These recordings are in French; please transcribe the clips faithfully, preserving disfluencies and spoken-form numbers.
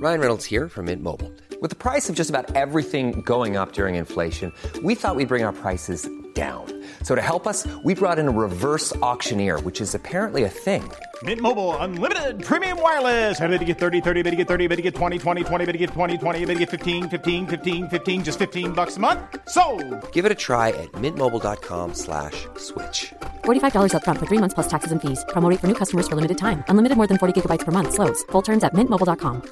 Ryan Reynolds here from Mint Mobile. With the price of just about everything going up during inflation, we thought we'd bring our prices down. So to help us, we brought in a reverse auctioneer, which is apparently a thing. Mint Mobile Unlimited Premium Wireless. How to get thirty, thirty, how to get thirty, how to get twenty, twenty, twenty, how to get twenty, twenty, how to get fifteen, fifteen, fifteen, fifteen, just fifteen bucks a month? Sold! Give it a try at mintmobile.com slash switch. forty-five dollars up front for three months plus taxes and fees. Promo rate for new customers for limited time. Unlimited more than forty gigabytes per month. Slows full terms at mint mobile dot com.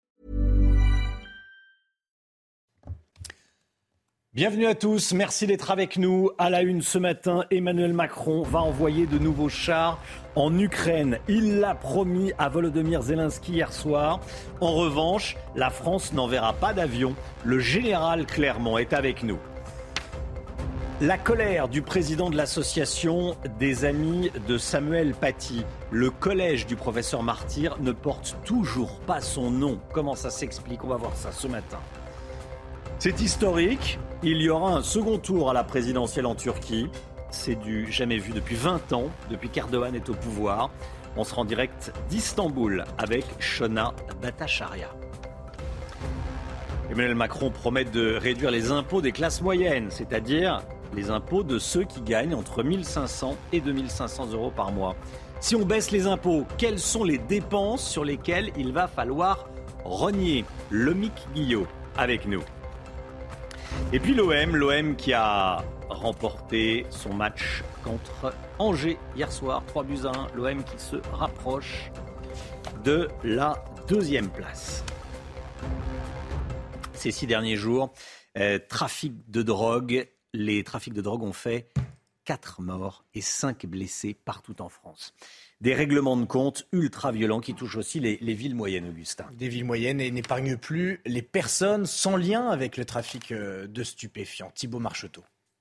Bienvenue à tous, merci d'être avec nous. À la une ce matin, Emmanuel Macron va envoyer de nouveaux chars en Ukraine. Il l'a promis à Volodymyr Zelensky hier soir. En revanche, la France n'enverra pas d'avion. Le général Clermont est avec nous. La colère du président de l'association des amis de Samuel Paty. Le collège du professeur Martyr ne porte toujours pas son nom. Comment ça s'explique ? On va voir ça ce matin. C'est historique, il y aura un second tour à la présidentielle en Turquie. C'est du jamais vu depuis vingt ans, depuis qu'Erdogan est au pouvoir. On sera en direct d'Istanbul avec Shona Bhattacharya. Emmanuel Macron promet de réduire les impôts des classes moyennes, c'est-à-dire les impôts de ceux qui gagnent entre mille cinq cents et deux mille cinq cents euros par mois. Si on baisse les impôts, quelles sont les dépenses sur lesquelles il va falloir rogner ? Lomic Guillot avec nous. Et puis l'O M, l'O M qui a remporté son match contre Angers hier soir, trois buts à un. L'O M qui se rapproche de la deuxième place. Ces six derniers jours, euh, trafic de drogue. Les trafics de drogue ont fait quatre morts et cinq blessés partout en France. Des règlements de compte ultra-violents qui touchent aussi les, les villes moyennes, Augustin. Des villes moyennes et n'épargnent plus les personnes sans lien avec le trafic de stupéfiants. Thibaut Marcheteau.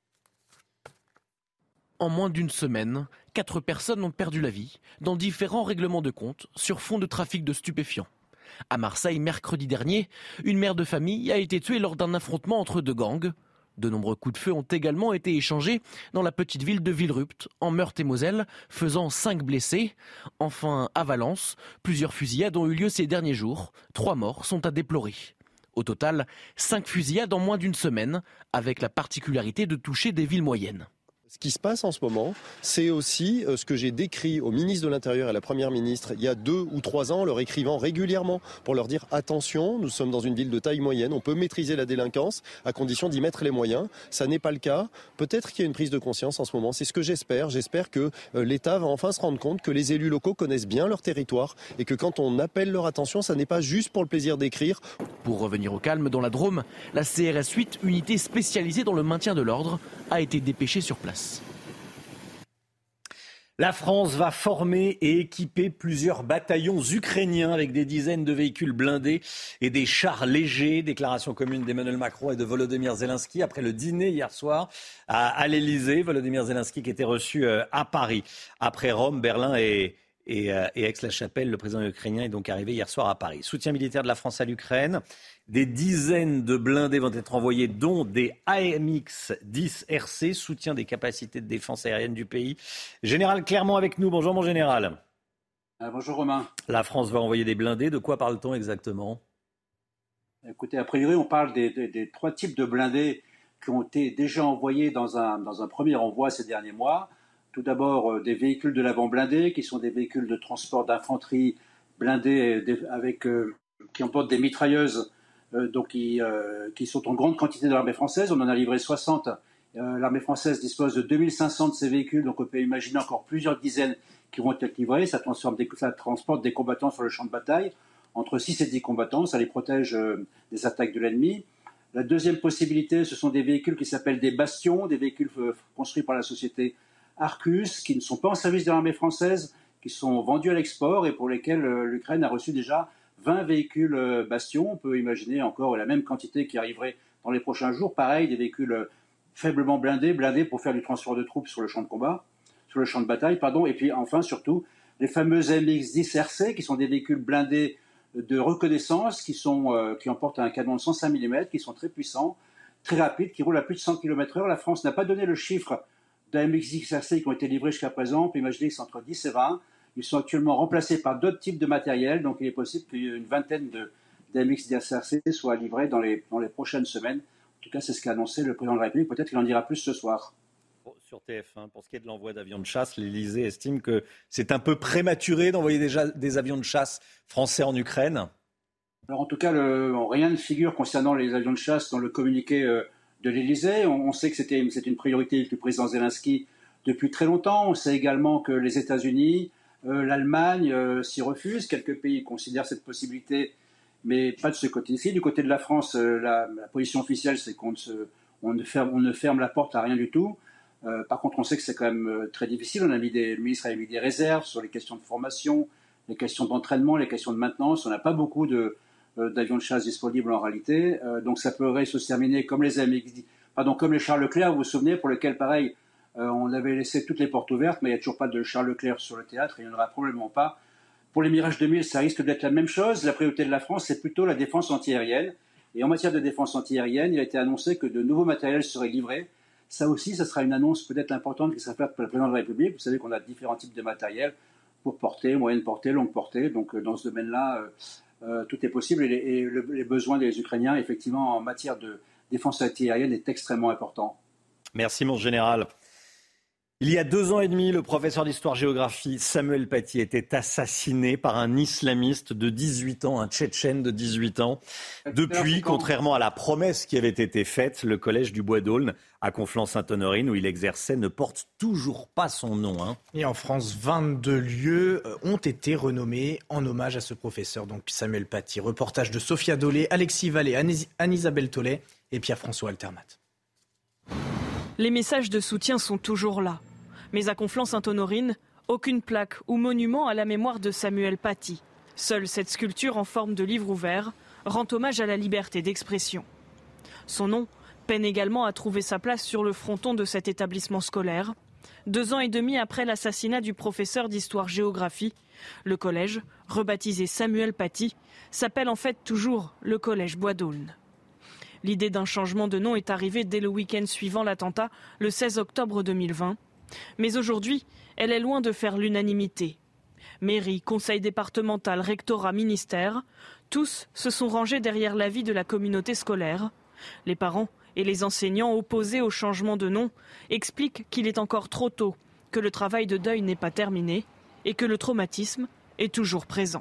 En moins d'une semaine, quatre personnes ont perdu la vie dans différents règlements de compte sur fond de trafic de stupéfiants. À Marseille, mercredi dernier, une mère de famille a été tuée lors d'un affrontement entre deux gangs. De nombreux coups de feu ont également été échangés dans la petite ville de Villerupt, en Meurthe-et-Moselle, faisant cinq blessés. Enfin, à Valence, plusieurs fusillades ont eu lieu ces derniers jours. Trois morts sont à déplorer. Au total, cinq fusillades en moins d'une semaine, avec la particularité de toucher des villes moyennes. Ce qui se passe en ce moment, c'est aussi ce que j'ai décrit au ministre de l'Intérieur et à la Première ministre il y a deux ou trois ans, leur écrivant régulièrement pour leur dire attention, nous sommes dans une ville de taille moyenne, on peut maîtriser la délinquance à condition d'y mettre les moyens. Ça n'est pas le cas. Peut-être qu'il y a une prise de conscience en ce moment, c'est ce que j'espère. J'espère que l'État va enfin se rendre compte que les élus locaux connaissent bien leur territoire et que quand on appelle leur attention, ça n'est pas juste pour le plaisir d'écrire. Pour revenir au calme dans la Drôme, la C R S huit, unité spécialisée dans le maintien de l'ordre, a été dépêchée sur place. La France va former et équiper plusieurs bataillons ukrainiens avec des dizaines de véhicules blindés et des chars légers. Déclaration commune d'Emmanuel Macron et de Volodymyr Zelensky après le dîner hier soir à, à l'Elysée. Volodymyr Zelensky qui était reçu euh, à Paris. Après Rome, Berlin et, et, euh, et Aix-la-Chapelle, le président ukrainien est donc arrivé hier soir à Paris. Soutien militaire de la France à l'Ukraine. Des dizaines de blindés vont être envoyés, dont des A M X dix R C, soutien des capacités de défense aérienne du pays. Général Clermont avec nous. Bonjour mon général. Euh, bonjour Romain. La France va envoyer des blindés. De quoi parle-t-on exactement ? Écoutez, a priori, on parle des, des, des trois types de blindés qui ont été déjà envoyés dans un, dans un premier envoi ces derniers mois. Tout d'abord, euh, des véhicules de l'avant blindés, qui sont des véhicules de transport d'infanterie blindés avec, euh, qui emportent des mitrailleuses. Euh, donc qui, euh, qui sont en grande quantité dans l'armée française. On en a livré soixante. Euh, l'armée française dispose de deux mille cinq cents de ces véhicules, donc on peut imaginer encore plusieurs dizaines qui vont être livrés. Ça, transforme des, ça transporte des combattants sur le champ de bataille, entre six et dix combattants, ça les protège euh, des attaques de l'ennemi. La deuxième possibilité, ce sont des véhicules qui s'appellent des bastions, des véhicules euh, construits par la société Arcus, qui ne sont pas en service de l'armée française, qui sont vendus à l'export et pour lesquels euh, l'Ukraine a reçu déjà vingt véhicules bastions. On peut imaginer encore la même quantité qui arriverait dans les prochains jours. Pareil, des véhicules faiblement blindés, blindés pour faire du transport de troupes sur le champ de combat, sur le champ de bataille, pardon. Et puis enfin, surtout, les fameuses A M X dix R C, qui sont des véhicules blindés de reconnaissance, qui, sont, euh, qui emportent un canon de cent cinq millimètres, qui sont très puissants, très rapides, qui roulent à plus de cent kilomètres heure. La France n'a pas donné le chiffre d'A M X dix R C qui ont été livrés jusqu'à présent. On peut imaginer que c'est entre dix et vingt. Ils sont actuellement remplacés par d'autres types de matériel, donc il est possible qu'il y ait une vingtaine de, d'A M X D S R C soit livré dans les, dans les prochaines semaines. En tout cas, c'est ce qu'a annoncé le président de la République. Peut-être qu'il en dira plus ce soir. Sur T F un, pour ce qui est de l'envoi d'avions de chasse, l'Élysée estime que c'est un peu prématuré d'envoyer déjà des avions de chasse français en Ukraine. Alors en tout cas, le, rien ne figure concernant les avions de chasse dans le communiqué euh, de l'Élysée. On, on sait que c'était, c'était une priorité du président Zelensky depuis très longtemps. On sait également que les États-Unis, euh, l'Allemagne euh, s'y refusent. Quelques pays considèrent cette possibilité, mais pas de ce côté-ci. Du côté de la France, euh, la, la position officielle, c'est qu'on ne, se, on ne, ferme, on ne ferme la porte à rien du tout. Euh, par contre, on sait que c'est quand même euh, très difficile. On a mis des, le ministre a mis des réserves sur les questions de formation, les questions d'entraînement, les questions de maintenance. On n'a pas beaucoup de, euh, d'avions de chasse disponibles en réalité. Euh, donc ça pourrait se terminer comme les A M X, pardon, comme les Charles Leclerc, vous vous souvenez, pour lesquels, pareil, euh, on avait laissé toutes les portes ouvertes, mais il n'y a toujours pas de Charles Leclerc sur le théâtre, et il n'y en aura probablement pas. Pour les Mirage deux mille, ça risque d'être la même chose. La priorité de la France, c'est plutôt la défense antiaérienne. Et en matière de défense antiaérienne, il a été annoncé que de nouveaux matériels seraient livrés. Ça aussi, ça sera une annonce peut-être importante qui sera faite par le président de la République. Vous savez qu'on a différents types de matériel pour portée, moyenne portée, longue portée. Donc euh, dans ce domaine-là, euh, euh, tout est possible. Et, les, et le, les besoins des Ukrainiens, effectivement, en matière de défense antiaérienne, est extrêmement important. Merci, mon général. Il y a deux ans et demi, le professeur d'histoire-géographie Samuel Paty était assassiné par un islamiste de dix-huit ans, un Tchétchène de dix-huit ans. Depuis, contrairement à la promesse qui avait été faite, le collège du Bois d'Aulne à Conflans-Sainte-Honorine, où il exerçait, ne porte toujours pas son nom. Hein. Et en France, vingt-deux lieux ont été renommés en hommage à ce professeur, donc Samuel Paty. Reportage de Sophia Dolé, Alexis Vallée, Anne-Isabelle Tollet et Pierre-François Altermat. Les messages de soutien sont toujours là. Mais à Conflans-Sainte-Honorine, aucune plaque ou monument à la mémoire de Samuel Paty. Seule cette sculpture en forme de livre ouvert rend hommage à la liberté d'expression. Son nom peine également à trouver sa place sur le fronton de cet établissement scolaire. Deux ans et demi après l'assassinat du professeur d'histoire-géographie, le collège, rebaptisé Samuel Paty, s'appelle en fait toujours le collège Bois d'Aulne. L'idée d'un changement de nom est arrivée dès le week-end suivant l'attentat, le seize octobre deux mille vingt. Mais aujourd'hui, elle est loin de faire l'unanimité. Mairie, conseil départemental, rectorat, ministère, tous se sont rangés derrière l'avis de la communauté scolaire. Les parents et les enseignants opposés au changement de nom expliquent qu'il est encore trop tôt, que le travail de deuil n'est pas terminé et que le traumatisme est toujours présent.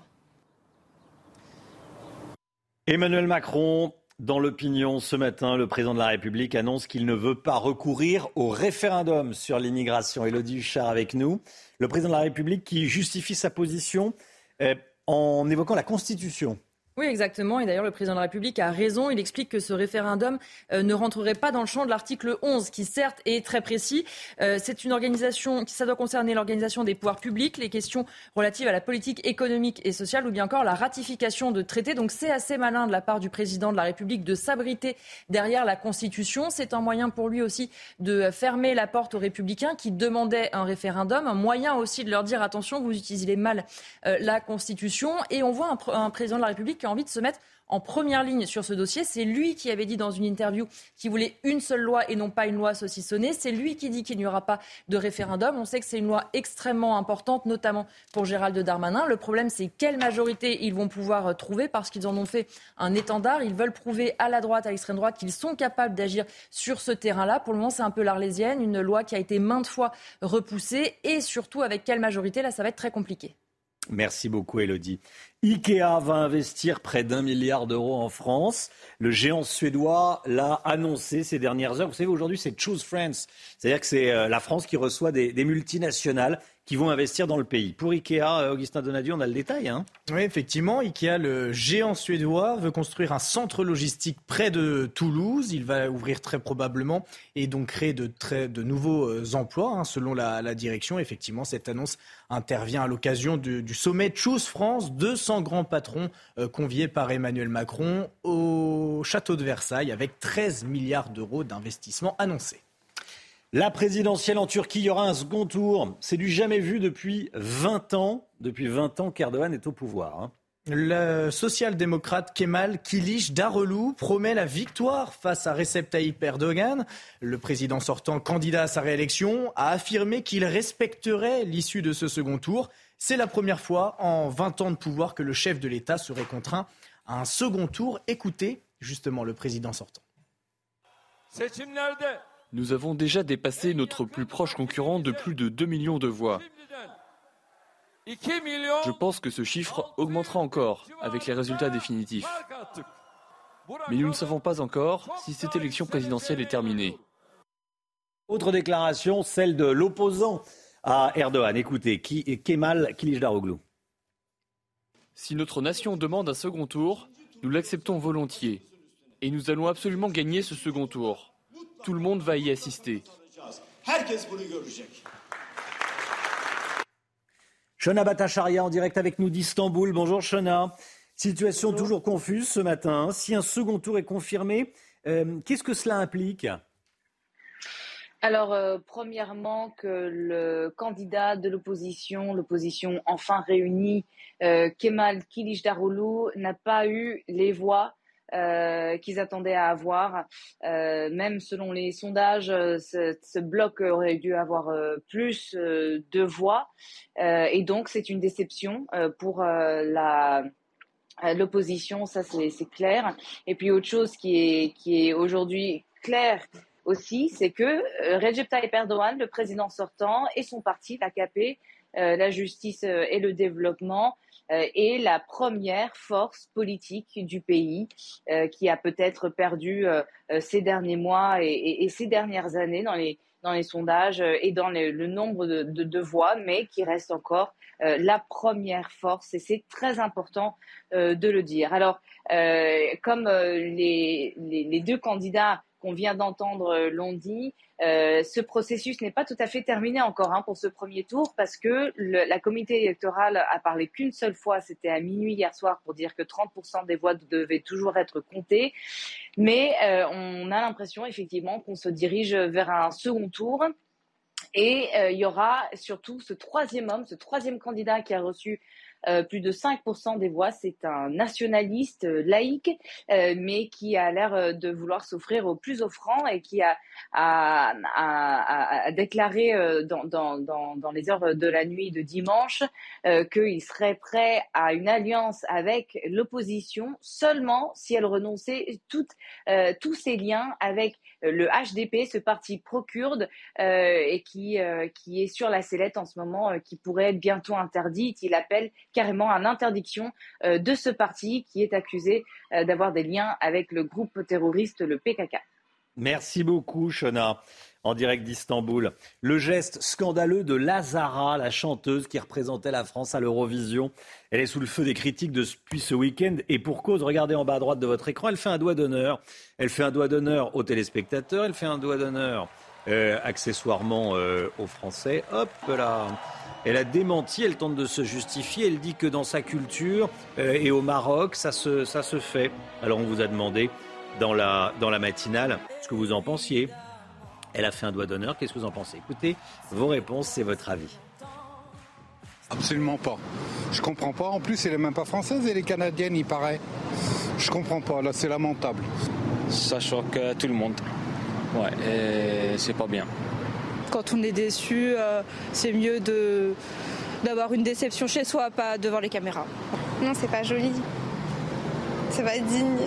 Emmanuel Macron, dans l'opinion ce matin, le président de la République annonce qu'il ne veut pas recourir au référendum sur l'immigration. Élodie Huchard avec nous. Le président de la République qui justifie sa position euh, en évoquant la Constitution. Oui, exactement. Et d'ailleurs, le président de la République a raison. Il explique que ce référendum euh, ne rentrerait pas dans le champ de l'article onze, qui certes est très précis. Euh, c'est une organisation, ça doit concerner l'organisation des pouvoirs publics, les questions relatives à la politique économique et sociale, ou bien encore la ratification de traités. Donc c'est assez malin de la part du président de la République de s'abriter derrière la Constitution. C'est un moyen pour lui aussi de fermer la porte aux Républicains qui demandaient un référendum. Un moyen aussi de leur dire attention, vous utilisez mal euh, la Constitution. Et on voit un, un président de la République qui a envie de se mettre en première ligne sur ce dossier. C'est lui qui avait dit dans une interview qu'il voulait une seule loi et non pas une loi saucissonnée. C'est lui qui dit qu'il n'y aura pas de référendum. On sait que c'est une loi extrêmement importante, notamment pour Gérald Darmanin. Le problème, c'est quelle majorité ils vont pouvoir trouver parce qu'ils en ont fait un étendard. Ils veulent prouver à la droite, à l'extrême droite, qu'ils sont capables d'agir sur ce terrain-là. Pour le moment, c'est un peu l'arlésienne, une loi qui a été maintes fois repoussée et surtout avec quelle majorité. Là, ça va être très compliqué. Merci beaucoup, Élodie. Ikea va investir près d'un milliard d'euros en France. Le géant suédois l'a annoncé ces dernières heures. Vous savez, aujourd'hui, c'est Choose France. C'est-à-dire que c'est la France qui reçoit des, des multinationales qui vont investir dans le pays. Pour Ikea, Augustin Donadieu, on a le détail. Hein. Oui, effectivement. Ikea, le géant suédois, veut construire un centre logistique près de Toulouse. Il va ouvrir très probablement et donc créer de, très, de nouveaux emplois, hein, selon la, la direction. Effectivement, cette annonce intervient à l'occasion du, du sommet Choose France. deux cents grands patrons euh, conviés par Emmanuel Macron au château de Versailles avec treize milliards d'euros d'investissement annoncés. La présidentielle en Turquie, il y aura un second tour. C'est du jamais vu depuis vingt ans. Depuis vingt ans qu'Erdogan est au pouvoir. Hein. Le social-démocrate Kemal Kılıçdaroğlu promet la victoire face à Recep Tayyip Erdogan. Le président sortant, candidat à sa réélection, a affirmé qu'il respecterait l'issue de ce second tour. C'est la première fois en vingt ans de pouvoir que le chef de l'État serait contraint à un second tour. Écoutez justement le président sortant. Nous avons déjà dépassé notre plus proche concurrent de plus de deux millions de voix. Je pense que ce chiffre augmentera encore avec les résultats définitifs. Mais nous ne savons pas encore si cette élection présidentielle est terminée. Autre déclaration, celle de l'opposant à Erdogan. Écoutez, Kemal Kılıçdaroğlu. Si notre nation demande un second tour, nous l'acceptons volontiers. Et nous allons absolument gagner ce second tour. Tout le monde va y assister. Shona Bhattacharya en direct avec nous d'Istanbul. Bonjour Shona. Situation Bonjour. Toujours confuse ce matin. Si un second tour est confirmé, euh, qu'est-ce que cela implique ? Alors, euh, premièrement, que le candidat de l'opposition, l'opposition enfin réunie, euh, Kemal Kılıçdaroğlu, n'a pas eu les voix euh, qu'ils attendaient à avoir. Euh, même selon les sondages, ce, ce bloc aurait dû avoir euh, plus euh, de voix. Euh, et donc, c'est une déception euh, pour euh, la... l'opposition, ça c'est, c'est clair. Et puis autre chose qui est, qui est aujourd'hui claire aussi, c'est que Recep Tayyip Erdogan, le président sortant, et son parti, l'A K P, euh, la justice et le développement, euh, est la première force politique du pays euh, qui a peut-être perdu euh, ces derniers mois et, et, et ces dernières années dans les, dans les sondages et dans les, le nombre de, de, de voix, mais qui reste encore Euh, la première force, et c'est très important euh, de le dire. Alors, euh, comme euh, les, les, les deux candidats qu'on vient d'entendre euh, l'ont dit, euh, ce processus n'est pas tout à fait terminé encore hein, pour ce premier tour, parce que le, la comité électorale a parlé qu'une seule fois, c'était à minuit hier soir, pour dire que trente pour cent des voix devaient toujours être comptées. Mais euh, on a l'impression effectivement qu'on se dirige vers un second tour. Et euh, il y aura surtout ce troisième homme, ce troisième candidat qui a reçu euh, plus de cinq pour cent des voix. C'est un nationaliste euh, laïque, euh, mais qui a l'air euh, de vouloir s'offrir au plus offrant et qui a, a, a, a déclaré euh, dans, dans, dans, dans les heures de la nuit de dimanche euh, qu'il serait prêt à une alliance avec l'opposition seulement si elle renonçait toutes, euh, tous ses liens avec le H D P, ce parti pro-kurde euh, et qui, euh, qui est sur la sellette en ce moment, euh, qui pourrait être bientôt interdite. Il appelle carrément à l'interdiction euh, de ce parti qui est accusé euh, d'avoir des liens avec le groupe terroriste, le P K K. Merci beaucoup, Shona, en direct d'Istanbul. Le geste scandaleux de Lazara, la chanteuse qui représentait la France à l'Eurovision. Elle est sous le feu des critiques depuis ce week-end et pour cause. Regardez en bas à droite de votre écran, elle fait un doigt d'honneur. Elle fait un doigt d'honneur aux téléspectateurs, elle fait un doigt d'honneur euh, accessoirement euh, aux Français. Hop là. Elle a démenti, elle tente de se justifier. Elle dit que dans sa culture euh, et au Maroc, ça se, ça se fait. Alors on vous a demandé dans la, dans la matinale ce que vous en pensiez. Elle a fait un doigt d'honneur. Qu'est-ce que vous en pensez ? Écoutez, vos réponses, c'est votre avis. Absolument pas. Je comprends pas. En plus, elle est même pas française, elle est canadienne, il paraît. Je comprends pas. Là, c'est lamentable. Ça choque tout le monde. Ouais, et c'est pas bien. Quand on est déçu, euh, c'est mieux de, d'avoir une déception chez soi, pas devant les caméras. Non, c'est pas joli. C'est pas digne.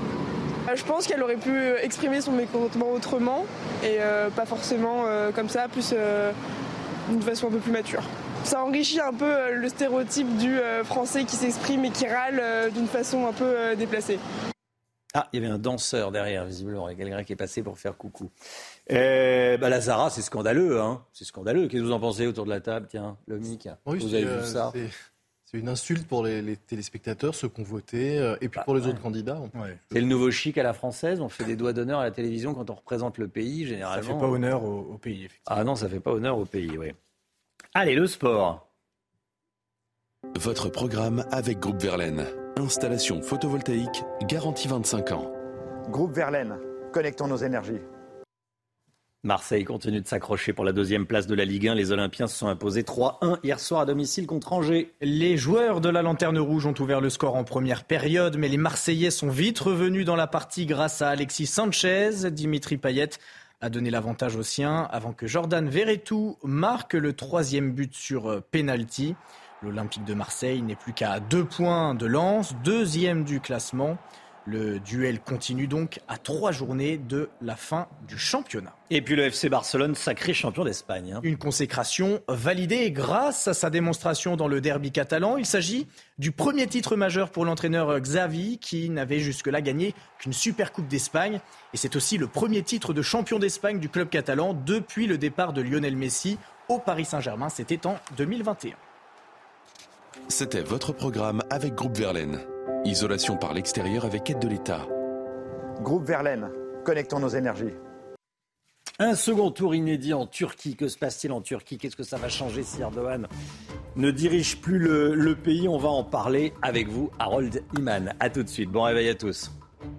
Je pense qu'elle aurait pu exprimer son mécontentement autrement et euh, pas forcément euh, comme ça, plus euh, d'une façon un peu plus mature. Ça enrichit un peu euh, le stéréotype du euh, français qui s'exprime et qui râle euh, d'une façon un peu euh, déplacée. Ah, il y avait un danseur derrière, visiblement. Il y a quelqu'un qui est passé pour faire coucou. Euh, bah, Lazara, c'est scandaleux, hein. C'est scandaleux. Qu'est-ce que vous en pensez autour de la table ? Tiens, Lomic, oui, vous avez euh, vu ça ? c'est, c'est une insulte pour les, les téléspectateurs, ceux qui ont voté, euh, et puis bah, pour les ouais. autres candidats. On... Ouais. C'est le nouveau chic à la française. On fait des doigts d'honneur à la télévision quand on représente le pays, généralement. Ça ne fait pas honneur au, au pays, effectivement. Ah non, ça ne fait pas honneur au pays, oui. Allez, le sport. Votre programme avec Groupe Verlaine. Installation photovoltaïque, garantie vingt-cinq ans. Groupe Verlaine, connectons nos énergies. Marseille continue de s'accrocher pour la deuxième place de la Ligue un. Les Olympiens se sont imposés trois un hier soir à domicile contre Angers. Les joueurs de la Lanterne Rouge ont ouvert le score en première période, mais les Marseillais sont vite revenus dans la partie grâce à Alexis Sanchez. Dimitri Payet a donné l'avantage aux siens avant que Jordan Verretou marque le troisième but sur pénalty. L'Olympique de Marseille n'est plus qu'à deux points de Lens, deuxième du classement. Le duel continue donc à trois journées de la fin du championnat. Et puis le F C Barcelone, sacré champion d'Espagne. Hein. Une consécration validée grâce à sa démonstration dans le derby catalan. Il s'agit du premier titre majeur pour l'entraîneur Xavi, qui n'avait jusque-là gagné qu'une Supercoupe d'Espagne. Et c'est aussi le premier titre de champion d'Espagne du club catalan depuis le départ de Lionel Messi au Paris Saint-Germain. C'était en deux mille vingt et un. C'était votre programme avec Groupe Verlaine. Isolation par l'extérieur avec aide de l'État. Groupe Verlaine, connectons nos énergies. Un second tour inédit en Turquie. Que se passe-t-il en Turquie ? Qu'est-ce que ça va changer si Erdogan ne dirige plus le, le pays ? On va en parler avec vous, Harold Iman. A tout de suite. Bon réveil à tous.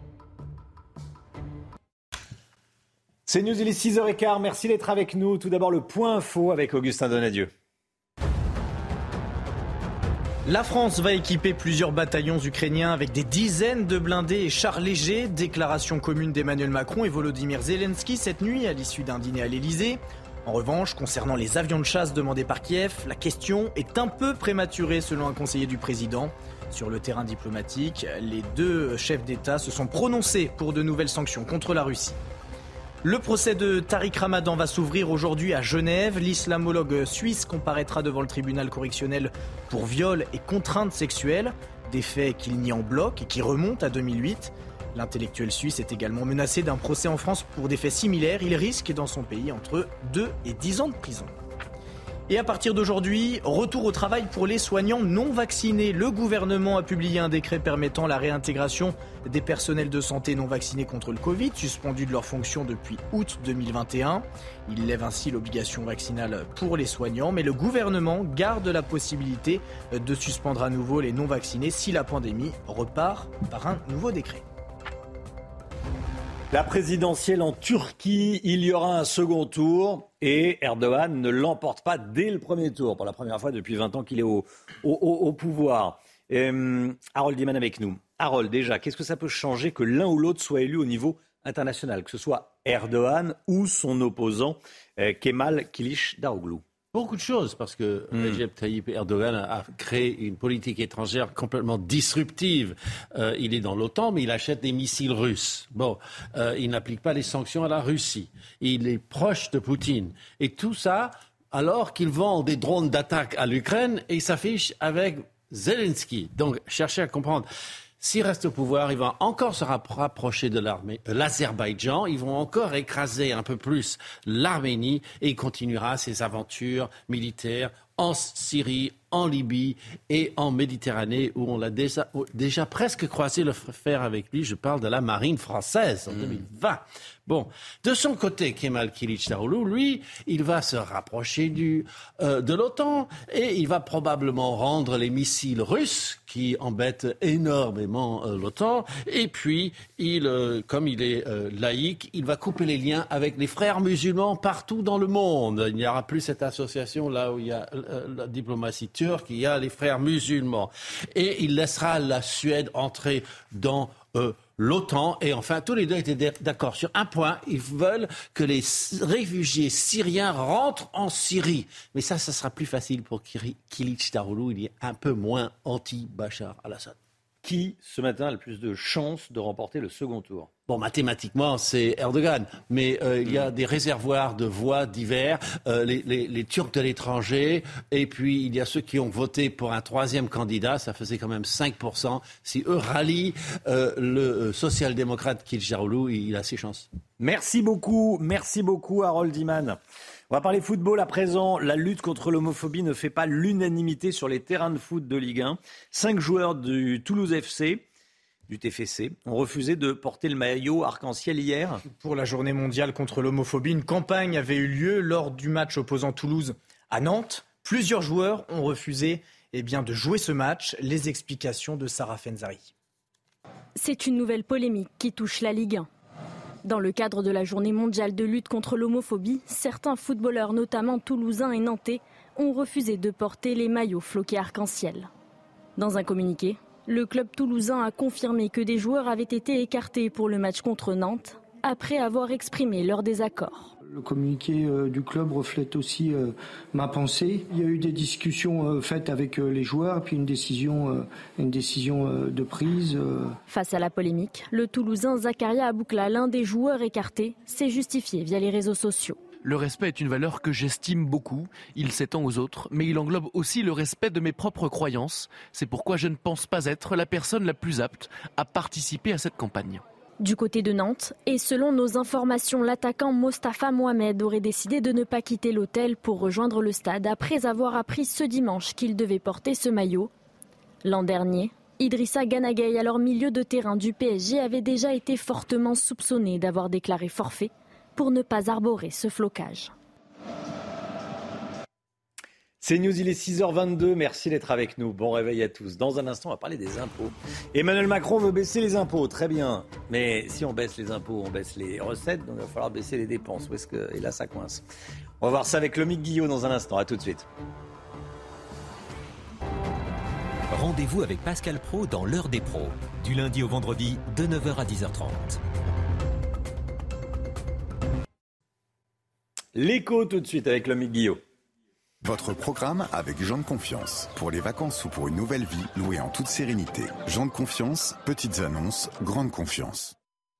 C'est News, il est six heures quinze. Merci d'être avec nous. Tout d'abord, le point info avec Augustin Donadieu. La France va équiper plusieurs bataillons ukrainiens avec des dizaines de blindés et chars légers. Déclaration commune d'Emmanuel Macron et Volodymyr Zelensky cette nuit à l'issue d'un dîner à l'Elysée. En revanche, concernant les avions de chasse demandés par Kiev, la question est un peu prématurée selon un conseiller du président. Sur le terrain diplomatique, les deux chefs d'État se sont prononcés pour de nouvelles sanctions contre la Russie. Le procès de Tariq Ramadan va s'ouvrir aujourd'hui à Genève. L'islamologue suisse comparaîtra devant le tribunal correctionnel pour viol et contrainte sexuelle, des faits qu'il nie en bloc et qui remontent à deux mille huit. L'intellectuel suisse est également menacé d'un procès en France pour des faits similaires. Il risque dans son pays entre deux et dix ans de prison. Et à partir d'aujourd'hui, retour au travail pour les soignants non vaccinés. Le gouvernement a publié un décret permettant la réintégration des personnels de santé non vaccinés contre le Covid, suspendus de leurs fonctions depuis août deux mille vingt et un. Il lève ainsi l'obligation vaccinale pour les soignants, mais le gouvernement garde la possibilité de suspendre à nouveau les non vaccinés si la pandémie repart par un nouveau décret. La présidentielle en Turquie, il y aura un second tour et Erdogan ne l'emporte pas dès le premier tour, pour la première fois depuis vingt ans qu'il est au, au, au, au pouvoir. Euh, Harold Iman avec nous. Harold, déjà, qu'est-ce que ça peut changer que l'un ou l'autre soit élu au niveau international, que ce soit Erdogan ou son opposant euh, Kemal Kılıçdaroğlu ? Beaucoup de choses, parce que mmh. Recep Tayyip Erdogan a créé une politique étrangère complètement disruptive. Euh, il est dans l'OTAN, mais il achète des missiles russes. Bon, euh, il n'applique pas les sanctions à la Russie. Il est proche de Poutine. Et tout ça, alors qu'il vend des drones d'attaque à l'Ukraine et il s'affiche avec Zelensky. Donc, cherchez à comprendre. S'il reste au pouvoir, il va encore se rapprocher de l'armée, de l'Azerbaïdjan. Ils vont encore écraser un peu plus l'Arménie et il continuera ses aventures militaires en Syrie, en Libye et en Méditerranée où on l'a déjà, déjà presque croisé le fer avec lui. Je parle de la marine française en mmh. deux mille vingt. Bon, de son côté, Kemal Kılıçdaroğlu, lui, il va se rapprocher du, euh, de l'OTAN et il va probablement rendre les missiles russes qui embêtent énormément euh, l'OTAN. Et puis, il, euh, comme il est euh, laïque, il va couper les liens avec les frères musulmans partout dans le monde. Il n'y aura plus cette association là où il y a euh, la diplomatie turque, il y a les frères musulmans. Et il laissera la Suède entrer dans euh, l'OTAN. Et enfin, tous les deux étaient d'accord sur un point. Ils veulent que les réfugiés syriens rentrent en Syrie. Mais ça, ça sera plus facile pour Kılıçdaroğlu. Il est un peu moins anti-Bachar al-Assad. Qui, ce matin, a le plus de chances de remporter le second tour ? Bon, mathématiquement, c'est Erdogan. Mais euh, il y a des réservoirs de voix divers. Euh, les, les, les Turcs de l'étranger. Et puis, il y a ceux qui ont voté pour un troisième candidat. Ça faisait quand même cinq pour cent. Si eux rallient euh, le social-démocrate Kılıçdaroğlu, il a ses chances. Merci beaucoup. Merci beaucoup, Harold Iman. On va parler football à présent. La lutte contre l'homophobie ne fait pas l'unanimité sur les terrains de foot de Ligue un. Cinq joueurs du Toulouse F C, du T F C, ont refusé de porter le maillot arc-en-ciel hier. Pour la journée mondiale contre l'homophobie, une campagne avait eu lieu lors du match opposant Toulouse à Nantes. Plusieurs joueurs ont refusé eh bien, de jouer ce match. Les explications de Sarah Fenzari. C'est une nouvelle polémique qui touche la Ligue un. Dans le cadre de la journée mondiale de lutte contre l'homophobie, certains footballeurs, notamment toulousains et nantais, ont refusé de porter les maillots floqués arc-en-ciel. Dans un communiqué, le club toulousain a confirmé que des joueurs avaient été écartés pour le match contre Nantes après avoir exprimé leur désaccord. Le communiqué euh, du club reflète aussi euh, ma pensée. Il y a eu des discussions euh, faites avec euh, les joueurs et puis une décision, euh, une décision euh, de prise. Euh. Face à la polémique, le Toulousain Zakaria Aboukla, l'un des joueurs écartés, s'est justifié via les réseaux sociaux. Le respect est une valeur que j'estime beaucoup. Il s'étend aux autres, mais il englobe aussi le respect de mes propres croyances. C'est pourquoi je ne pense pas être la personne la plus apte à participer à cette campagne. Du côté de Nantes, et selon nos informations, l'attaquant Mostafa Mohamed aurait décidé de ne pas quitter l'hôtel pour rejoindre le stade après avoir appris ce dimanche qu'il devait porter ce maillot. L'an dernier, Idrissa Gana Gueye, alors milieu de terrain du P S G, avait déjà été fortement soupçonné d'avoir déclaré forfait pour ne pas arborer ce flocage. C'est News, il est six heures vingt-deux, merci d'être avec nous, bon réveil à tous. Dans un instant, on va parler des impôts. Emmanuel Macron veut baisser les impôts, très bien. Mais si on baisse les impôts, on baisse les recettes, donc il va falloir baisser les dépenses. Où est-ce que... Et là, ça coince. On va voir ça avec Lomique Guillot dans un instant, à tout de suite. Rendez-vous avec Pascal Praud dans l'heure des pros, du lundi au vendredi de neuf heures à dix heures trente. L'écho tout de suite avec Lomique Guillot. Votre programme avec Jean de Confiance. Pour les vacances ou pour une nouvelle vie, louée en toute sérénité. Jean de Confiance, petites annonces, grande confiance.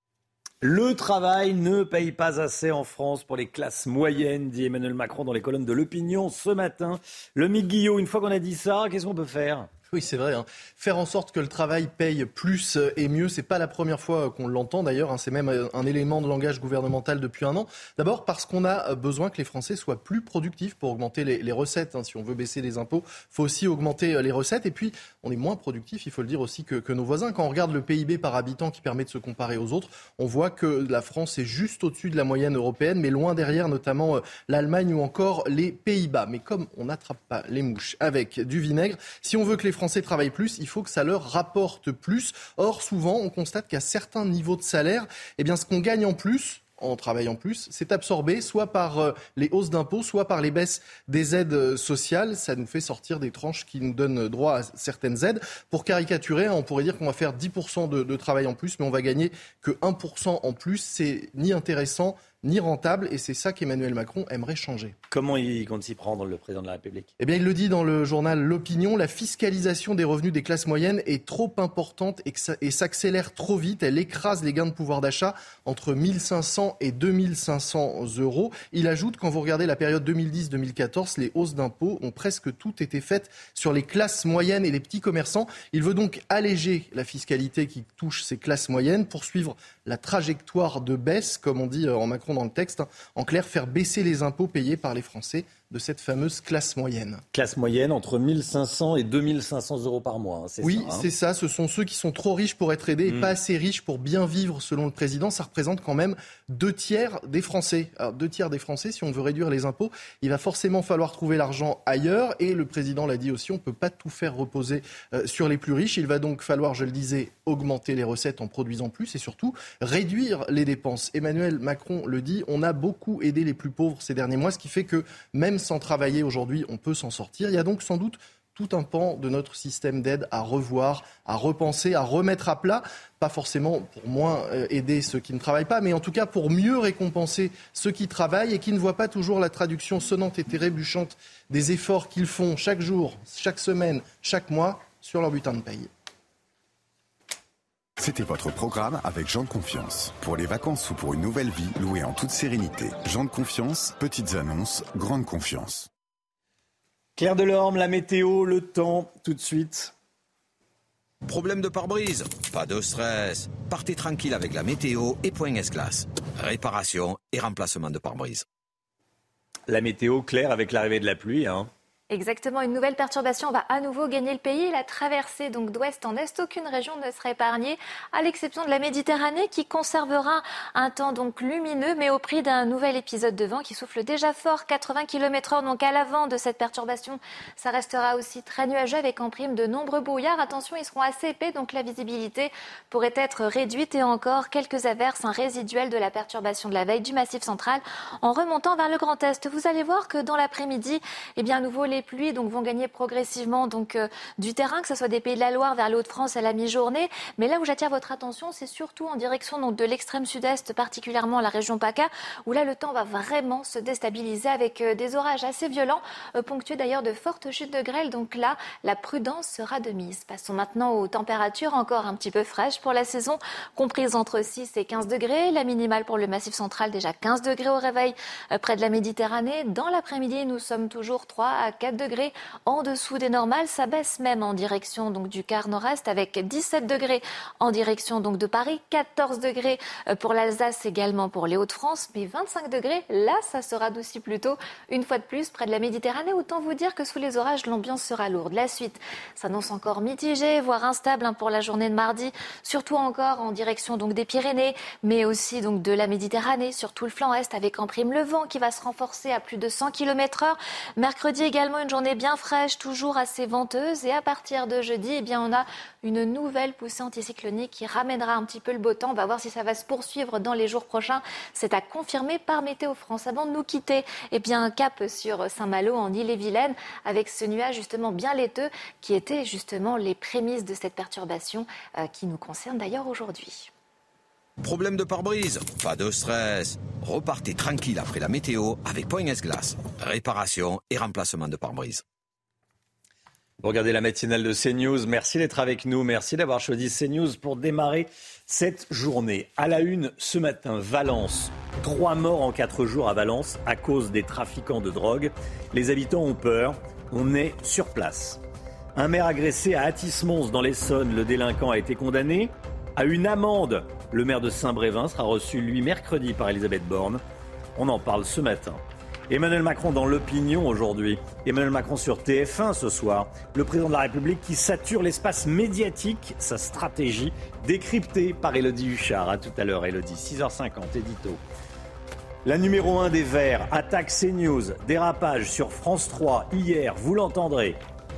Le travail ne paye pas assez en France pour les classes moyennes, dit Emmanuel Macron dans les colonnes de l'Opinion ce matin. Lomique Guillot, une fois qu'on a dit ça, qu'est-ce qu'on peut faire ? Oui, c'est vrai. Hein. Faire en sorte que le travail paye plus et mieux, c'est pas la première fois qu'on l'entend d'ailleurs. Hein. C'est même un élément de langage gouvernemental depuis un an. D'abord parce qu'on a besoin que les Français soient plus productifs pour augmenter les, les recettes. Hein. Si on veut baisser les impôts, il faut aussi augmenter les recettes. Et puis, on est moins productif, il faut le dire aussi, que, que nos voisins. Quand on regarde le P I B par habitant qui permet de se comparer aux autres, on voit que la France est juste au-dessus de la moyenne européenne, mais loin derrière, notamment euh, l'Allemagne ou encore les Pays-Bas. Mais comme on n'attrape pas les mouches avec du vinaigre, si on veut que les Français travaillent plus, il faut que ça leur rapporte plus. Or, souvent, on constate qu'à certains niveaux de salaire, eh bien, ce qu'on gagne en plus, en travaillant plus, c'est absorbé soit par euh, les hausses d'impôts, soit par les baisses des aides sociales. Ça nous fait sortir des tranches qui nous donnent droit à certaines aides. Pour caricaturer, on pourrait dire qu'on va faire dix pour cent de, de travail en plus, mais on va gagner que un pour cent en plus. C'est ni intéressant, ni rentable, et c'est ça qu'Emmanuel Macron aimerait changer. Comment il compte s'y prendre, le président de la République ? Eh bien, il le dit dans le journal L'Opinion, la fiscalisation des revenus des classes moyennes est trop importante et, que ça, et s'accélère trop vite. Elle écrase les gains de pouvoir d'achat entre mille cinq cents et deux mille cinq cents euros. Il ajoute, quand vous regardez la période deux mille dix deux mille quatorze, les hausses d'impôts ont presque toutes été faites sur les classes moyennes et les petits commerçants. Il veut donc alléger la fiscalité qui touche ces classes moyennes, poursuivre la trajectoire de baisse, comme on dit en Macron dans le texte. En clair, faire baisser les impôts payés par les Français de cette fameuse classe moyenne. Classe moyenne entre mille cinq cents et deux mille cinq cents euros par mois, hein, c'est oui, ça. Oui, hein. c'est ça. Ce sont ceux qui sont trop riches pour être aidés et mmh. pas assez riches pour bien vivre, selon le président. Ça représente quand même deux tiers des Français. Alors, deux tiers des Français, si on veut réduire les impôts, il va forcément falloir trouver l'argent ailleurs. Et le président l'a dit aussi, on ne peut pas tout faire reposer euh, sur les plus riches. Il va donc falloir, je le disais, augmenter les recettes en produisant plus et surtout réduire les dépenses. Emmanuel Macron le dit, on a beaucoup aidé les plus pauvres ces derniers mois, ce qui fait que même sans travailler aujourd'hui, on peut s'en sortir. Il y a donc sans doute tout un pan de notre système d'aide à revoir, à repenser, à remettre à plat. Pas forcément pour moins aider ceux qui ne travaillent pas, mais en tout cas pour mieux récompenser ceux qui travaillent et qui ne voient pas toujours la traduction sonnante et trébuchante des efforts qu'ils font chaque jour, chaque semaine, chaque mois sur leur butin de paye. C'était votre programme avec Jean de Confiance. Pour les vacances ou pour une nouvelle vie, louée en toute sérénité. Jean de Confiance, petites annonces, grande confiance. Claire Delorme, la météo, le temps, tout de suite. Problème de pare-brise ? Pas de stress. Partez tranquille avec la météo et Point S-Glace. Réparation et remplacement de pare-brise. La météo, Claire, avec l'arrivée de la pluie, hein. Exactement, une nouvelle perturbation va à nouveau gagner le pays. La traversée donc d'ouest en est, aucune région ne sera épargnée, à l'exception de la Méditerranée qui conservera un temps donc lumineux, mais au prix d'un nouvel épisode de vent qui souffle déjà fort, quatre-vingts kilomètres heure. Donc à l'avant de cette perturbation, ça restera aussi très nuageux avec en prime de nombreux brouillards. Attention, ils seront assez épais, donc la visibilité pourrait être réduite et encore quelques averses, un résiduel de la perturbation de la veille du Massif central en remontant vers le Grand Est. Vous allez voir que dans l'après-midi, eh bien à nouveau les les pluies donc, vont gagner progressivement donc, euh, du terrain, que ce soit des Pays de la Loire vers les Hauts-de-France à la mi-journée. Mais là où j'attire votre attention, c'est surtout en direction donc, de l'extrême sud-est, particulièrement la région PACA, où là le temps va vraiment se déstabiliser avec euh, des orages assez violents, euh, ponctués d'ailleurs de fortes chutes de grêle. Donc là, la prudence sera de mise. Passons maintenant aux températures encore un petit peu fraîches pour la saison, comprises entre six et quinze degrés. La minimale pour le Massif central, déjà quinze degrés au réveil euh, près de la Méditerranée. Dans l'après-midi, nous sommes toujours trois à quatre degrés en dessous des normales. Ça baisse même en direction donc, du quart nord-est avec dix-sept degrés en direction donc, de Paris, quatorze degrés pour l'Alsace également pour les Hauts-de-France, mais vingt-cinq degrés, là ça se radoucit plutôt une fois de plus près de la Méditerranée. Autant vous dire que sous les orages, l'ambiance sera lourde. La suite s'annonce encore mitigée, voire instable hein, pour la journée de mardi, surtout encore en direction donc, des Pyrénées, mais aussi donc, de la Méditerranée, sur tout le flanc est avec en prime le vent qui va se renforcer à plus de cent kilomètres heure. Mercredi également une journée bien fraîche, toujours assez venteuse, et à partir de jeudi, eh bien, on a une nouvelle poussée anticyclonique qui ramènera un petit peu le beau temps. On va voir si ça va se poursuivre dans les jours prochains. C'est à confirmer par Météo France. Avant de nous quitter, eh bien, un cap sur Saint-Malo en Ille-et-Vilaine avec ce nuage justement bien laiteux qui était justement les prémices de cette perturbation euh, qui nous concerne d'ailleurs aujourd'hui. Problème de pare-brise? Pas de stress. Repartez tranquille après la météo avec Point S-Glace. Réparation et remplacement de pare-brise. Vous regardez la matinale de CNews. Merci d'être avec nous. Merci d'avoir choisi CNews pour démarrer cette journée. À la une ce matin, Valence. Trois morts en quatre jours à Valence à cause des trafiquants de drogue. Les habitants ont peur. On est sur place. Un maire agressé à Athis-Mons dans l'Essonne. Le délinquant a été condamné à une amende. Le maire de Saint-Brévin sera reçu, lui, mercredi par Elisabeth Borne. On en parle ce matin. Emmanuel Macron dans l'opinion aujourd'hui. Emmanuel Macron sur T F un ce soir. Le président de la République qui sature l'espace médiatique. Sa stratégie décryptée par Élodie Huchard. A tout à l'heure, Élodie. six heures cinquante, édito. La numéro un des Verts attaque CNews. Dérapage sur France trois hier, vous l'entendrez.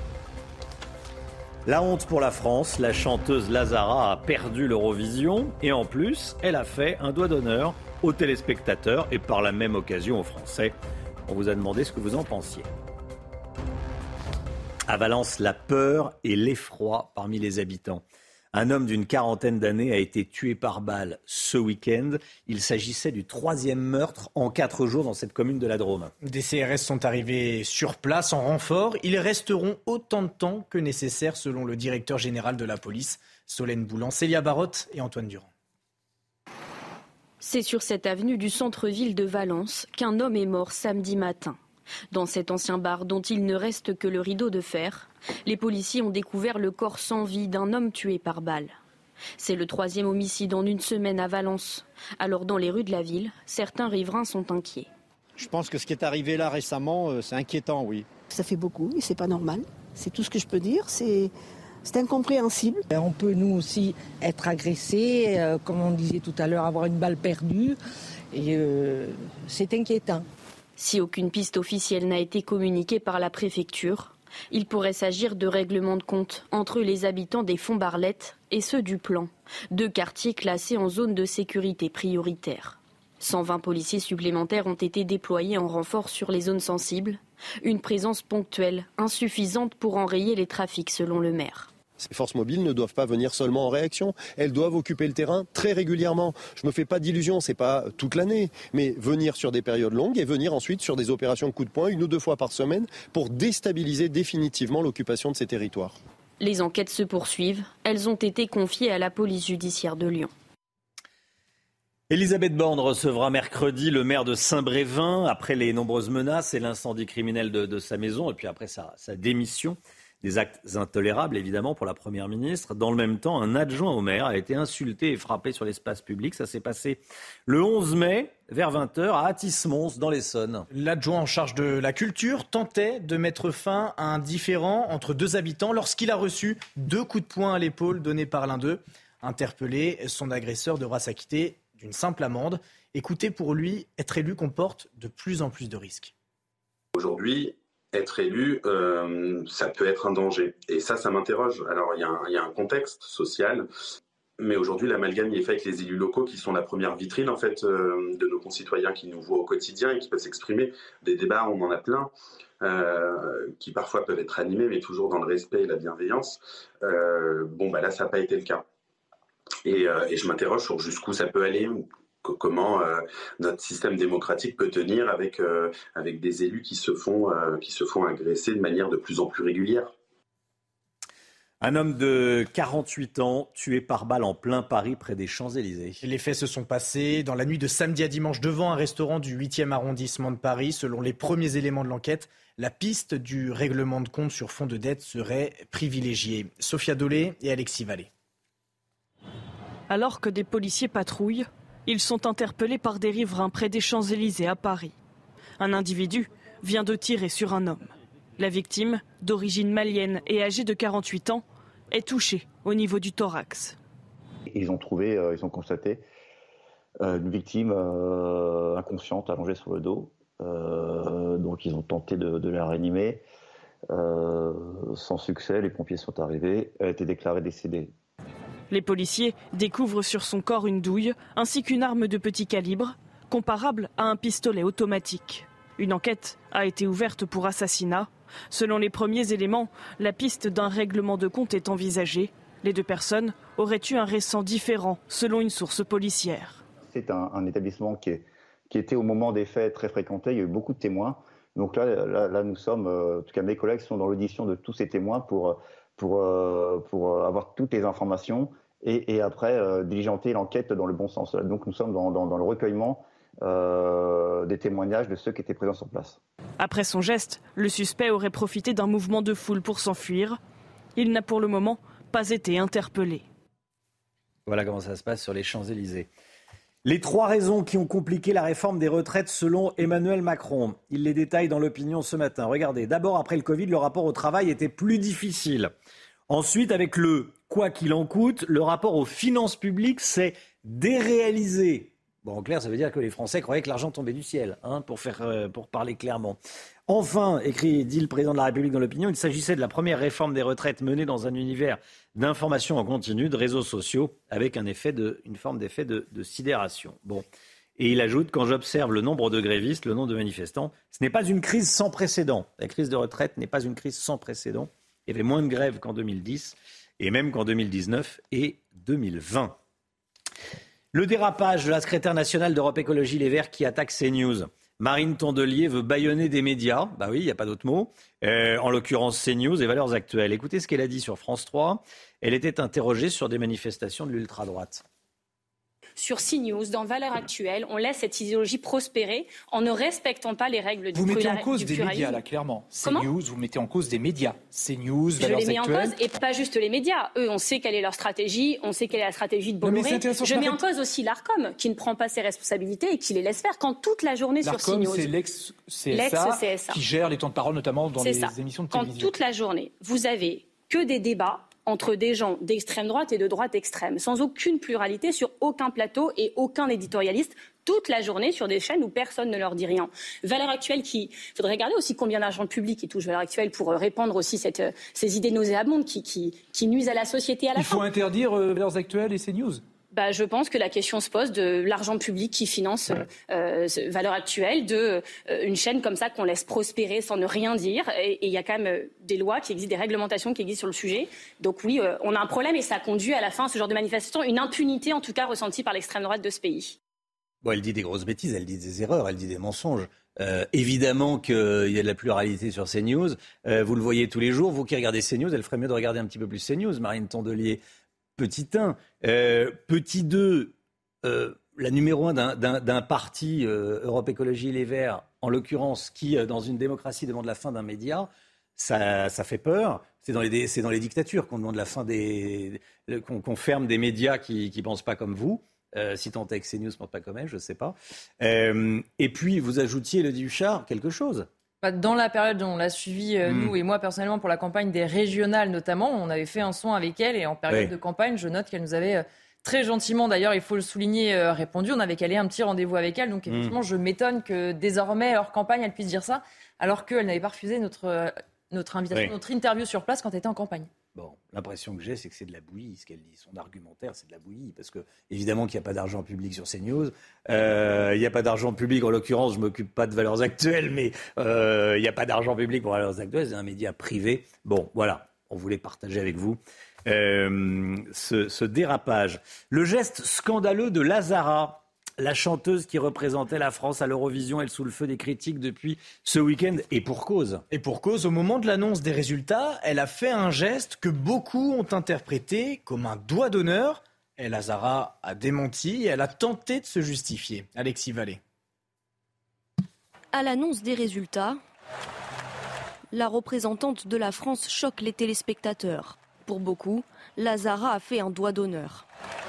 La honte pour la France. La chanteuse Lazara a perdu l'Eurovision. Et en plus, elle a fait un doigt d'honneur aux téléspectateurs et par la même occasion aux Français. On vous a demandé ce que vous en pensiez. À Valence, la peur et l'effroi parmi les habitants. Un homme d'une quarantaine d'années a été tué par balle ce week-end. Il s'agissait du troisième meurtre en quatre jours dans cette commune de la Drôme. Des C R S sont arrivés sur place en renfort. Ils resteront autant de temps que nécessaire selon le directeur général de la police, Solène Boulan, Célia Barotte et Antoine Durand. C'est sur cette avenue du centre-ville de Valence qu'un homme est mort samedi matin. Dans cet ancien bar dont il ne reste que le rideau de fer, les policiers ont découvert le corps sans vie d'un homme tué par balle. C'est le troisième homicide en une semaine à Valence. Alors dans les rues de la ville, certains riverains sont inquiets. Je pense que ce qui est arrivé là récemment, c'est inquiétant, oui. Ça fait beaucoup et c'est pas normal. C'est tout ce que je peux dire. C'est... C'est incompréhensible. On peut nous aussi être agressés, euh, comme on disait tout à l'heure, avoir une balle perdue. Et euh, c'est inquiétant. Si aucune piste officielle n'a été communiquée par la préfecture, il pourrait s'agir de règlements de compte entre les habitants des Fonds-Barlettes et ceux du Plan, deux quartiers classés en zone de sécurité prioritaire. cent vingt policiers supplémentaires ont été déployés en renfort sur les zones sensibles. Une présence ponctuelle, insuffisante pour enrayer les trafics selon le maire. Ces forces mobiles ne doivent pas venir seulement en réaction, elles doivent occuper le terrain très régulièrement. Je ne me fais pas d'illusions, ce n'est pas toute l'année, mais venir sur des périodes longues et venir ensuite sur des opérations de coup de poing une ou deux fois par semaine pour déstabiliser définitivement l'occupation de ces territoires. Les enquêtes se poursuivent, elles ont été confiées à la police judiciaire de Lyon. Elisabeth Borne recevra mercredi le maire de Saint-Brévin après les nombreuses menaces et l'incendie criminel de, de sa maison et puis après sa, sa démission. Des actes intolérables, évidemment, pour la Première ministre. Dans le même temps, un adjoint au maire a été insulté et frappé sur l'espace public. Ça s'est passé le onze mai, vers vingt heures, à Athis-Mons, dans l'Essonne. L'adjoint en charge de la culture tentait de mettre fin à un différend entre deux habitants lorsqu'il a reçu deux coups de poing à l'épaule donnés par l'un d'eux. Interpellé, son agresseur devra s'acquitter d'une simple amende. Écoutez, pour lui, être élu comporte de plus en plus de risques. Aujourd'hui, être élu, euh, ça peut être un danger. Et ça, ça m'interroge. Alors, il y a un, il y a un contexte social. Mais aujourd'hui, l'amalgame il est fait avec les élus locaux qui sont la première vitrine en fait euh, de nos concitoyens qui nous voient au quotidien et qui peuvent s'exprimer. Des débats, on en a plein, euh, qui parfois peuvent être animés, mais toujours dans le respect et la bienveillance. Euh, bon, bah là, ça n'a pas été le cas. Et, euh, et je m'interroge sur jusqu'où ça peut aller, comment euh, notre système démocratique peut tenir avec, euh, avec des élus qui se font, euh, qui se font agresser de manière de plus en plus régulière. Un homme de quarante-huit ans tué par balle en plein Paris près des Champs-Élysées. Les faits se sont passés dans la nuit de samedi à dimanche devant un restaurant du huitième arrondissement de Paris. Selon les premiers éléments de l'enquête, la piste du règlement de compte sur fond de dette serait privilégiée. Sophia Dolé et Alexis Vallée. Alors que des policiers patrouillent, ils sont interpellés par des riverains près des Champs-Élysées à Paris. Un individu vient de tirer sur un homme. La victime, d'origine malienne et âgée de quarante-huit ans, est touchée au niveau du thorax. Ils ont trouvé, euh, ils ont constaté euh, une victime euh, inconsciente allongée sur le dos. Euh, donc ils ont tenté de, de la réanimer. Euh, sans succès, les pompiers sont arrivés. Elle a été déclarée décédée. Les policiers découvrent sur son corps une douille ainsi qu'une arme de petit calibre, comparable à un pistolet automatique. Une enquête a été ouverte pour assassinat. Selon les premiers éléments, la piste d'un règlement de compte est envisagée. Les deux personnes auraient eu un récent différend, selon une source policière. C'est un, un établissement qui, est, qui était au moment des faits très fréquenté. Il y a eu beaucoup de témoins. Donc là, là, là nous sommes, euh, en tout cas mes collègues sont dans l'audition de tous ces témoins pour, pour, euh, pour avoir toutes les informations et, et après euh, diligenter l'enquête dans le bon sens. Donc nous sommes dans, dans, dans le recueillement Euh, des témoignages de ceux qui étaient présents sur place. Après son geste, le suspect aurait profité d'un mouvement de foule pour s'enfuir. Il n'a pour le moment pas été interpellé. Voilà comment ça se passe sur les Champs-Élysées. Les trois raisons qui ont compliqué la réforme des retraites selon Emmanuel Macron. Il les détaille dans l'Opinion ce matin. Regardez, d'abord après le Covid, le rapport au travail était plus difficile. Ensuite, avec le « quoi qu'il en coûte », le rapport aux finances publiques s'est déréalisé. Bon, en clair, ça veut dire que les Français croyaient que l'argent tombait du ciel, hein, pour, faire, euh, pour parler clairement. Enfin, écrit, dit le président de la République dans l'Opinion, il s'agissait de la première réforme des retraites menée dans un univers d'information en continu, de réseaux sociaux, avec un effet de, une forme d'effet de, de sidération. Bon. Et il ajoute, quand j'observe le nombre de grévistes, le nombre de manifestants, ce n'est pas une crise sans précédent. La crise de retraite n'est pas une crise sans précédent. Il y avait moins de grèves qu'en deux mille dix, et même qu'en deux mille dix-neuf et deux mille vingt. Le dérapage de la secrétaire nationale d'Europe Écologie Les Verts qui attaque CNews. Marine Tondelier veut bâillonner des médias. Bah oui, il n'y a pas d'autre mot. Euh, en l'occurrence CNews et Valeurs Actuelles. Écoutez ce qu'elle a dit sur France trois. Elle était interrogée sur des manifestations de l'ultra-droite. Sur CNews, dans Valeurs Actuelles, on laisse cette idéologie prospérer en ne respectant pas les règles du pluralisme. Vous mettez en cause du des pluralisme. médias, là, clairement. Comment CNews, vous mettez en cause des médias. CNews, Je Valeurs les mets Actuelles. en cause, et pas juste les médias. Eux, on sait quelle est leur stratégie, on sait quelle est la stratégie de Non, mais Bolloré. c'est intéressant, Je je mets en m'arrête. cause aussi l'Arcom, qui ne prend pas ses responsabilités et qui les laisse faire quand toute la journée sur L'Arcom, CNews. c'est l'ex-C S A L'ex-C S A. qui gère les temps de parole, notamment dans C'est les ça. émissions de Quand télévision. toute la journée, vous avez que des débats entre des gens d'extrême droite et de droite extrême, sans aucune pluralité sur aucun plateau et aucun éditorialiste, toute la journée sur des chaînes où personne ne leur dit rien. Valeurs Actuelles, qui, il faudrait regarder aussi combien d'argent public qui touche Valeurs Actuelles pour répandre aussi cette, ces idées nauséabondes qui, qui, qui nuisent à la société à la Il fin. faut interdire euh, Valeurs Actuelles et CNews. Bah, je pense que la question se pose de l'argent public qui finance euh, euh, Valeurs Actuelles, de euh, une chaîne comme ça qu'on laisse prospérer sans ne rien dire. Et il y a quand même euh, des lois qui existent, des réglementations qui existent sur le sujet. Donc oui, euh, on a un problème et ça conduit à la fin à ce genre de manifestation, une impunité en tout cas ressentie par l'extrême droite de ce pays. Bon, elle dit des grosses bêtises, elle dit des erreurs, elle dit des mensonges. Euh, évidemment qu'il y a de la pluralité sur CNews. Euh, vous le voyez tous les jours. Vous qui regardez CNews, elle ferait mieux de regarder un petit peu plus CNews, Marine Tondelier. Petit un. Euh, petit deux, euh, la numéro un d'un, d'un, d'un parti, euh, Europe Écologie Les Verts, en l'occurrence, qui, euh, dans une démocratie, demande la fin d'un média, ça, ça fait peur. C'est dans, les, c'est dans les dictatures qu'on demande la fin des... qu'on, qu'on ferme des médias qui ne pensent pas comme vous. Euh, si tant est que CNews ne pense pas comme elle, je ne sais pas. Euh, et puis, vous ajoutiez, Élodie Huchard, quelque chose. Dans la période où on l'a suivi, euh, mmh. nous et moi personnellement, pour la campagne des régionales notamment, on avait fait un son avec elle et en période oui. de campagne, je note qu'elle nous avait euh, très gentiment, d'ailleurs, il faut le souligner, euh, répondu. On avait calé un petit rendez-vous avec elle, donc effectivement, mmh. je m'étonne que désormais, hors campagne, elle puisse dire ça, alors qu'elle n'avait pas refusé notre, euh, notre invitation, oui. notre interview sur place quand elle était en campagne. Bon, l'impression que j'ai, c'est que c'est de la bouillie, ce qu'elle dit. Son argumentaire, c'est de la bouillie. Parce que, évidemment, qu'il n'y a pas d'argent public sur CNews. Euh, il n'y a pas d'argent public, en l'occurrence, je ne m'occupe pas de Valeurs Actuelles, mais euh, il n'y a pas d'argent public pour Valeurs Actuelles, c'est un média privé. Bon, voilà, on voulait partager avec vous euh, ce, ce dérapage. Le geste scandaleux de Lazara. La chanteuse qui représentait la France à l'Eurovision, elle sous le feu des critiques depuis ce week-end, et pour cause. Et pour cause, au moment de l'annonce des résultats, elle a fait un geste que beaucoup ont interprété comme un doigt d'honneur. Et Lazara a démenti et elle a tenté de se justifier. Alexis Vallée. À l'annonce des résultats, la représentante de la France choque les téléspectateurs. Pour beaucoup, Lazara a fait un doigt d'honneur.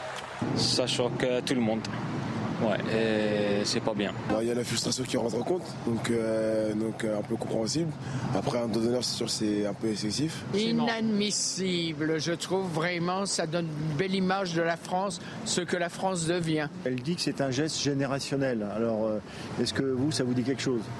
Ça choque tout le monde. Ouais, et c'est pas bien. Il y a la frustration qui rentre en compte, donc, euh, donc euh, un peu compréhensible. Après, un doigt d'honneur, c'est sûr, c'est un peu excessif. Inadmissible, je trouve vraiment, ça donne une belle image de la France, ce que la France devient. Elle dit que c'est un geste générationnel. Alors, euh, est-ce que vous, ça vous dit quelque chose?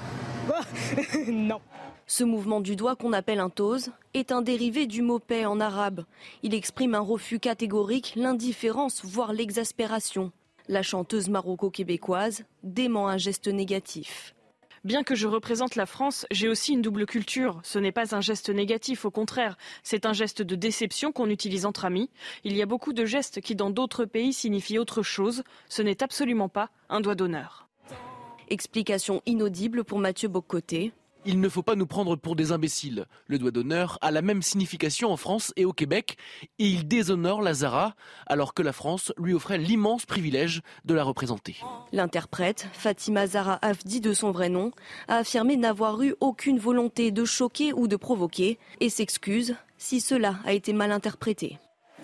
Non. Ce mouvement du doigt qu'on appelle un tose est un dérivé du mot paix en arabe. Il exprime un refus catégorique, l'indifférence, voire l'exaspération. La chanteuse maroco-québécoise dément un geste négatif. Bien que je représente la France, j'ai aussi une double culture. Ce n'est pas un geste négatif, au contraire. C'est un geste de déception qu'on utilise entre amis. Il y a beaucoup de gestes qui, dans d'autres pays, signifient autre chose. Ce n'est absolument pas un doigt d'honneur. Explication inaudible pour Mathieu Bocoté. Il ne faut pas nous prendre pour des imbéciles. Le doigt d'honneur a la même signification en France et au Québec et il déshonore Lazara alors que la France lui offrait l'immense privilège de la représenter. L'interprète, Fatima Zahra Afdi de son vrai nom, a affirmé n'avoir eu aucune volonté de choquer ou de provoquer et s'excuse si cela a été mal interprété.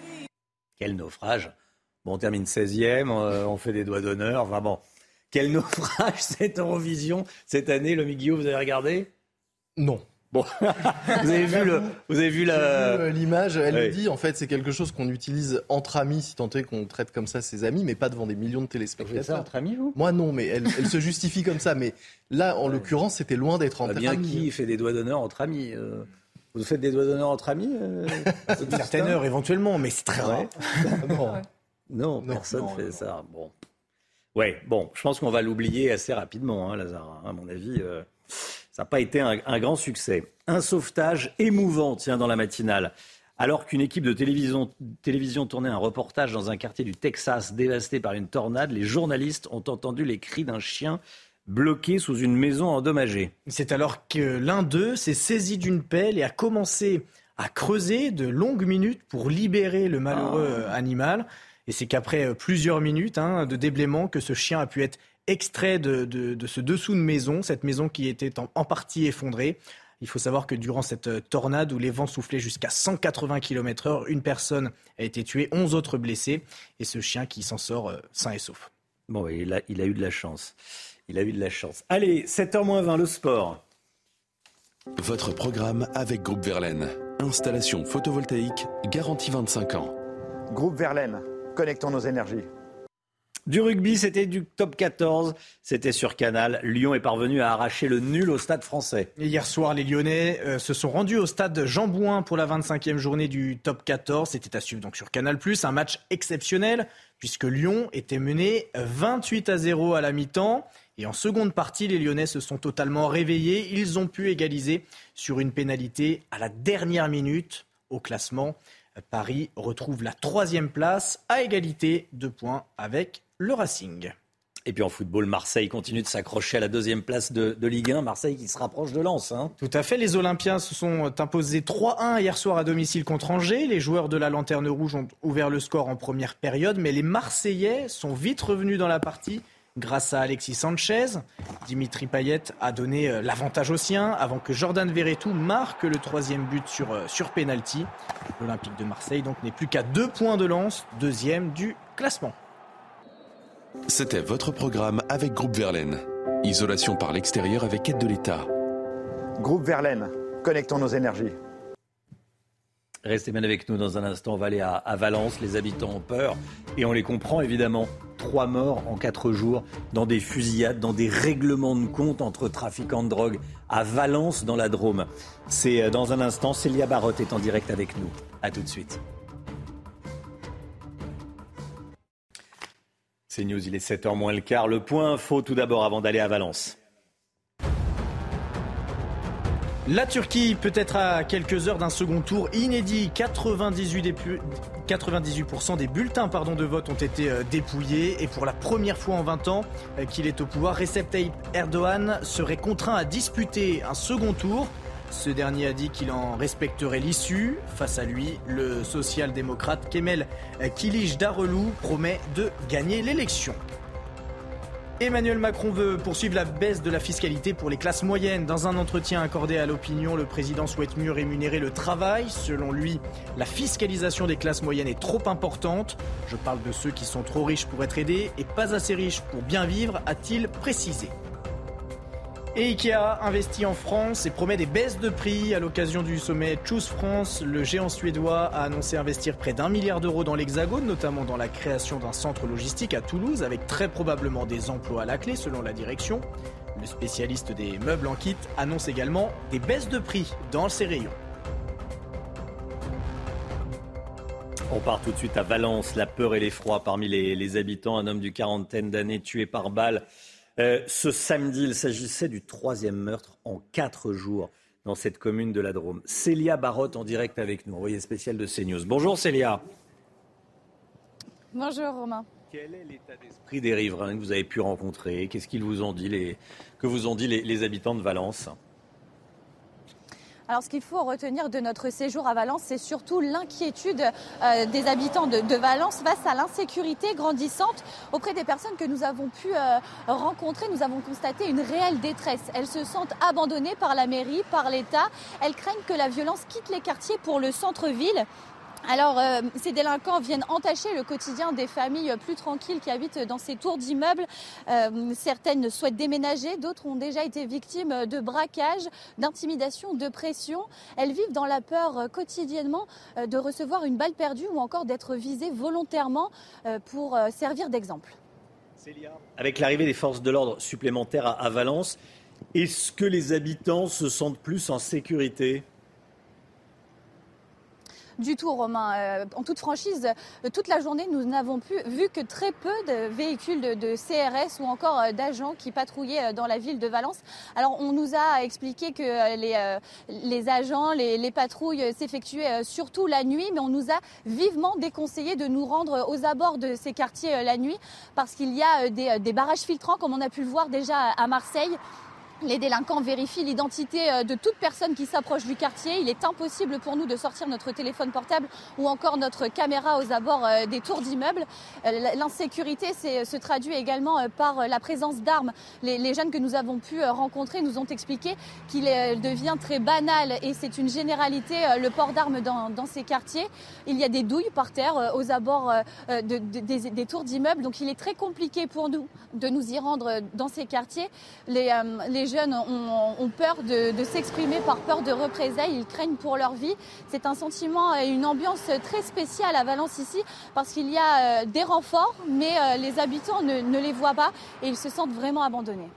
Quel naufrage. Bon, on termine seizième, on fait des doigts d'honneur, enfin bon... Quel naufrage cette Eurovision cette année, le Guillaume, vous avez regardé? Non. Bon, vous avez vu le, vous avez vu la... J'ai vu l'image. Elle oui. le dit. En fait, c'est quelque chose qu'on utilise entre amis, si tant est qu'on traite comme ça ses amis, mais pas devant des millions de téléspectateurs. Vous faites ça entre amis, vous? Moi, non, mais elle, elle se justifie comme ça. Mais là, en ouais. l'occurrence, c'était loin d'être entre bien amis. Bien qui fait des doigts d'honneur entre amis euh... Vous faites des doigts d'honneur entre amis euh... À une certaine heure, éventuellement, mais c'est très rare. non. Ouais. non, non, personne ne fait non. ça. Bon. Ouais, bon, je pense qu'on va l'oublier assez rapidement, hein, Lazara. À mon avis, euh, ça n'a pas été un, un grand succès. Un sauvetage émouvant, tiens, dans la matinale. Alors qu'une équipe de télévision, télévision tournait un reportage dans un quartier du Texas dévasté par une tornade, les journalistes ont entendu les cris d'un chien bloqué sous une maison endommagée. C'est alors que l'un d'eux s'est saisi d'une pelle et a commencé à creuser de longues minutes pour libérer le malheureux oh. animal. Et c'est qu'après plusieurs minutes hein, de déblaiement que ce chien a pu être extrait de, de, de ce dessous de maison, cette maison qui était en, en partie effondrée. Il faut savoir que durant cette tornade où les vents soufflaient jusqu'à cent quatre-vingts kilomètres heure, une personne a été tuée, onze autres blessés. Et ce chien qui s'en sort euh, sain et sauf. Bon, il a, il a eu de la chance. Il a eu de la chance. Allez, sept heures moins vingt, le sport. Votre programme avec Groupe Verlaine. Installation photovoltaïque, garantie vingt-cinq ans. Groupe Verlaine. Connectons nos énergies. Du rugby, c'était du top quatorze, c'était sur Canal. Lyon est parvenu à arracher le nul au Stade Français. Et hier soir, les Lyonnais euh, se sont rendus au stade Jean Bouin pour la vingt-cinquième journée du top quatorze. C'était à suivre donc sur Canal plus, un match exceptionnel puisque Lyon était mené vingt-huit à zéro à la mi-temps. Et en seconde partie, les Lyonnais se sont totalement réveillés. Ils ont pu égaliser sur une pénalité à la dernière minute au classement. Paris retrouve la troisième place à égalité de points avec le Racing. Et puis en football, Marseille continue de s'accrocher à la deuxième place de, de Ligue un. Marseille qui se rapproche de Lens. Hein. Tout à fait. Les Olympiens se sont imposés trois un hier soir à domicile contre Angers. Les joueurs de la Lanterne Rouge ont ouvert le score en première période. Mais les Marseillais sont vite revenus dans la partie grâce à Alexis Sanchez. Dimitri Payet a donné l'avantage aux siens avant que Jordan Verretou marque le troisième but sur, sur pénalty. L'Olympique de Marseille donc n'est plus qu'à deux points de Lens, deuxième du classement. C'était votre programme avec Groupe Verlaine. Isolation par l'extérieur avec aide de l'État. Groupe Verlaine, connectons nos énergies. Restez bien avec nous dans un instant, on va aller à, à Valence. Les habitants ont peur et on les comprend évidemment. trois morts en quatre jours dans des fusillades, dans des règlements de compte entre trafiquants de drogue à Valence dans la Drôme. C'est dans un instant, Célia Barotte est en direct avec nous. A tout de suite. C'est News, il est sept heures moins le quart. Le point info tout d'abord avant d'aller à Valence. La Turquie peut être à quelques heures d'un second tour inédit. quatre-vingt-dix-huit pour cent des bulletins pardon, de vote ont été dépouillés. Et pour la première fois en vingt ans qu'il est au pouvoir, Recep Tayyip Erdogan serait contraint à disputer un second tour. Ce dernier a dit qu'il en respecterait l'issue. Face à lui, le social-démocrate Kemal Kılıçdaroğlu promet de gagner l'élection. Emmanuel Macron veut poursuivre la baisse de la fiscalité pour les classes moyennes. Dans un entretien accordé à l'opinion, le président souhaite mieux rémunérer le travail. Selon lui, la fiscalisation des classes moyennes est trop importante. Je parle de ceux qui sont trop riches pour être aidés et pas assez riches pour bien vivre, a-t-il précisé. Et Ikea investit en France et promet des baisses de prix. À l'occasion du sommet Choose France, le géant suédois a annoncé investir près d'un milliard d'euros dans l'Hexagone, notamment dans la création d'un centre logistique à Toulouse, avec très probablement des emplois à la clé, selon la direction. Le spécialiste des meubles en kit annonce également des baisses de prix dans ses rayons. On part tout de suite à Valence. La peur et l'effroi parmi les, les habitants. Un homme d'une quarantaine d'années tué par balle. Euh, ce samedi, il s'agissait du troisième meurtre en quatre jours dans cette commune de la Drôme. Célia Barotte en direct avec nous, envoyée spéciale de CNews. Bonjour Célia. Bonjour Romain. Quel est l'état d'esprit des riverains que vous avez pu rencontrer ? Qu'est-ce qu'ils vous ont dit, les, que vous ont dit les, les habitants de Valence ? Alors ce qu'il faut retenir de notre séjour à Valence, c'est surtout l'inquiétude euh, des habitants de, de Valence face à l'insécurité grandissante auprès des personnes que nous avons pu euh, rencontrer. Nous avons constaté une réelle détresse. Elles se sentent abandonnées par la mairie, par l'État. Elles craignent que la violence quitte les quartiers pour le centre-ville. Alors, euh, ces délinquants viennent entacher le quotidien des familles plus tranquilles qui habitent dans ces tours d'immeubles. Euh, certaines souhaitent déménager, d'autres ont déjà été victimes de braquages, d'intimidation, de pression. Elles vivent dans la peur quotidiennement de recevoir une balle perdue ou encore d'être visées volontairement pour servir d'exemple. Célia, avec l'arrivée des forces de l'ordre supplémentaires à, à Valence, est-ce que les habitants se sentent plus en sécurité ? Du tout, Romain. Euh, en toute franchise, euh, toute la journée, nous n'avons pu, vu que très peu de véhicules de, de C R S ou encore euh, d'agents qui patrouillaient euh, dans la ville de Valence. Alors, on nous a expliqué que euh, les, euh, les agents, les, les patrouilles euh, s'effectuaient euh, surtout la nuit, mais on nous a vivement déconseillé de nous rendre aux abords de ces quartiers euh, la nuit parce qu'il y a euh, des, euh, des barrages filtrants, comme on a pu le voir déjà à Marseille. Les délinquants vérifient l'identité de toute personne qui s'approche du quartier. Il est impossible pour nous de sortir notre téléphone portable ou encore notre caméra aux abords des tours d'immeubles. L'insécurité se traduit également par la présence d'armes. Les, les jeunes que nous avons pu rencontrer nous ont expliqué qu'il devient très banal et c'est une généralité le port d'armes dans, dans ces quartiers. Il y a des douilles par terre aux abords de, de, des, des tours d'immeubles. Donc il est très compliqué pour nous de nous y rendre dans ces quartiers. Les, les jeunes ont, ont peur de, de s'exprimer par peur de représailles, ils craignent pour leur vie. C'est un sentiment et une ambiance très spéciale à Valence ici parce qu'il y a des renforts mais les habitants ne, ne les voient pas et ils se sentent vraiment abandonnés.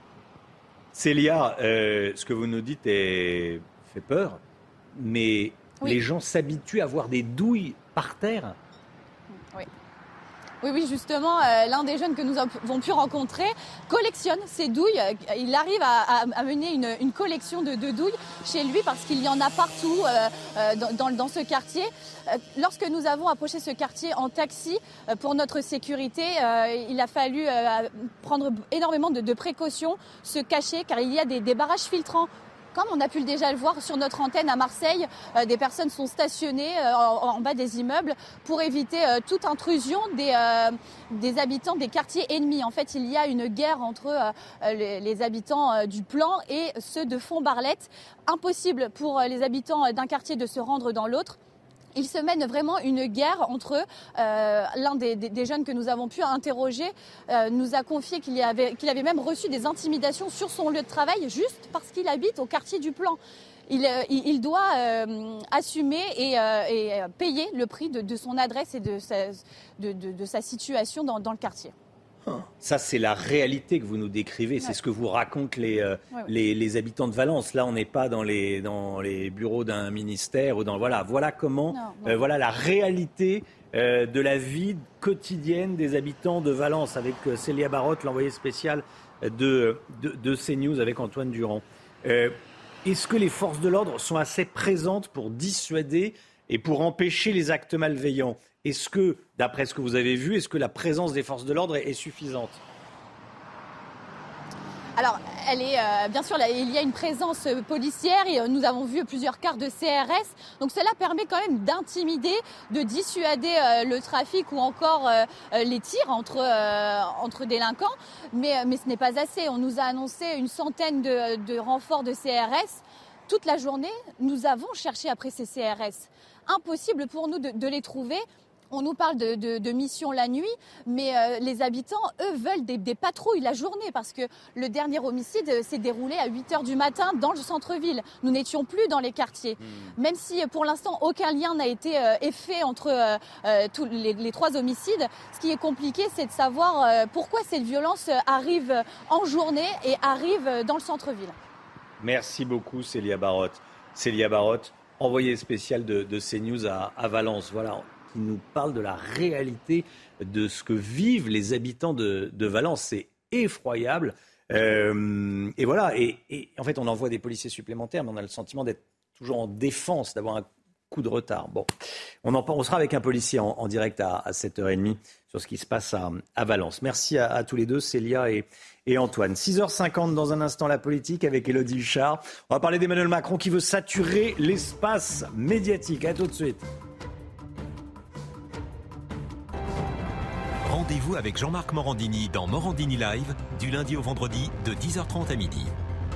Célia, euh, ce que vous nous dites est... fait peur, mais oui. Les gens s'habituent à voir des douilles par terre. Oui. Oui, oui, justement, euh, l'un des jeunes que nous avons pu rencontrer collectionne ces douilles. Il arrive à, à, à mener une, une collection de, de douilles chez lui parce qu'il y en a partout euh, euh, dans, dans ce quartier. Euh, lorsque nous avons approché ce quartier en taxi euh, pour notre sécurité, euh, il a fallu euh, prendre énormément de, de précautions, se cacher car il y a des, des barrages filtrants. Comme on a pu déjà le voir sur notre antenne à Marseille, euh, des personnes sont stationnées euh, en, en bas des immeubles pour éviter euh, toute intrusion des, euh, des habitants des quartiers ennemis. En fait, il y a une guerre entre euh, les, les habitants euh, du plan et ceux de Font-Barlette. Impossible pour euh, les habitants d'un quartier de se rendre dans l'autre. Il se mène vraiment une guerre entre eux. Euh, l'un des, des, des jeunes que nous avons pu interroger euh, nous a confié qu'il, y avait, qu'il avait même reçu des intimidations sur son lieu de travail juste parce qu'il habite au quartier du Plan. Il, euh, il doit euh, assumer et, euh, et payer le prix de, de son adresse et de sa, de, de, de sa situation dans, dans le quartier. Ça, c'est la réalité que vous nous décrivez. C'est ouais. ce que vous racontent les, euh, ouais, ouais. les, les habitants de Valence. Là, on n'est pas dans les, dans les bureaux d'un ministère. Ou dans, voilà, voilà comment, non, non. Euh, voilà la réalité euh, de la vie quotidienne des habitants de Valence. Avec euh, Célia Barotte, l'envoyée spéciale de, de, de CNews avec Antoine Durand. Euh, est-ce que les forces de l'ordre sont assez présentes pour dissuader et pour empêcher les actes malveillants ? Est-ce que, d'après ce que vous avez vu, est-ce que la présence des forces de l'ordre est, est suffisante ? Alors, elle est, euh, bien sûr, là, il y a une présence policière et euh, nous avons vu plusieurs quarts de C R S. Donc cela permet quand même d'intimider, de dissuader euh, le trafic ou encore euh, les tirs entre, euh, entre délinquants. Mais, mais ce n'est pas assez. On nous a annoncé une centaine de, de renforts de C R S. Toute la journée, nous avons cherché après ces C R S. Impossible pour nous de, de les trouver. On nous parle de, de, de missions la nuit, mais euh, les habitants, eux, veulent des, des patrouilles la journée parce que le dernier homicide euh, s'est déroulé à huit heures du matin dans le centre-ville. Nous n'étions plus dans les quartiers. Mmh. Même si, pour l'instant, aucun lien n'a été euh, fait entre euh, euh, tous les, les trois homicides, ce qui est compliqué, c'est de savoir euh, pourquoi cette violence arrive en journée et arrive dans le centre-ville. Merci beaucoup, Célia Barotte. Célia Barotte, envoyée spéciale de, de CNews à, à Valence. Voilà. Qui nous parle de la réalité de ce que vivent les habitants de, de Valence. C'est effroyable. Euh, et voilà. Et, et en fait, on envoie des policiers supplémentaires, mais on a le sentiment d'être toujours en défense, d'avoir un coup de retard. Bon, on, en, on sera avec un policier en, en direct à, à sept heures trente sur ce qui se passe à, à Valence. Merci à, à tous les deux, Célia et, et Antoine. six heures cinquante, dans un instant, la politique avec Élodie Huchard. On va parler d'Emmanuel Macron qui veut saturer l'espace médiatique. À tout de suite. Rendez-vous avec Jean-Marc Morandini dans Morandini Live, du lundi au vendredi, de dix heures trente à midi.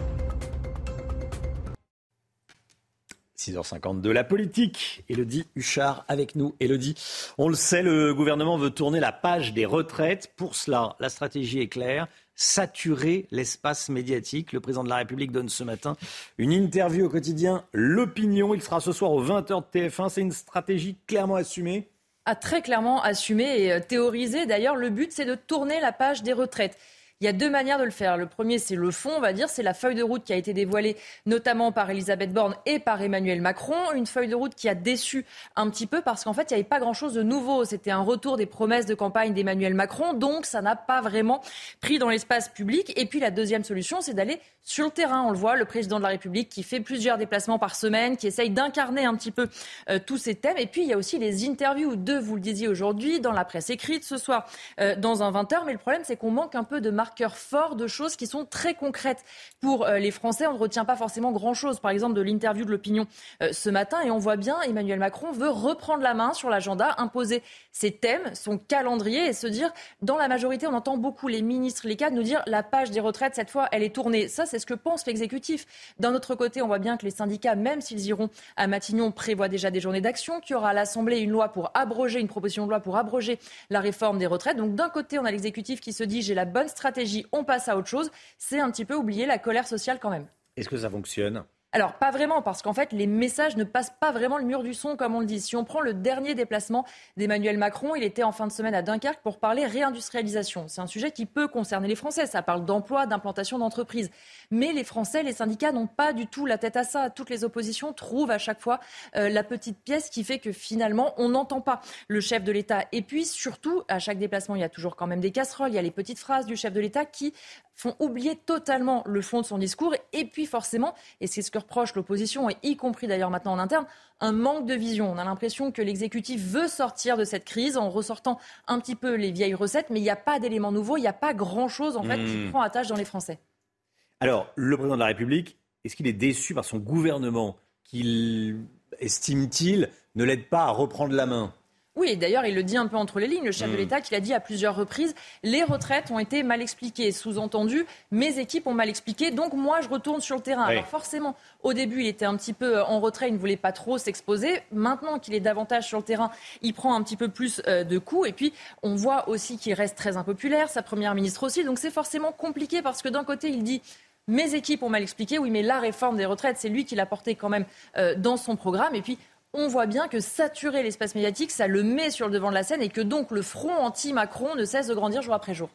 six heures cinquante-deux, la politique. Élodie Huchard avec nous. Élodie, on le sait, le gouvernement veut tourner la page des retraites. Pour cela, la stratégie est claire, saturer l'espace médiatique. Le président de la République donne ce matin une interview au quotidien L'Opinion. Il sera ce soir aux vingt heures de T F un. C'est une stratégie clairement assumée. A très clairement assumé et théorisé. D'ailleurs, le but, c'est de tourner la page des retraites. Il y a deux manières de le faire. Le premier, c'est le fond, on va dire. C'est la feuille de route qui a été dévoilée notamment par Elisabeth Borne et par Emmanuel Macron. Une feuille de route qui a déçu un petit peu parce qu'en fait, il n'y avait pas grand-chose de nouveau. C'était un retour des promesses de campagne d'Emmanuel Macron. Donc, ça n'a pas vraiment pris dans l'espace public. Et puis, la deuxième solution, c'est d'aller sur le terrain. On le voit, le président de la République qui fait plusieurs déplacements par semaine, qui essaye d'incarner un petit peu euh, tous ces thèmes. Et puis, il y a aussi les interviews de, vous le disiez aujourd'hui, dans la presse écrite ce soir, euh, dans un vingt heures. Mais le problème, c'est qu'on manque un peu de marqueurs forts de choses qui sont très concrètes pour euh, les Français. On ne retient pas forcément grand-chose, par exemple, de l'interview de l'Opinion euh, ce matin. Et on voit bien, Emmanuel Macron veut reprendre la main sur l'agenda, imposer ses thèmes, son calendrier et se dire, dans la majorité, on entend beaucoup les ministres, les cadres nous dire la page des retraites, cette fois, elle est tournée. Ça, c'est ce que pense l'exécutif. D'un autre côté, on voit bien que les syndicats, même s'ils iront à Matignon, prévoient déjà des journées d'action, qu'il y aura à l'Assemblée une loi pour abroger, une proposition de loi pour abroger la réforme des retraites. Donc d'un côté, on a l'exécutif qui se dit j'ai la bonne stratégie, on passe à autre chose. C'est un petit peu oublier la colère sociale quand même. Est-ce que ça fonctionne ? Alors, pas vraiment, parce qu'en fait, les messages ne passent pas vraiment le mur du son, comme on le dit. Si on prend le dernier déplacement d'Emmanuel Macron, il était en fin de semaine à Dunkerque pour parler réindustrialisation. C'est un sujet qui peut concerner les Français. Ça parle d'emploi, d'implantation d'entreprises. Mais les Français, les syndicats n'ont pas du tout la tête à ça. Toutes les oppositions trouvent à chaque fois euh, la petite pièce qui fait que finalement, on n'entend pas le chef de l'État. Et puis, surtout, à chaque déplacement, il y a toujours quand même des casseroles. Il y a les petites phrases du chef de l'État qui font oublier totalement le fond de son discours. Et puis forcément, et c'est ce que reproche l'opposition, et y compris d'ailleurs maintenant en interne, un manque de vision. On a l'impression que l'exécutif veut sortir de cette crise en ressortant un petit peu les vieilles recettes, mais il n'y a pas d'éléments nouveaux, il n'y a pas grand-chose en fait, mmh. qui prend attache dans les Français. Alors, le président de la République, est-ce qu'il est déçu par son gouvernement, qu'il, estime-t-il, ne l'aide pas à reprendre la main ? Oui, et d'ailleurs, il le dit un peu entre les lignes, le chef mmh. de l'État, qui l'a dit à plusieurs reprises, les retraites ont été mal expliquées. Sous-entendu, mes équipes ont mal expliqué, donc moi, je retourne sur le terrain. Oui. Alors forcément, au début, il était un petit peu en retrait, il ne voulait pas trop s'exposer. Maintenant qu'il est davantage sur le terrain, il prend un petit peu plus de coups. Et puis, on voit aussi qu'il reste très impopulaire, sa première ministre aussi. Donc c'est forcément compliqué parce que d'un côté, il dit... Mes équipes ont mal expliqué, oui, mais la réforme des retraites, c'est lui qui l'a portée quand même euh, dans son programme. Et puis, on voit bien que saturer l'espace médiatique, ça le met sur le devant de la scène et que donc le front anti-Macron ne cesse de grandir jour après jour.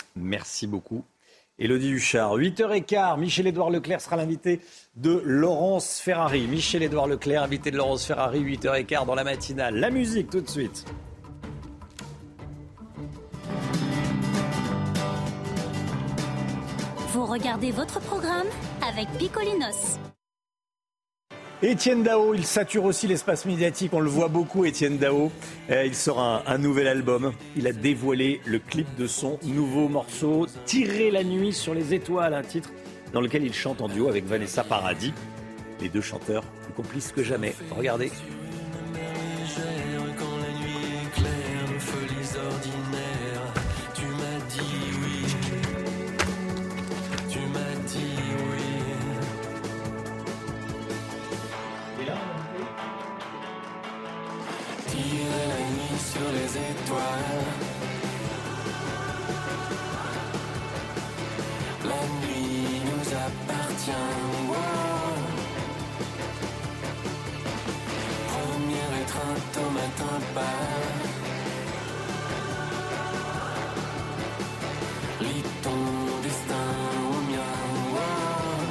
Merci beaucoup. Élodie Huchard, huit heures quinze, Michel-Édouard Leclerc sera l'invité de Laurence Ferrari. Michel-Édouard Leclerc, invité de Laurence Ferrari, huit heures quinze dans la matinale. La musique tout de suite. Vous regardez votre programme avec Picolinos. Étienne Dao, il sature aussi l'espace médiatique, on le voit beaucoup, Étienne Dao. Euh, il sort un, un nouvel album, il a dévoilé le clip de son nouveau morceau, Tirer la nuit sur les étoiles, un titre dans lequel il chante en duo avec Vanessa Paradis. Les deux chanteurs plus complices que jamais. Regardez. Sur les étoiles, la nuit nous appartient. Wow. Première étreinte au matin pas. Lis ton destin au mien. Wow.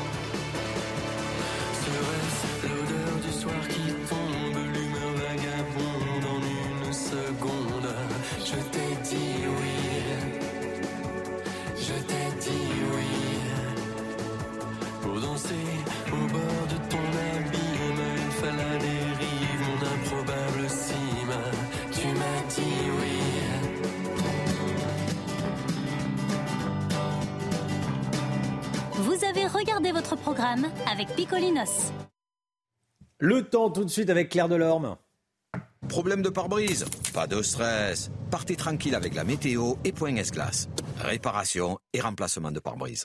Serait-ce l'odeur du soir qui tombe, l'humeur vagabonde en une seconde? Je t'ai dit oui, je t'ai dit oui, pour danser au bord de ton abîme, une fois la dérive, mon improbable cime. Tu m'as dit oui. Vous avez regardé votre programme avec Picolinos. Le temps tout de suite avec Claire Delorme. Problème de pare-brise? Pas de stress. Partez tranquille avec la météo et Point S-Glace. Réparation et remplacement de pare-brise.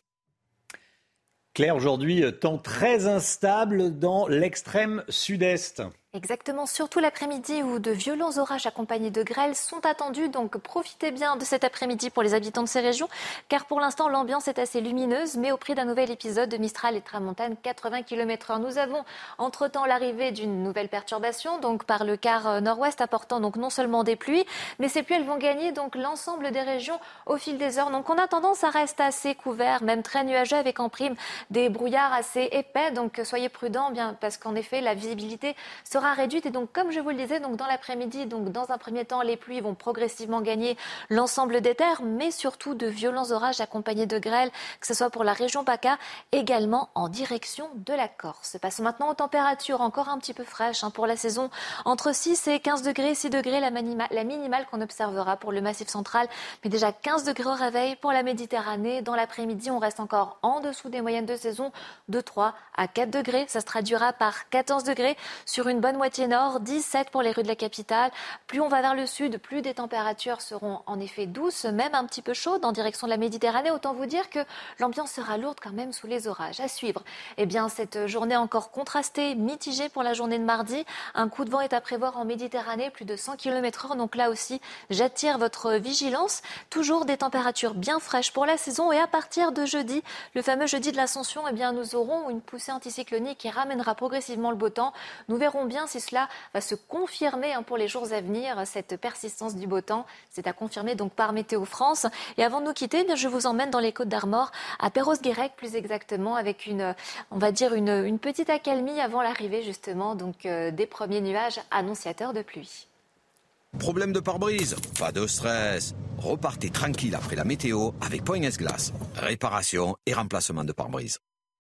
Claire, aujourd'hui, temps très instable dans l'extrême sud-est. Exactement, surtout l'après-midi où de violents orages accompagnés de grêle sont attendus. Donc profitez bien de cet après-midi pour les habitants de ces régions, car pour l'instant l'ambiance est assez lumineuse, mais au prix d'un nouvel épisode de Mistral et Tramontane quatre-vingts kilomètres heure. Nous avons entre-temps l'arrivée d'une nouvelle perturbation, donc par le quart nord-ouest, apportant donc non seulement des pluies, mais ces pluies elles vont gagner donc l'ensemble des régions au fil des heures. Donc en attendant, ça reste assez couvert, même très nuageux, avec en prime des brouillards assez épais. Donc soyez prudents, bien parce qu'en effet la visibilité sera réduite. Et donc, comme je vous le disais, donc dans l'après-midi, donc dans un premier temps, les pluies vont progressivement gagner l'ensemble des terres, mais surtout de violents orages accompagnés de grêle, que ce soit pour la région PACA, également en direction de la Corse. Passons maintenant aux températures encore un petit peu fraîches hein, pour la saison. Entre six et quinze degrés, six degrés la, manima, la minimale qu'on observera pour le Massif central, mais déjà quinze degrés au réveil pour la Méditerranée. Dans l'après-midi, on reste encore en dessous des moyennes de saison, de trois à quatre degrés. Ça se traduira par quatorze degrés sur une bonne moitié nord, dix-sept pour les rues de la capitale. Plus on va vers le sud, plus des températures seront en effet douces, même un petit peu chaudes en direction de la Méditerranée. Autant vous dire que l'ambiance sera lourde quand même sous les orages. À suivre, eh bien, cette journée encore contrastée, mitigée pour la journée de mardi. Un coup de vent est à prévoir en Méditerranée, plus de cent kilomètres heure. Donc là aussi, j'attire votre vigilance. Toujours des températures bien fraîches pour la saison. Et à partir de jeudi, le fameux jeudi de l'Ascension, eh bien, nous aurons une poussée anticyclonique qui ramènera progressivement le beau temps. Nous verrons bien si cela va se confirmer hein, pour les jours à venir, cette persistance du beau temps. C'est à confirmer donc par Météo France. Et avant de nous quitter, eh bien, je vous emmène dans les Côtes d'Armor, à Perros-Guirec plus exactement, avec une, on va dire une, une petite accalmie avant l'arrivée justement donc, euh, des premiers nuages annonciateurs de pluie. Problème de pare-brise? Pas de stress. Repartez tranquille après la météo avec Point S-Glace. Réparation et remplacement de pare-brise.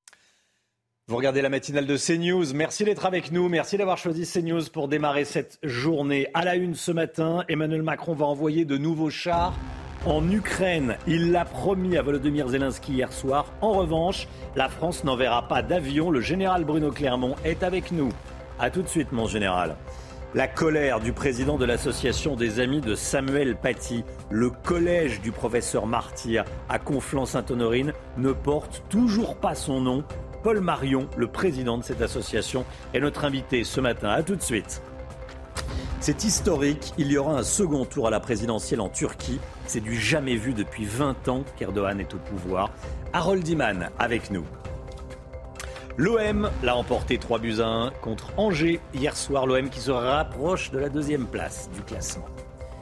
Vous regardez la matinale de CNews. Merci d'être avec nous. Merci d'avoir choisi CNews pour démarrer cette journée. À la une ce matin, Emmanuel Macron va envoyer de nouveaux chars en Ukraine. Il l'a promis à Volodymyr Zelensky hier soir. En revanche, la France n'enverra pas d'avion. Le général Bruno Clermont est avec nous. A tout de suite, mon général. La colère du président de l'association des amis de Samuel Paty, le collège du professeur Martyr à Conflans-Sainte-Honorine, ne porte toujours pas son nom. Paul Marion, le président de cette association, est notre invité ce matin. A tout de suite. C'est historique, il y aura un second tour à la présidentielle en Turquie. C'est du jamais vu depuis vingt ans qu'Erdogan est au pouvoir. Harold Iman avec nous. L'O M l'a emporté trois buts à un contre Angers hier soir. L'O M qui se rapproche de la deuxième place du classement.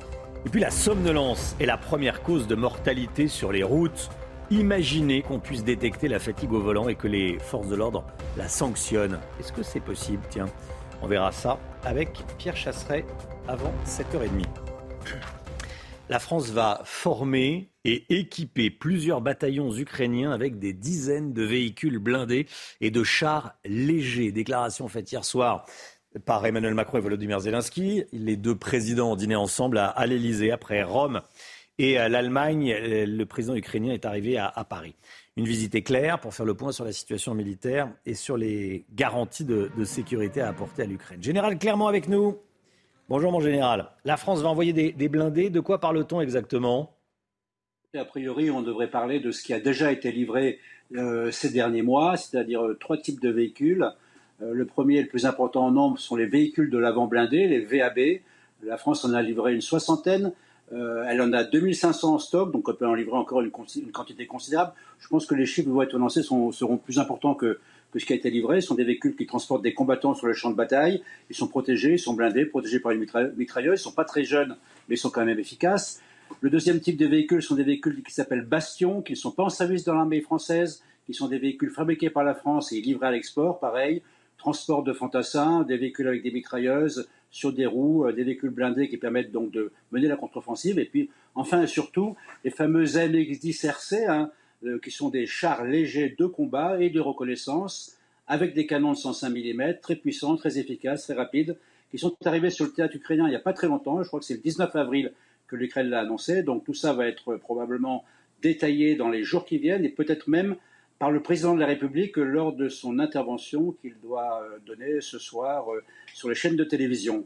Et puis la somnolence est la première cause de mortalité sur les routes. Imaginez qu'on puisse détecter la fatigue au volant et que les forces de l'ordre la sanctionnent. Est-ce que c'est possible ? Tiens, on verra ça avec Pierre Chasseret avant sept heures trente. La France va former et équiper plusieurs bataillons ukrainiens avec des dizaines de véhicules blindés et de chars légers. Déclaration faite hier soir par Emmanuel Macron et Volodymyr Zelensky. Les deux présidents ont dîné ensemble à, à l'Elysée après Rome et à l'Allemagne. Le président ukrainien est arrivé à, à Paris. Une visite éclair pour faire le point sur la situation militaire et sur les garanties de, de sécurité à apporter à l'Ukraine. Général Clermont avec nous. Bonjour mon général. La France va envoyer des, des blindés. De quoi parle-t-on exactement ? A priori, on devrait parler de ce qui a déjà été livré euh, ces derniers mois, c'est-à-dire euh, trois types de véhicules. Euh, le premier et le plus important en nombre sont les véhicules de l'avant blindé, les V A B. La France en a livré une soixantaine. Euh, elle en a deux mille cinq cents en stock, donc on peut en livrer encore une, une quantité considérable. Je pense que les chiffres qui vont être annoncés sont, seront plus importants que, que ce qui a été livré. Ce sont des véhicules qui transportent des combattants sur le champ de bataille. Ils sont protégés, ils sont blindés, protégés par une mitra- mitrailleuse. Ils ne sont pas très jeunes, mais ils sont quand même efficaces. Le deuxième type de véhicules sont des véhicules qui s'appellent Bastion, qui ne sont pas en service dans l'armée française, qui sont des véhicules fabriqués par la France et livrés à l'export, pareil. Transport de fantassins, des véhicules avec des mitrailleuses sur des roues, des véhicules blindés qui permettent donc de mener la contre-offensive. Et puis, enfin et surtout, les fameux M X dix R C, hein, euh, qui sont des chars légers de combat et de reconnaissance, avec des canons de cent cinq millimètres, très puissants, très efficaces, très rapides, qui sont arrivés sur le théâtre ukrainien il n'y a pas très longtemps. Je crois que c'est le dix-neuf avril que l'Ukraine l'a annoncé. Donc tout ça va être probablement détaillé dans les jours qui viennent et peut-être même par le président de la République lors de son intervention qu'il doit donner ce soir sur les chaînes de télévision.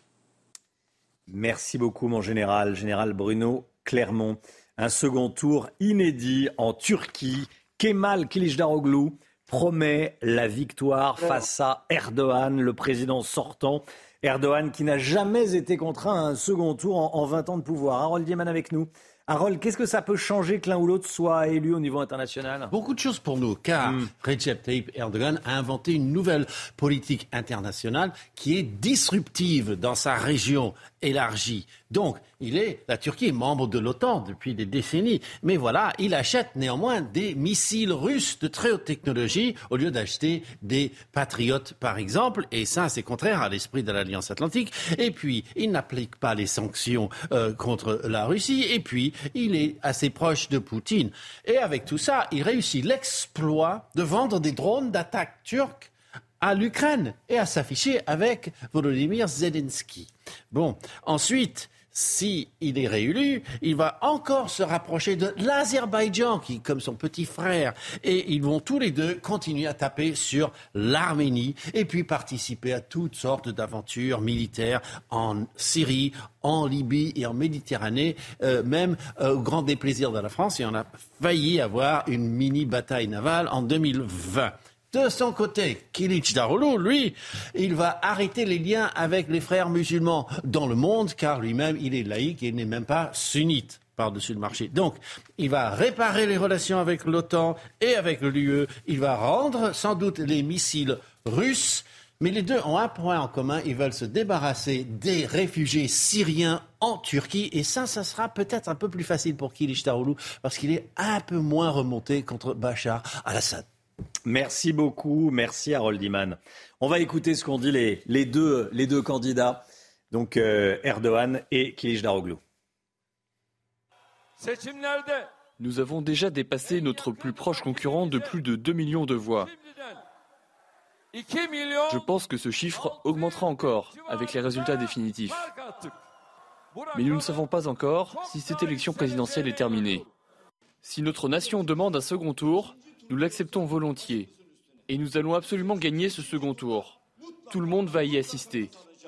Merci beaucoup mon général, général Bruno Clermont. Un second tour inédit en Turquie. Kemal Kılıçdaroğlu promet la victoire face à Erdogan, le président sortant. Erdogan qui n'a jamais été contraint à un second tour en, en vingt ans de pouvoir. Harold Dieman avec nous. Harold, qu'est-ce que ça peut changer que l'un ou l'autre soit élu au niveau international ? Beaucoup de choses pour nous, car mm. Recep Tayyip Erdogan a inventé une nouvelle politique internationale qui est disruptive dans sa région élargie. Donc, il est, la Turquie est membre de l'OTAN depuis des décennies. Mais voilà, il achète néanmoins des missiles russes de très haute technologie au lieu d'acheter des patriotes, par exemple. Et ça, c'est contraire à l'esprit de l'Alliance Atlantique. Et puis, il n'applique pas les sanctions euh, contre la Russie. Et puis, il est assez proche de Poutine. Et avec tout ça, il réussit l'exploit de vendre des drones d'attaque turcs à l'Ukraine et à s'afficher avec Volodymyr Zelensky. Bon, ensuite, si il est réélu, il va encore se rapprocher de l'Azerbaïdjan, qui comme son petit frère, et ils vont tous les deux continuer à taper sur l'Arménie et puis participer à toutes sortes d'aventures militaires en Syrie, en Libye et en Méditerranée, euh, même euh, au grand déplaisir de la France, et on a failli avoir une mini-bataille navale en deux mille vingt. De son côté, Kılıçdaroğlu, lui, il va arrêter les liens avec les frères musulmans dans le monde, car lui-même, il est laïque et il n'est même pas sunnite par-dessus le marché. Donc, il va réparer les relations avec l'OTAN et avec l'U E. Il va rendre sans doute les missiles russes. Mais les deux ont un point en commun, ils veulent se débarrasser des réfugiés syriens en Turquie. Et ça, ça sera peut-être un peu plus facile pour Kılıçdaroğlu, parce qu'il est un peu moins remonté contre Bachar al-Assad. Merci beaucoup, merci Harold Iman. On va écouter ce qu'ont dit les, les, deux, les deux candidats, donc euh, Erdogan et Kılıçdaroğlu. Nous avons déjà dépassé notre plus proche concurrent de plus de deux millions de voix. Je pense que ce chiffre augmentera encore avec les résultats définitifs. Mais nous ne savons pas encore si cette élection présidentielle est terminée. Si notre nation demande un second tour, nous l'acceptons volontiers. Et nous allons absolument gagner ce second tour. Tout le monde va y assister.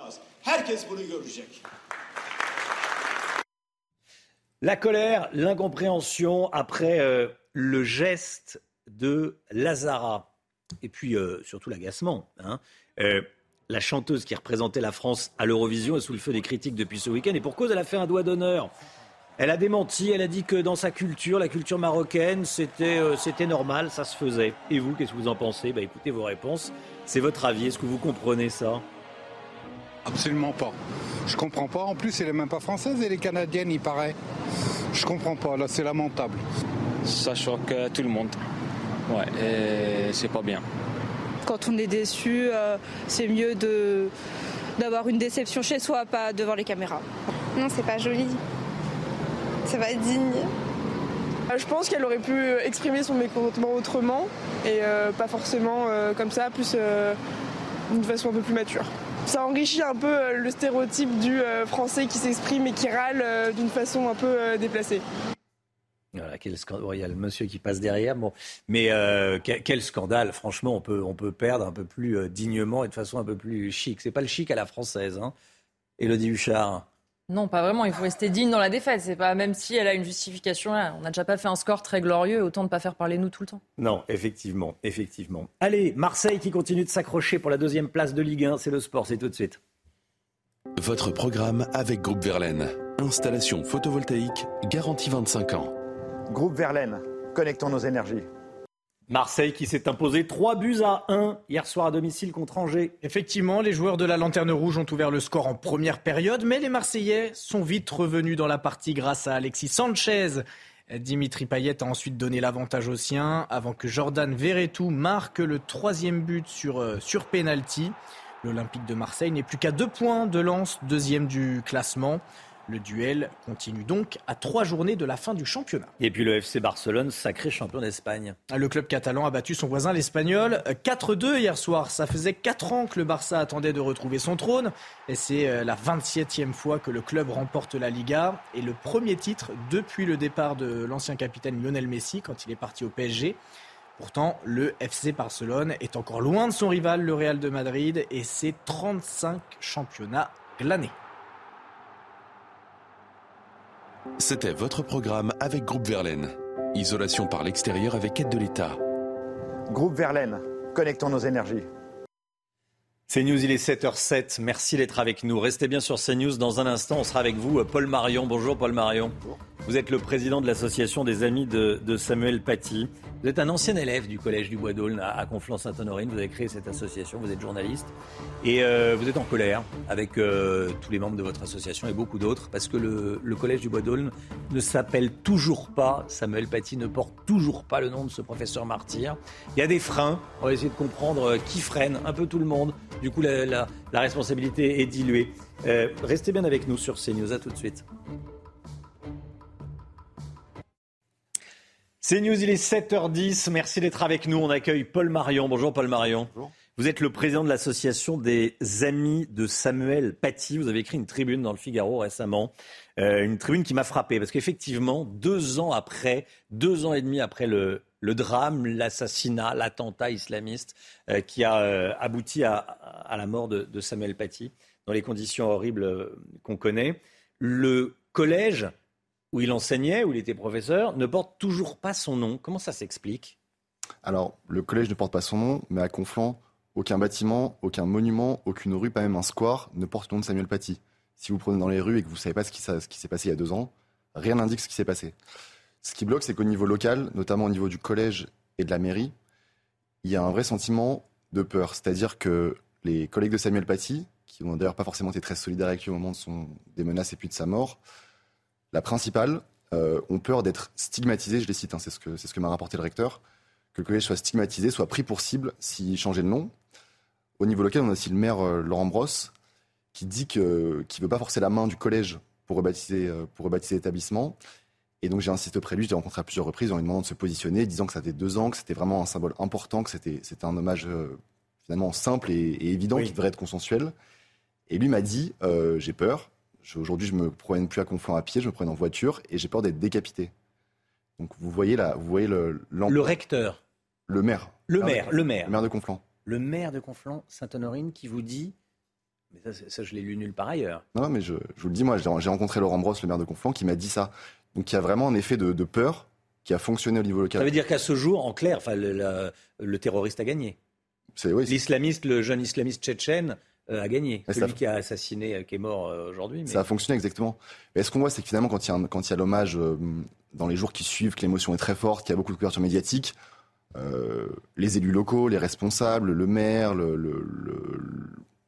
La colère, l'incompréhension après euh, le geste de Lazara. Et puis euh, surtout l'agacement. Hein. Euh, la chanteuse qui représentait la France à l'Eurovision est sous le feu des critiques depuis ce week-end. Et pour cause, elle a fait un doigt d'honneur. Elle a démenti, elle a dit que dans sa culture, la culture marocaine, c'était, euh, c'était normal, ça se faisait. Et vous, qu'est-ce que vous en pensez ? Bah, écoutez vos réponses, c'est votre avis, est-ce que vous comprenez ça ? Absolument pas. Je comprends pas. En plus, elle est même pas française, elle est canadienne, il paraît. Je comprends pas, là, c'est lamentable. Ça choque tout le monde. Ouais, et c'est pas bien. Quand on est déçu, euh, c'est mieux de, d'avoir une déception chez soi, pas devant les caméras. Non, c'est pas joli. C'est pas digne. Je pense qu'elle aurait pu exprimer son mécontentement autrement et euh, pas forcément euh, comme ça, plus euh, d'une façon un peu plus mature. Ça enrichit un peu euh, le stéréotype du euh, Français qui s'exprime et qui râle euh, d'une façon un peu euh, déplacée. Voilà, quel scandale. Il y a le monsieur qui passe derrière. Bon. Mais euh, quel, quel scandale. Franchement, on peut, on peut perdre un peu plus euh, dignement et de façon un peu plus chic. C'est pas le chic à la française, hein. Élodie Huchard. Non, pas vraiment. Il faut rester digne dans la défaite. C'est pas, même si elle a une justification là. On n'a déjà pas fait un score très glorieux. Autant ne pas faire parler nous tout le temps. Non, effectivement, effectivement. Allez, Marseille qui continue de s'accrocher pour la deuxième place de Ligue un. C'est le sport, c'est tout de suite. Votre programme avec Groupe Verlaine. Installation photovoltaïque, garantie vingt-cinq ans. Groupe Verlaine, connectons nos énergies. Marseille qui s'est imposé trois buts à un hier soir à domicile contre Angers. Effectivement, les joueurs de la Lanterne Rouge ont ouvert le score en première période, mais les Marseillais sont vite revenus dans la partie grâce à Alexis Sanchez. Dimitri Payet a ensuite donné l'avantage aux siens avant que Jordan Verretou marque le troisième but sur, euh, sur pénalty. L'Olympique de Marseille n'est plus qu'à deux points de Lens, deuxième du classement. Le duel continue donc à trois journées de la fin du championnat. Et puis le F C Barcelone, sacré champion d'Espagne. Le club catalan a battu son voisin l'Espagnol quatre deux hier soir. Ça faisait quatre ans que le Barça attendait de retrouver son trône. Et c'est la vingt-septième fois que le club remporte la Liga. Et le premier titre depuis le départ de l'ancien capitaine Lionel Messi quand il est parti au P S G. Pourtant, le F C Barcelone est encore loin de son rival, le Real de Madrid. Et c'est trente-cinq championnats glanés. C'était votre programme avec Groupe Verlaine. Isolation par l'extérieur avec aide de l'État. Groupe Verlaine, connectons nos énergies. CNews, il est sept heures zéro sept. Merci d'être avec nous. Restez bien sur CNews. Dans un instant, on sera avec vous, Paul Marion. Bonjour Paul Marion. Bonjour. Vous êtes le président de l'association des Amis de, de Samuel Paty. Vous êtes un ancien élève du collège du Bois d'Aulne à, à Conflans-Sainte-Honorine. Vous avez créé cette association, vous êtes journaliste. Et euh, vous êtes en colère avec euh, tous les membres de votre association et beaucoup d'autres parce que le, le collège du Bois d'Aulne ne s'appelle toujours pas Samuel Paty, ne porte toujours pas le nom de ce professeur martyr. Il y a des freins. On va essayer de comprendre qui freine un peu tout le monde. Du coup, la, la, la responsabilité est diluée. Euh, restez bien avec nous sur CNews. À tout de suite. CNews, il est sept heures dix. Merci d'être avec nous. On accueille Paul Marion. Bonjour Paul Marion. Bonjour. Vous êtes le président de l'association des Amis de Samuel Paty. Vous avez écrit une tribune dans le Figaro récemment. Euh, une tribune qui m'a frappé parce qu'effectivement, deux ans après, deux ans et demi après le, le drame, l'assassinat, l'attentat islamiste euh, qui a euh, abouti à, à la mort de, de Samuel Paty dans les conditions horribles euh, qu'on connaît, le collège où il enseignait, où il était professeur, ne porte toujours pas son nom. Comment ça s'explique ? Alors, le collège ne porte pas son nom, mais à Conflans, aucun bâtiment, aucun monument, aucune rue, pas même un square, ne porte le nom de Samuel Paty. Si vous prenez dans les rues et que vous ne savez pas ce qui, ce qui s'est passé il y a deux ans, rien n'indique ce qui s'est passé. Ce qui bloque, c'est qu'au niveau local, notamment au niveau du collège et de la mairie, il y a un vrai sentiment de peur. C'est-à-dire que les collègues de Samuel Paty, qui n'ont d'ailleurs pas forcément été très solidaires avec lui au moment de son, des menaces et puis de sa mort, la principale, euh, ont peur d'être stigmatisés, je les cite, hein, c'est ce que, c'est ce que m'a rapporté le recteur, que le collège soit stigmatisé, soit pris pour cible s'il changeait le nom. Au niveau local, on a aussi le maire euh, Laurent Brosse, qui dit que, qu'il ne veut pas forcer la main du collège pour rebaptiser, euh, pour rebaptiser l'établissement. Et donc j'ai insisté auprès de lui, je l'ai rencontré à plusieurs reprises en lui demandant de se positionner, disant que ça faisait deux ans, que c'était vraiment un symbole important, que c'était, c'était un hommage euh, finalement simple et, et évident, oui, qui devrait être consensuel. Et lui m'a dit, euh, j'ai peur. Aujourd'hui, je ne me promène plus à Conflans à pied, je me promène en voiture et j'ai peur d'être décapité. Donc vous voyez là, vous voyez le... Le recteur. Le maire. Le maire, le maire. Le maire de Conflans. Le maire de Conflans-Sainte-Honorine qui vous dit... Mais ça, ça je l'ai lu nulle part ailleurs. Non, mais je, je vous le dis, moi, j'ai, j'ai rencontré Laurent Brosse, le maire de Conflans, qui m'a dit ça. Donc il y a vraiment un effet de, de peur qui a fonctionné au niveau local. Ça veut dire qu'à ce jour, en clair, enfin, le, le, le terroriste a gagné. C'est, oui, L'islamiste, le jeune islamiste tchétchène... Euh, a gagné. Et Celui ça... qui a assassiné, euh, qui est mort euh, aujourd'hui. Mais... Ça a fonctionné exactement. Mais ce qu'on voit, c'est que finalement, quand il y a, un, quand il y a l'hommage euh, dans les jours qui suivent, que l'émotion est très forte, qu'il y a beaucoup de couverture médiatique, euh, les élus locaux, les responsables, le maire, le, le, le,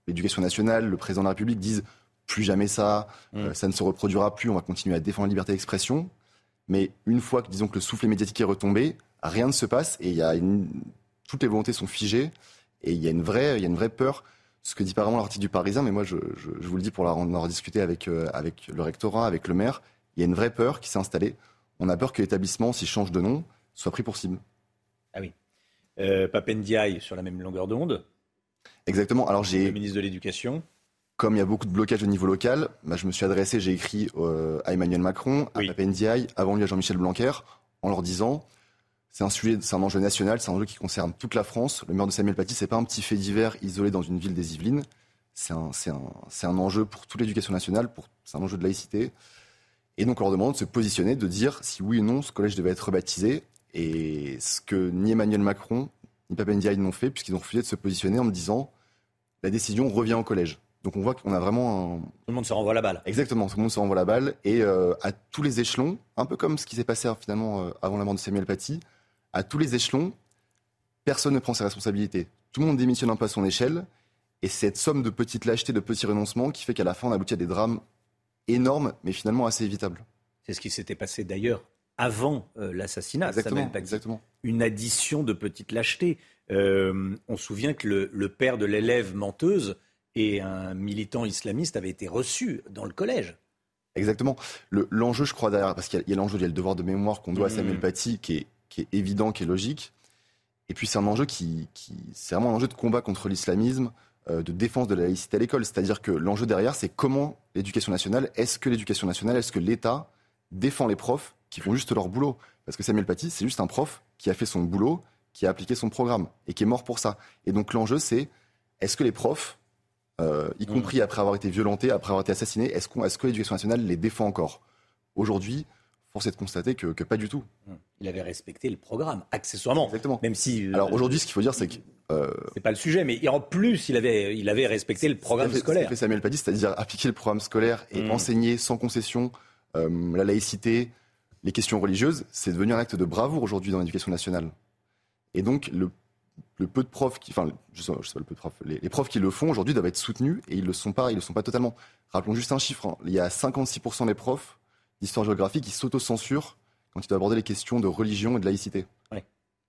l'éducation nationale, le président de la République disent plus jamais ça, mmh. euh, ça ne se reproduira plus, on va continuer à défendre la liberté d'expression. Mais une fois que, disons, que le soufflet médiatique est retombé, rien ne se passe et il y a une... toutes les volontés sont figées et il y a une vraie, il y a une vraie peur. Ce que dit apparemment l'article du Parisien, mais moi je, je, je vous le dis pour en avoir discuté avec, euh, avec le rectorat, avec le maire, il y a une vraie peur qui s'est installée. On a peur que l'établissement, s'il change de nom, soit pris pour cible. Ah oui. Euh, Pape Ndiaye sur la même longueur d'onde. Exactement. Alors j'ai. Le ministre de l'Éducation. Comme il y a beaucoup de blocages au niveau local, bah, je me suis adressé, j'ai écrit euh, à Emmanuel Macron, à oui. Pape Ndiaye, avant lui à Jean-Michel Blanquer, en leur disant. C'est un sujet, c'est un enjeu national, c'est un enjeu qui concerne toute la France. Le meurtre de Samuel Paty, c'est pas un petit fait divers isolé dans une ville des Yvelines. C'est un, c'est un, c'est un enjeu pour toute l'éducation nationale, pour, c'est un enjeu de laïcité. Et donc on leur demande de se positionner, de dire si oui ou non ce collège devait être rebaptisé. Et ce que ni Emmanuel Macron, ni Pape Ndiaye n'ont fait, puisqu'ils ont refusé de se positionner en me disant la décision revient au collège. Donc on voit qu'on a vraiment un... Tout le monde se renvoie la balle. Exactement, tout le monde se renvoie la balle. Et euh, à tous les échelons, un peu comme ce qui s'est passé finalement euh, avant la mort de Samuel Paty, à tous les échelons, personne ne prend ses responsabilités. Tout le monde démissionne un peu à son échelle. Et c'est cette somme de petites lâchetés, de petits renoncements qui fait qu'à la fin, on aboutit à des drames énormes, mais finalement assez évitables. C'est ce qui s'était passé d'ailleurs avant euh, l'assassinat de Samuel Paty. Exactement. Une addition de petites lâchetés. Euh, on se souvient que le, le père de l'élève menteuse et un militant islamiste avaient été reçus dans le collège. Exactement. Le, l'enjeu, je crois, derrière, parce qu'il y a, il y a l'enjeu, il y a le devoir de mémoire qu'on doit mmh. à Samuel Paty, qui est qui est évident, qui est logique. Et puis c'est un enjeu qui, qui c'est vraiment un enjeu de combat contre l'islamisme, euh, de défense de la laïcité à l'école. C'est-à-dire que l'enjeu derrière, c'est comment l'éducation nationale, est-ce que l'éducation nationale, est-ce que l'État défend les profs qui font juste leur boulot ? Parce que Samuel Paty, c'est juste un prof qui a fait son boulot, qui a appliqué son programme et qui est mort pour ça. Et donc l'enjeu, c'est est-ce que les profs, euh, y compris après avoir été violentés, après avoir été assassinés, est-ce, qu'on, est-ce que l'éducation nationale les défend encore ? Aujourd'hui, force est de constater que, que pas du tout. Il avait respecté le programme, accessoirement. Exactement. Même si, alors aujourd'hui, ce qu'il faut dire, c'est que... Euh, c'est pas le sujet, mais en plus, il avait, il avait respecté le programme fait, scolaire. Ce qu'a fait Samuel Paty, c'est-à-dire appliquer le programme scolaire et mmh. enseigner sans concession euh, la laïcité, les questions religieuses, c'est devenu un acte de bravoure aujourd'hui dans l'éducation nationale. Et donc, le, le peu de profs qui... Enfin, je sais, je sais pas le peu de profs. Les, les profs qui le font aujourd'hui doivent être soutenus et ils le sont pas, ils le sont pas totalement. Rappelons juste un chiffre. Hein. Il y a cinquante-six pour cent des profs d'histoire-géographie qui s'auto-censurent quand ils doivent aborder les questions de religion et de laïcité. Ouais.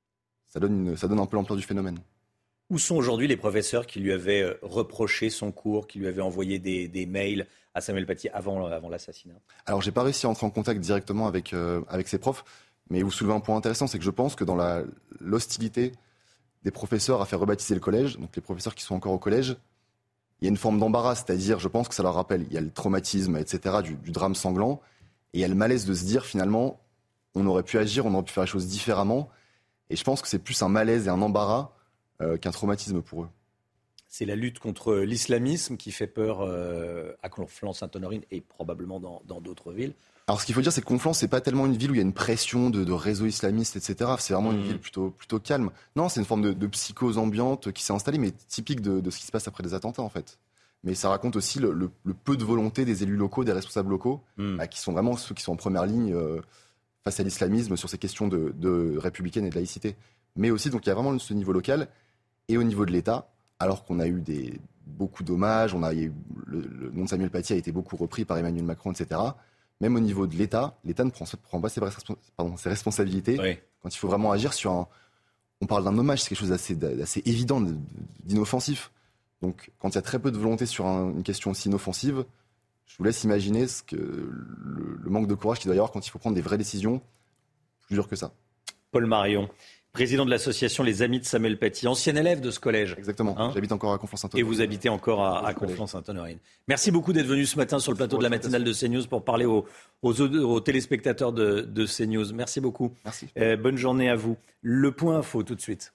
Ça donne, une, ça donne un peu l'ampleur du phénomène. Où sont aujourd'hui les professeurs qui lui avaient reproché son cours, qui lui avaient envoyé des, des mails à Samuel Paty avant, avant l'assassinat ? Alors, j'ai pas réussi à entrer en contact directement avec, euh, avec ces profs, mais vous soulevez un point intéressant, c'est que je pense que dans la, l'hostilité des professeurs à faire rebaptiser le collège, donc les professeurs qui sont encore au collège, il y a une forme d'embarras, c'est-à-dire, je pense que ça leur rappelle, il y a le traumatisme, et cetera, du, du drame sanglant, et il y a le malaise de se dire, finalement, on aurait pu agir, on aurait pu faire les choses différemment. Et je pense que c'est plus un malaise et un embarras euh, qu'un traumatisme pour eux. C'est la lutte contre l'islamisme qui fait peur euh, à Conflans-Sainte-Honorine et probablement dans, dans d'autres villes. Alors ce qu'il faut dire, c'est que Conflans, c'est pas tellement une ville où il y a une pression de, de réseaux islamistes, et cetera. C'est vraiment mmh. une ville plutôt, plutôt calme. Non, c'est une forme de, de psychose ambiante qui s'est installée, mais typique de, de ce qui se passe après des attentats, en fait. Mais ça raconte aussi le, le, le peu de volonté des élus locaux, des responsables locaux, mmh. bah, qui sont vraiment ceux qui sont en première ligne euh, face à l'islamisme sur ces questions de, de républicaine et de laïcité. Mais aussi, donc il y a vraiment ce niveau local et au niveau de l'État, alors qu'on a eu des, beaucoup d'hommages, on a eu, le, le nom de Samuel Paty a été beaucoup repris par Emmanuel Macron, et cetera. Même au niveau de l'État, l'État ne prend, prend pas ses, pardon, ses responsabilités oui. quand il faut vraiment agir sur un... On parle d'un hommage, c'est quelque chose d'assez, d'assez évident, d'inoffensif. Donc, quand il y a très peu de volonté sur un, une question aussi inoffensive, je vous laisse imaginer ce que, le, le manque de courage qu'il doit y avoir quand il faut prendre des vraies décisions plus dures que ça. Paul Marion, président de l'association Les Amis de Samuel Paty, ancien élève de ce collège. Exactement, hein j'habite encore à Conflans-Sainte-Honorine. Et vous habitez encore à, à Conflans-Sainte-Honorine. Merci beaucoup d'être venu ce matin sur le plateau de la matinale de CNews pour parler aux, aux, aux téléspectateurs de, de CNews. Merci beaucoup. Merci. Euh, bonne journée à vous. Le point info tout de suite.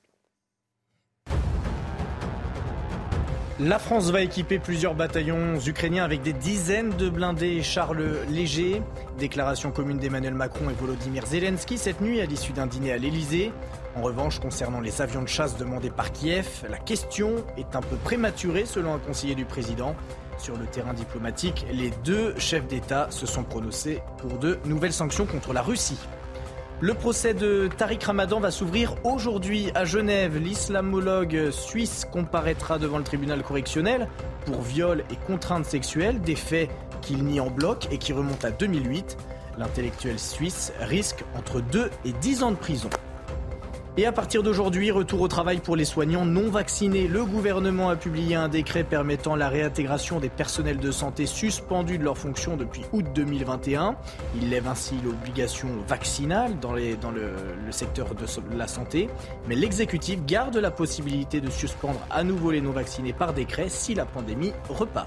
La France va équiper plusieurs bataillons ukrainiens avec des dizaines de blindés et chars légers. Déclaration commune d'Emmanuel Macron et Volodymyr Zelensky cette nuit à l'issue d'un dîner à l'Elysée. En revanche, concernant les avions de chasse demandés par Kiev, la question est un peu prématurée selon un conseiller du président. Sur le terrain diplomatique, les deux chefs d'État se sont prononcés pour de nouvelles sanctions contre la Russie. Le procès de Tariq Ramadan va s'ouvrir aujourd'hui à Genève. L'islamologue suisse comparaîtra devant le tribunal correctionnel pour viol et contrainte sexuelle, des faits qu'il nie en bloc et qui remontent à deux mille huit. L'intellectuel suisse risque entre deux et dix ans de prison. Et à partir d'aujourd'hui, retour au travail pour les soignants non vaccinés. Le gouvernement a publié un décret permettant la réintégration des personnels de santé suspendus de leurs fonctions depuis août deux mille vingt et un. Il lève ainsi l'obligation vaccinale dans, les, dans le, le secteur de la santé. Mais l'exécutif garde la possibilité de suspendre à nouveau les non vaccinés par décret si la pandémie repart.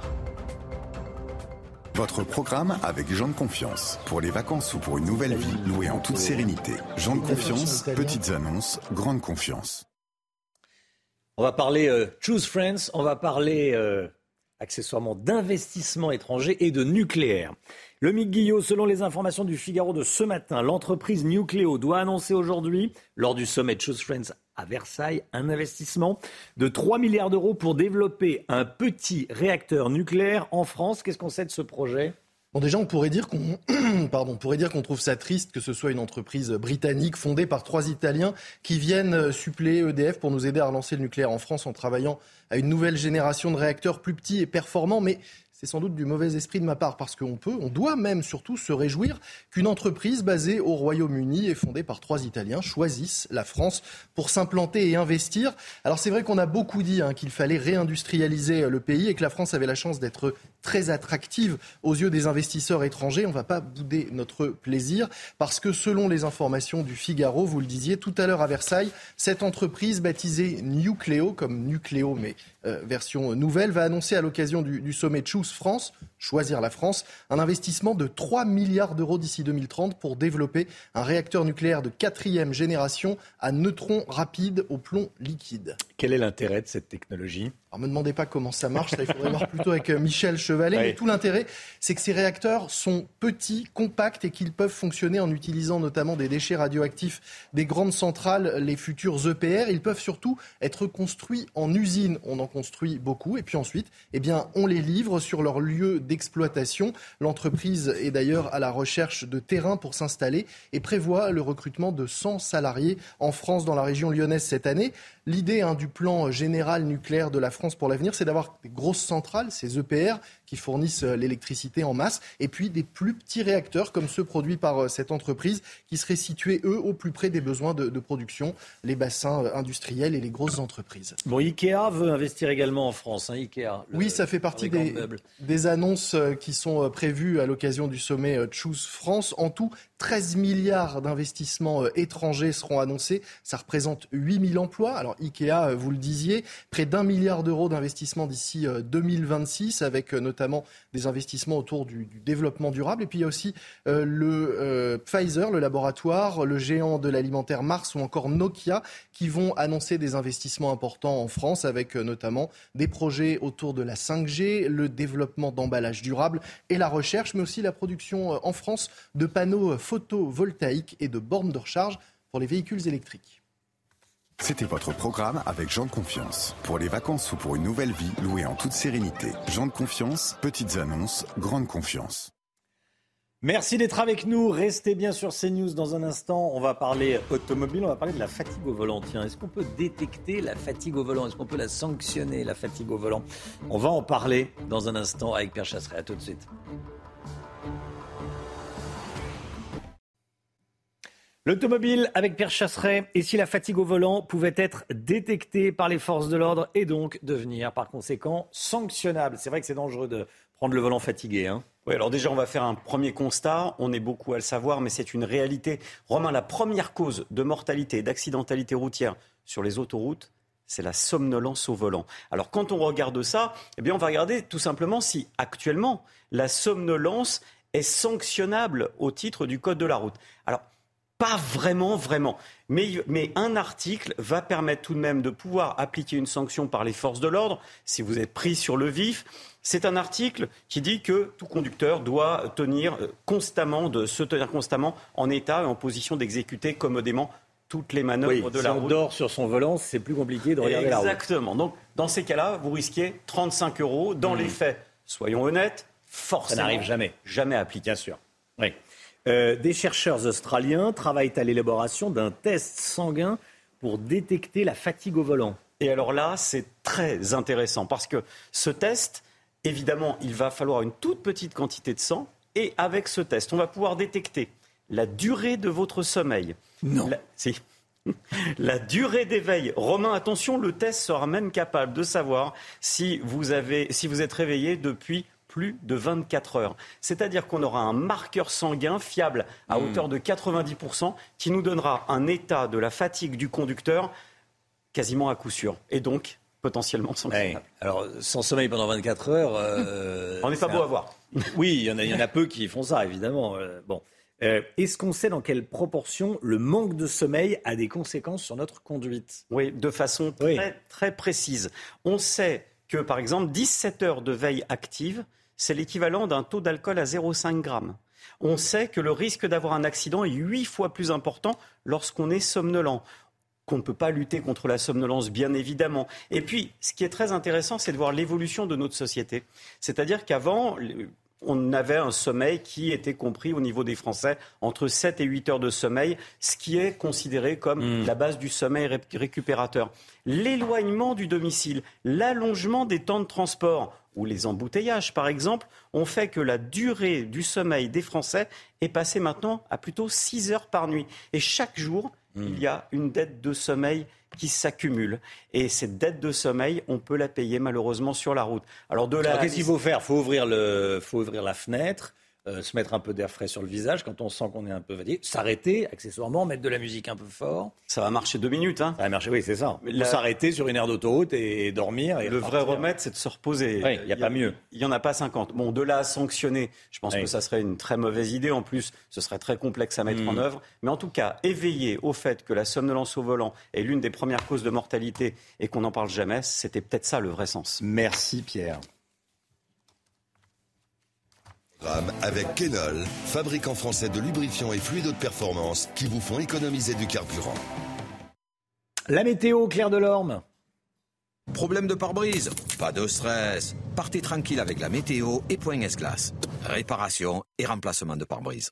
Votre programme avec Jean de Confiance. Pour les vacances ou pour une nouvelle vie, louée en toute sérénité. Jean de Confiance, petites annonces, grande confiance. On va parler euh, Choose Friends, on va parler euh, accessoirement d'investissement étranger et de nucléaire. Le Mick Guillot, selon les informations du Figaro de ce matin, l'entreprise Nucléo doit annoncer aujourd'hui, lors du sommet Choose Friends à Versailles, un investissement de trois milliards d'euros pour développer un petit réacteur nucléaire en France. Qu'est-ce qu'on sait de ce projet ? Bon, déjà, on pourrait dire qu'on, pardon, on pourrait dire qu'on trouve ça triste que ce soit une entreprise britannique fondée par trois Italiens qui viennent suppléer E D F pour nous aider à relancer le nucléaire en France en travaillant à une nouvelle génération de réacteurs plus petits et performants. Mais c'est sans doute du mauvais esprit de ma part parce qu'on peut, on doit même surtout se réjouir qu'une entreprise basée au Royaume-Uni et fondée par trois Italiens choisisse la France pour s'implanter et investir. Alors c'est vrai qu'on a beaucoup dit hein, qu'il fallait réindustrialiser le pays et que la France avait la chance d'être très attractive aux yeux des investisseurs étrangers. On ne va pas bouder notre plaisir parce que selon les informations du Figaro, vous le disiez tout à l'heure à Versailles, cette entreprise baptisée Nucléo, comme Nucléo mais euh, version nouvelle, va annoncer à l'occasion du, du sommet Choose France, choisir la France, un investissement de trois milliards d'euros d'ici deux mille trente pour développer un réacteur nucléaire de quatrième génération à neutrons rapides au plomb liquide. Quel est l'intérêt de cette technologie ? Alors, ne me demandez pas comment ça marche, ça, il faudrait voir plutôt avec Michel Chevalet. Oui. Mais tout l'intérêt, c'est que ces réacteurs sont petits, compacts et qu'ils peuvent fonctionner en utilisant notamment des déchets radioactifs des grandes centrales, les futurs E P R. Ils peuvent surtout être construits en usine. On en construit beaucoup et puis ensuite, eh bien, on les livre sur leur lieu d'exploitation. L'entreprise est d'ailleurs à la recherche de terrain pour s'installer et prévoit le recrutement de cent salariés en France, dans la région lyonnaise cette année. L'idée hein, du plan général nucléaire de la France pour l'avenir, c'est d'avoir des grosses centrales, ces E P R, qui fournissent l'électricité en masse, et puis des plus petits réacteurs, comme ceux produits par cette entreprise, qui seraient situés, eux, au plus près des besoins de, de production, les bassins industriels et les grosses entreprises. Bon, Ikea veut investir également en France, hein, Ikea. Le, oui, ça fait partie des, des annonces qui sont prévues à l'occasion du sommet Choose France. En tout, treize milliards d'investissements étrangers seront annoncés. Ça représente huit mille emplois. Alors, Ikea, vous le disiez, près d'un milliard d'euros d'investissement d'ici deux mille vingt-six, avec notamment des investissements autour du, du développement durable. Et puis, il y a aussi euh, le euh, Pfizer, le laboratoire, le géant de l'alimentaire Mars ou encore Nokia, qui vont annoncer des investissements importants en France, avec euh, notamment des projets autour de la cinq G, le développement d'emballages durables et la recherche, mais aussi la production euh, en France de panneaux photovoltaïques et de bornes de recharge pour les véhicules électriques. C'était votre programme avec Jean de Confiance. Pour les vacances ou pour une nouvelle vie, louée en toute sérénité. Jean de Confiance, petites annonces, grande confiance. Merci d'être avec nous. Restez bien sur CNews. Dans un instant, on va parler automobile, on va parler de la fatigue au volant. Tiens, est-ce qu'on peut détecter la fatigue au volant ? Est-ce qu'on peut la sanctionner, la fatigue au volant ? On va en parler dans un instant avec Pierre Chasseret. À tout de suite. L'automobile avec Pierre Chasseret, et si la fatigue au volant pouvait être détectée par les forces de l'ordre et donc devenir par conséquent sanctionnable. C'est vrai que c'est dangereux de prendre le volant fatigué. Hein. Oui, alors déjà on va faire un premier constat, on est beaucoup à le savoir, mais c'est une réalité. Romain, la première cause de mortalité et d'accidentalité routière sur les autoroutes, c'est la somnolence au volant. Alors quand on regarde ça, eh bien on va regarder tout simplement si actuellement la somnolence est sanctionnable au titre du code de la route. Alors pas vraiment, vraiment. Mais, mais un article va permettre tout de même de pouvoir appliquer une sanction par les forces de l'ordre si vous êtes pris sur le vif. C'est un article qui dit que tout conducteur doit tenir constamment, de se tenir constamment en état et en position d'exécuter commodément toutes les manœuvres oui, de si la on route. On dort sur son volant, c'est plus compliqué de regarder la route. Exactement. Donc, dans ces cas-là, vous risquez trente-cinq euros. Dans mmh. les faits, soyons honnêtes, forcément, ça n'arrive jamais. Jamais appliqué. Bien sûr. Oui. Euh, des chercheurs australiens travaillent à l'élaboration d'un test sanguin pour détecter la fatigue au volant. Et alors là, c'est très intéressant parce que ce test évidemment, il va falloir une toute petite quantité de sang. Et avec ce test, on va pouvoir détecter la durée de votre sommeil. Non. La, si. La durée d'éveil. Romain, attention, le test sera même capable de savoir si vous, avez, si vous êtes réveillé depuis plus de vingt-quatre heures. C'est-à-dire qu'on aura un marqueur sanguin fiable à mmh. hauteur de quatre-vingt-dix pour cent qui nous donnera un état de la fatigue du conducteur quasiment à coup sûr. Et donc, potentiellement sanctionnable. Ouais. Alors, sans sommeil pendant vingt-quatre heures... Euh, on n'est pas beau un... à voir. Oui, il y en a, il y en a peu qui font ça, évidemment. Euh, bon. Euh, est-ce qu'on sait dans quelle proportion le manque de sommeil a des conséquences sur notre conduite ? Oui, de façon très, oui. très précise. On sait que, par exemple, dix-sept heures de veille active, c'est l'équivalent d'un taux d'alcool à zéro virgule cinq grammes. On sait que le risque d'avoir un accident est huit fois plus important lorsqu'on est somnolent. Qu'on ne peut pas lutter contre la somnolence, bien évidemment. Et puis, ce qui est très intéressant, c'est de voir l'évolution de notre société. C'est-à-dire qu'avant... on avait un sommeil qui était compris au niveau des Français entre sept et huit heures de sommeil, ce qui est considéré comme mmh. la base du sommeil ré- récupérateur. L'éloignement du domicile, l'allongement des temps de transport ou les embouteillages, par exemple, ont fait que la durée du sommeil des Français est passée maintenant à plutôt six heures par nuit. Et chaque jour, mmh. il y a une dette de sommeil qui s'accumule. Et cette dette de sommeil, on peut la payer malheureusement sur la route. Alors, de la... Alors qu'est-ce qu'il faut faire ? Il faut ouvrir, le... faut ouvrir la fenêtre, euh, se mettre un peu d'air frais sur le visage quand on sent qu'on est un peu fatigué, s'arrêter, accessoirement, mettre de la musique un peu fort. Ça va marcher deux minutes. Hein. Ça va marcher, oui, c'est ça. Il faut la... s'arrêter sur une aire d'autoroute et, et dormir. Et le repartir. vrai remède, c'est de se reposer. Oui, il n'y a, a pas mieux. Il n'y en a pas cinquante. Bon, de là à sanctionner, je pense oui. que ça serait une très mauvaise idée. En plus, ce serait très complexe à mettre mmh. en œuvre. Mais en tout cas, éveiller au fait que la somnolence au volant est l'une des premières causes de mortalité et qu'on n'en parle jamais, c'était peut-être ça le vrai sens. Merci Pierre. Avec Kenol, fabricant français de lubrifiants et fluides de performance qui vous font économiser du carburant. La météo, Claire Delorme. Problème de pare-brise ? Pas de stress. Partez tranquille avec la météo et Point S-Glace. Réparation et remplacement de pare-brise.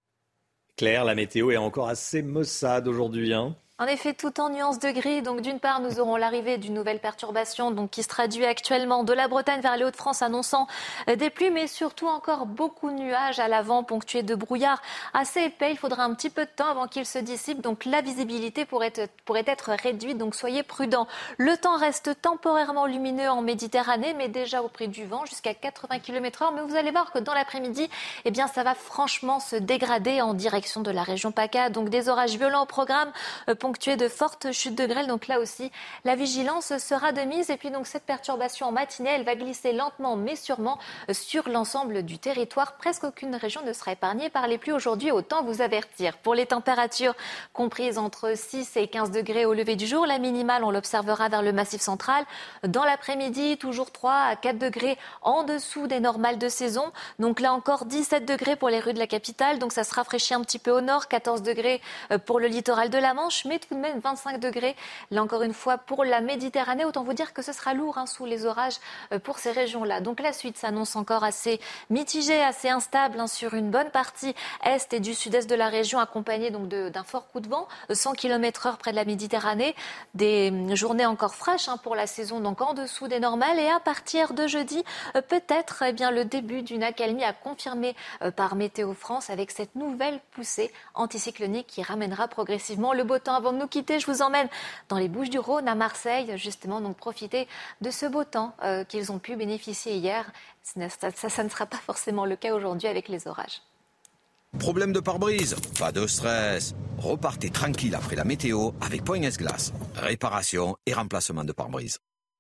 Claire, la météo est encore assez maussade aujourd'hui, hein ? En effet, tout en nuances de gris. Donc, d'une part, nous aurons l'arrivée d'une nouvelle perturbation donc, qui se traduit actuellement de la Bretagne vers les Hauts-de-France, annonçant des pluies, mais surtout encore beaucoup de nuages à l'avant, ponctués de brouillard assez épais. Il faudra un petit peu de temps avant qu'ils se dissipent. Donc, la visibilité pourrait être, pourrait être réduite. Donc, soyez prudents. Le temps reste temporairement lumineux en Méditerranée, mais déjà au prix du vent, jusqu'à quatre-vingts kilomètres heure. Mais vous allez voir que dans l'après-midi, eh bien, ça va franchement se dégrader en direction de la région PACA. Donc, des orages violents au programme, euh, ponctué de fortes chutes de grêle. Donc là aussi, la vigilance sera de mise. Et puis donc cette perturbation en matinée, elle va glisser lentement mais sûrement sur l'ensemble du territoire. Presque aucune région ne sera épargnée par les pluies aujourd'hui, autant vous avertir. Pour les températures comprises entre six et quinze degrés au lever du jour, la minimale, on l'observera vers le Massif central. Dans l'après-midi, toujours trois à quatre degrés en dessous des normales de saison. Donc là encore, dix-sept degrés pour les rues de la capitale. Donc ça se rafraîchit un petit peu au nord, quatorze degrés pour le littoral de la Manche, mais tout de même vingt-cinq degrés, là encore une fois, pour la Méditerranée. Autant vous dire que ce sera lourd hein, sous les orages euh, pour ces régions-là. Donc la suite s'annonce encore assez mitigée, assez instable hein, sur une bonne partie est et du sud-est de la région, accompagnée donc de, d'un fort coup de vent, cent kilomètres heure près de la Méditerranée. Des journées encore fraîches hein, pour la saison, donc en dessous des normales. Et à partir de jeudi, euh, peut-être eh bien, le début d'une accalmie à confirmer euh, par Météo France avec cette nouvelle poussée anticyclonique qui ramènera progressivement le beau temps. Avant de nous quitter, je vous emmène dans les Bouches-du-Rhône, à Marseille, justement, donc profiter de ce beau temps euh, qu'ils ont pu bénéficier hier. Ça, ça, ça ne sera pas forcément le cas aujourd'hui avec les orages. Problème de pare-brise ? Pas de stress. Repartez tranquille après la météo avec Point S-Glace. Réparation et remplacement de pare-brise.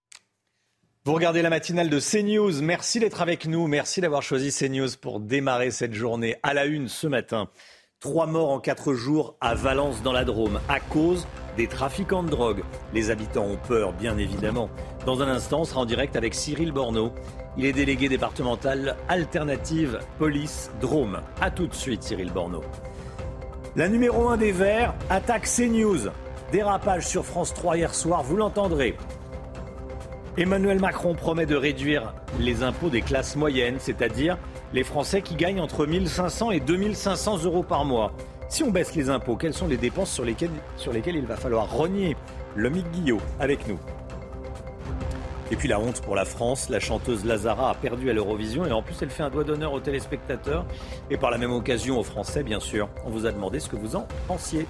Vous regardez la matinale de CNews. Merci d'être avec nous. Merci d'avoir choisi CNews pour démarrer cette journée. À la une ce matin. Trois morts en quatre jours à Valence dans la Drôme à cause des trafiquants de drogue. Les habitants ont peur, bien évidemment. Dans un instant, on sera en direct avec Cyril Borneau. Il est délégué départemental Alternative Police Drôme. A tout de suite, Cyril Borneau. La numéro un des Verts attaque CNews. Dérapage sur France trois hier soir, vous l'entendrez. Emmanuel Macron promet de réduire les impôts des classes moyennes, c'est-à-dire les Français qui gagnent entre mille cinq cents et deux mille cinq cents euros par mois. Si on baisse les impôts, quelles sont les dépenses sur lesquelles, sur lesquelles il va falloir rogner ? Lomique Guillot, avec nous. Et puis la honte pour la France, la chanteuse Lazara a perdu à l'Eurovision et en plus elle fait un doigt d'honneur aux téléspectateurs et par la même occasion aux Français bien sûr. On vous a demandé ce que vous en pensiez.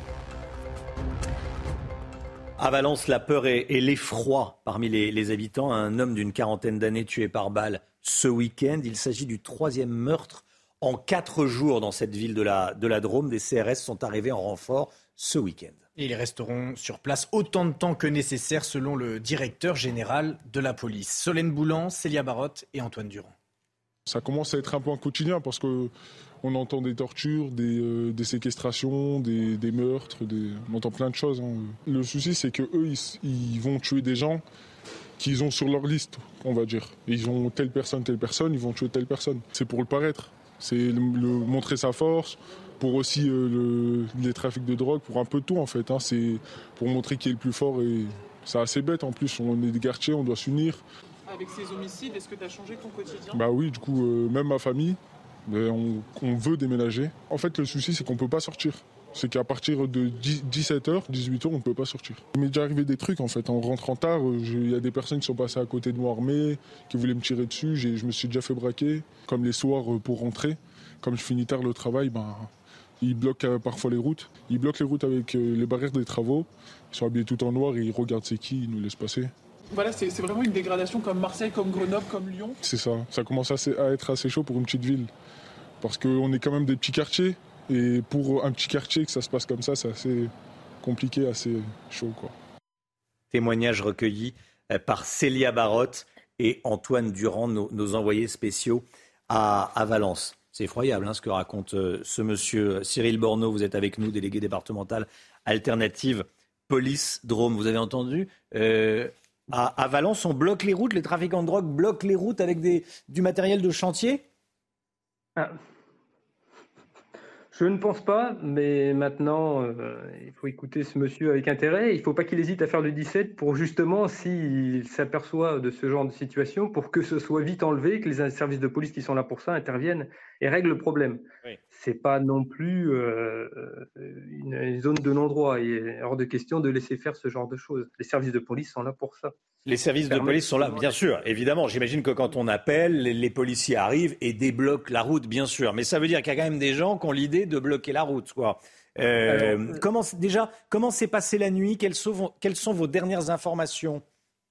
À Valence, la peur et, et l'effroi parmi les, les habitants. Un homme d'une quarantaine d'années tué par balle ce week-end. Il s'agit du troisième meurtre en quatre jours dans cette ville de la, de la Drôme. Des C R S sont arrivés en renfort ce week-end. Et ils resteront sur place autant de temps que nécessaire selon le directeur général de la police. Solène Boulan, Célia Barotte et Antoine Durand. Ça commence à être un peu un quotidien parce qu'on entend des tortures, des, euh, des séquestrations, des, des meurtres, des... on entend plein de choses. Hein. Le souci c'est qu'eux, ils, ils vont tuer des gens qu'ils ont sur leur liste, on va dire. Ils ont telle personne, telle personne, ils vont tuer telle personne. C'est pour le paraître, c'est le, le, montrer sa force, pour aussi euh, le, les trafics de drogue, pour un peu de tout en fait. Hein. C'est pour montrer qui est le plus fort et c'est assez bête en plus. On est des quartiers, on doit s'unir. Avec ces homicides, est-ce que tu as changé ton quotidien ? Bah oui, du coup, euh, même ma famille, on, on veut déménager. En fait, le souci, c'est qu'on ne peut pas sortir. C'est qu'à partir de dix-sept heures, dix-huit heures, on ne peut pas sortir. Il m'est déjà arrivé des trucs en fait. En rentrant tard, il y a des personnes qui sont passées à côté de moi armées, qui voulaient me tirer dessus. J'ai, je me suis déjà fait braquer. Comme les soirs pour rentrer, comme je finis tard le travail, ben, ils bloquent parfois les routes. Ils bloquent les routes avec les barrières des travaux. Ils sont habillés tout en noir et ils regardent c'est qui, ils nous laissent passer. Voilà, c'est, c'est vraiment une dégradation comme Marseille, comme Grenoble, comme Lyon. C'est ça. Ça commence assez, à être assez chaud pour une petite ville. Parce qu'on est quand même des petits quartiers. Et pour un petit quartier, que ça se passe comme ça, c'est assez compliqué, assez chaud, quoi. Témoignage recueilli par Célia Barotte et Antoine Durand, nos, nos envoyés spéciaux à, à Valence. C'est effroyable hein, ce que raconte euh, ce monsieur. Cyril Borneau, vous êtes avec nous, délégué départemental Alternative Police Drôme. Vous avez entendu euh, à, à Valence, on bloque les routes, les trafiquants de drogue bloquent les routes avec des, du matériel de chantier ah. Je ne pense pas, mais maintenant, euh, il faut écouter ce monsieur avec intérêt. Il ne faut pas qu'il hésite à faire le dix-sept pour justement, s'il s'aperçoit de ce genre de situation, pour que ce soit vite enlevé, que les services de police qui sont là pour ça interviennent et règlent le problème. Oui. Ce n'est pas non plus euh, une, une zone de non-droit. Il est hors de question de laisser faire ce genre de choses. Les services de police sont là pour ça. Les services de police sont là, bien sûr, évidemment. J'imagine que quand on appelle, les, les policiers arrivent et débloquent la route, bien sûr. Mais ça veut dire qu'il y a quand même des gens qui ont l'idée de bloquer la route, quoi. Euh, Alors, comment, déjà, comment s'est passée la nuit ? Quelles sont, quelles sont vos dernières informations ?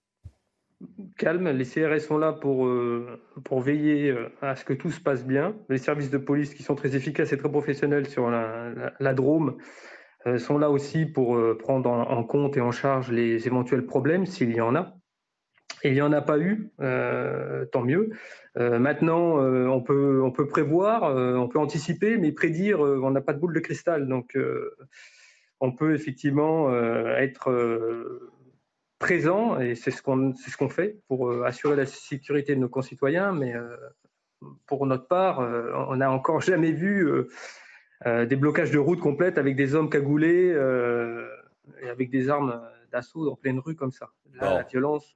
Calme, les C R S sont là pour, euh, pour veiller à ce que tout se passe bien. Les services de police qui sont très efficaces et très professionnels sur la, la, la Drôme euh, sont là aussi pour euh, prendre en, en compte et en charge les éventuels problèmes, s'il y en a. Et il n'y en a pas eu, euh, tant mieux. Euh, maintenant, euh, on, peut, on peut prévoir, euh, on peut anticiper, mais prédire, euh, on n'a pas de boule de cristal. Donc, euh, on peut effectivement euh, être euh, présent, et c'est ce qu'on, c'est ce qu'on fait pour euh, assurer la sécurité de nos concitoyens. Mais euh, pour notre part, euh, on n'a encore jamais vu euh, euh, des blocages de route complètes avec des hommes cagoulés euh, et avec des armes d'assaut en pleine rue comme ça. Là, bon. La violence...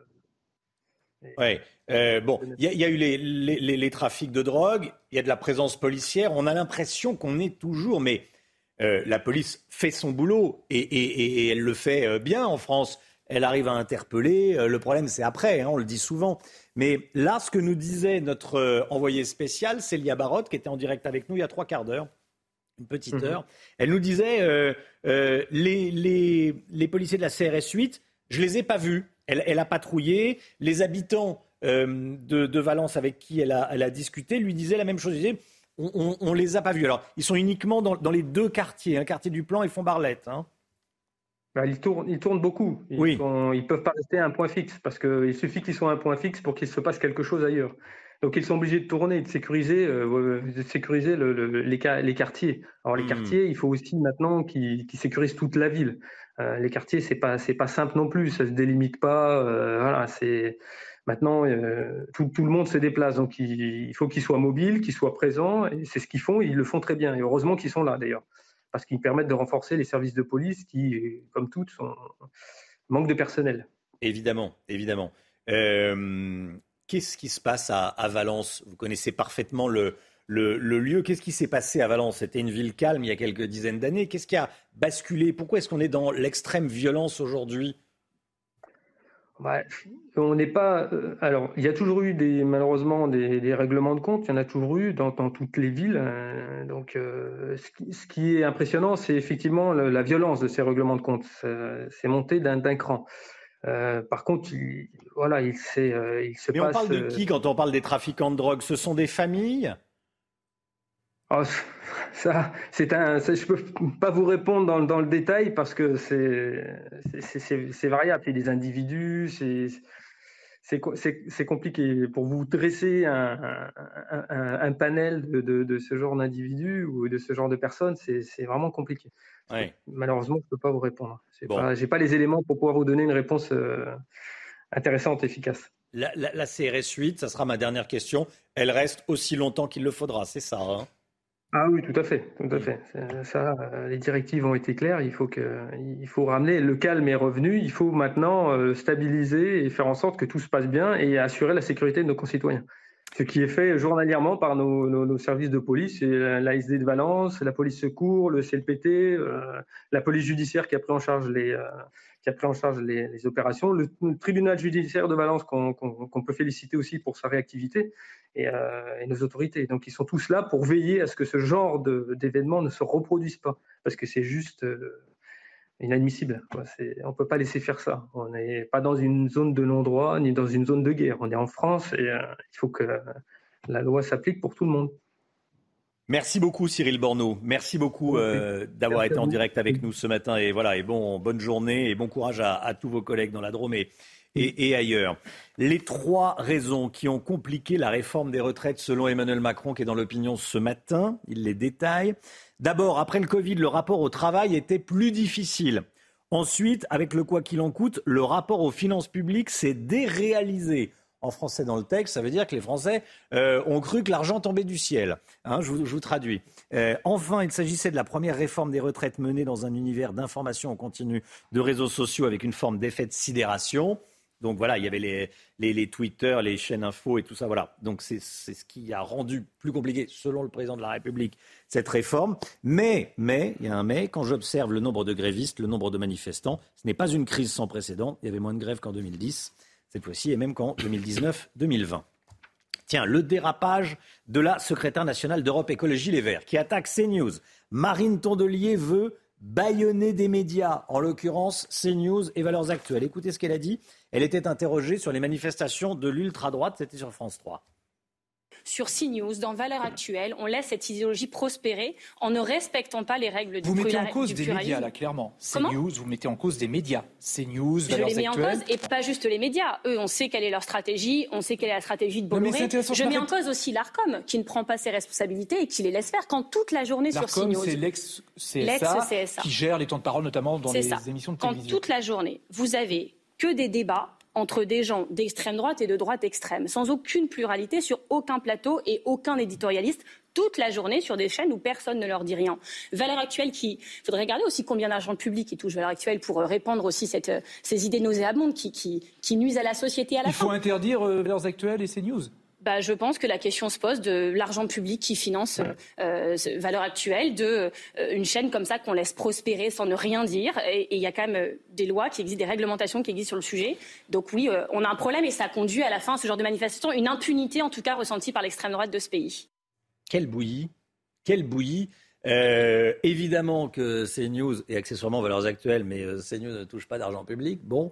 Oui, euh, bon, il y, y a eu les, les, les, les trafics de drogue, il y a de la présence policière, on a l'impression qu'on est toujours, mais euh, la police fait son boulot et, et, et elle le fait euh, bien en France, elle arrive à interpeller, euh, le problème c'est après, hein, on le dit souvent. Mais là, ce que nous disait notre euh, envoyé spécial, Célia Barotte, qui était en direct avec nous il y a trois quarts d'heure, une petite mmh. heure, elle nous disait, euh, euh, les, les, les policiers de la C R S huit, je ne les ai pas vus. Elle, elle a patrouillé. Les habitants euh, de, de Valence avec qui elle a, elle a discuté lui disaient la même chose. Ils disaient, on ne les a pas vus. Alors, ils sont uniquement dans, dans les deux quartiers, hein, quartier du Plan et Font-Barlette. Hein. Bah, ils, tournent, ils tournent beaucoup. Ils oui. ne peuvent pas rester à un point fixe parce qu'il suffit qu'ils soient à un point fixe pour qu'il se passe quelque chose ailleurs. Donc, ils sont obligés de tourner et de sécuriser, euh, de sécuriser le, le, les, les quartiers. Alors, les mmh. quartiers, il faut aussi maintenant qu'ils, qu'ils sécurisent toute la ville. Euh, les quartiers, c'est pas c'est pas simple non plus, ça se délimite pas. Euh, voilà, c'est maintenant euh, tout, tout le monde se déplace, donc il, il faut qu'ils soient mobiles, qu'ils soient présents, et c'est ce qu'ils font. Ils le font très bien, et heureusement qu'ils sont là d'ailleurs, parce qu'ils permettent de renforcer les services de police qui, comme toutes, sont, manquent de personnel. Évidemment, évidemment. Euh, qu'est-ce qui se passe à, à Valence ? Vous connaissez parfaitement le Le, le lieu. Qu'est-ce qui s'est passé à Valence ? C'était une ville calme il y a quelques dizaines d'années. Qu'est-ce qui a basculé ? Pourquoi est-ce qu'on est dans l'extrême violence aujourd'hui ? Ouais, on n'est pas. Euh, alors, il y a toujours eu des, malheureusement des, des règlements de compte. Il y en a toujours eu dans, dans toutes les villes. Euh, donc, euh, ce, qui, ce qui est impressionnant, c'est effectivement le, la violence de ces règlements de compte. C'est, c'est monté d'un, d'un cran. Euh, par contre, il, voilà, il, euh, il se Mais passe. on parle de qui quand on parle des trafiquants de drogue? Ce sont des familles? Oh, ça, c'est un, ça, je peux pas vous répondre dans, dans le détail parce que c'est, c'est, c'est, c'est variable. Il y a des individus, c'est, c'est, c'est, c'est compliqué. Pour vous dresser un, un, un, un panel de, de, de ce genre d'individus ou de ce genre de personnes, c'est, c'est vraiment compliqué. Ouais. Malheureusement, je peux pas vous répondre. C'est bon. pas, j'ai pas les éléments pour pouvoir vous donner une réponse euh, intéressante, efficace. La, la, la C R S huit, ça sera ma dernière question. Elle reste aussi longtemps qu'il le faudra, c'est ça, hein? Ah oui, tout à fait, tout à fait. Ça, les directives ont été claires. Il faut que, il faut ramener le calme est revenu. Il faut maintenant stabiliser et faire en sorte que tout se passe bien et assurer la sécurité de nos concitoyens. Ce qui est fait journalièrement par nos, nos, nos services de police, c'est l'A S D de Valence, la police secours, le C L P T, euh, la police judiciaire qui a pris en charge les, euh, qui a pris en charge les, les opérations, le, le tribunal judiciaire de Valence qu'on, qu'on, qu'on peut féliciter aussi pour sa réactivité. Et, euh, et nos autorités. Donc, ils sont tous là pour veiller à ce que ce genre de, d'événements ne se reproduise pas, parce que c'est juste euh, inadmissible. Quoi. C'est, on ne peut pas laisser faire ça. On n'est pas dans une zone de non-droit, ni dans une zone de guerre. On est en France et euh, il faut que la loi s'applique pour tout le monde. Merci beaucoup Cyril Borneau. Merci beaucoup euh, d'avoir Merci été en direct avec nous ce matin. Et voilà, et bon, bonne journée et bon courage à, à tous vos collègues dans la Drôme et Et, et ailleurs. Les trois raisons qui ont compliqué la réforme des retraites selon Emmanuel Macron qui est dans l'opinion ce matin, il les détaille. D'abord, après le Covid, le rapport au travail était plus difficile. Ensuite, avec le quoi qu'il en coûte, le rapport aux finances publiques s'est déréalisé. En français dans le texte, ça veut dire que les Français euh, ont cru que l'argent tombait du ciel. Hein, je, vous, je vous traduis. Euh, enfin, il s'agissait de la première réforme des retraites menée dans un univers d'information en continu de réseaux sociaux avec une forme d'effet de sidération. Donc voilà, il y avait les, les, les Twitter, les chaînes info et tout ça. Voilà. Donc c'est, c'est ce qui a rendu plus compliqué, selon le président de la République, cette réforme. Mais, mais, il y a un mais, quand j'observe le nombre de grévistes, le nombre de manifestants, ce n'est pas une crise sans précédent. Il y avait moins de grèves qu'en deux mille dix, cette fois-ci, et même qu'en deux mille dix-neuf deux mille vingt. Tiens, le dérapage de la secrétaire nationale d'Europe Écologie Les Verts, qui attaque CNews. Marine Tondelier veut bâillonner des médias, en l'occurrence CNews et Valeurs Actuelles. Écoutez ce qu'elle a dit. Elle était interrogée sur les manifestations de l'ultra-droite, c'était sur France trois. Sur CNews, dans Valeurs Actuelles, on laisse cette idéologie prospérer en ne respectant pas les règles du pluralisme. Vous mettez en cause des médias, là, clairement. CNews, vous mettez en cause des médias. CNews, Valeurs Actuelles. Je les mets en cause, et pas juste les médias. Eux, on sait quelle est leur stratégie, on sait quelle est la stratégie de Bolloré. Je mets en cause aussi l'Arcom, qui ne prend pas ses responsabilités et qui les laisse faire quand toute la journée sur CNews. L'Arcom, c'est l'ex-C S A, l'ex-C S A qui gère les temps de parole, notamment dans les ça. émissions de quand télévision. Quand toute la journée, vous avez que des débats entre des gens d'extrême droite et de droite extrême, sans aucune pluralité sur aucun plateau et aucun éditorialiste, toute la journée sur des chaînes où personne ne leur dit rien. Valeurs Actuelles, qui, il faudrait regarder aussi combien d'argent public qui touche Valeurs Actuelles pour répandre aussi cette, ces idées nauséabondes qui, qui, qui nuisent à la société à la il fin. Il faut interdire euh, Valeurs Actuelles et CNews. Bah, je pense que la question se pose de l'argent public qui finance euh, Valeurs Actuelles, de euh, une chaîne comme ça qu'on laisse prospérer sans ne rien dire. Et il y a quand même euh, des lois qui existent, des réglementations qui existent sur le sujet. Donc oui, euh, on a un problème et ça conduit à la fin à ce genre de manifestation, une impunité en tout cas ressentie par l'extrême droite de ce pays. Quelle bouillie, quelle bouillie. Euh, évidemment que CNews et accessoirement Valeurs Actuelles, mais euh, CNews ne touche pas d'argent public. Bon,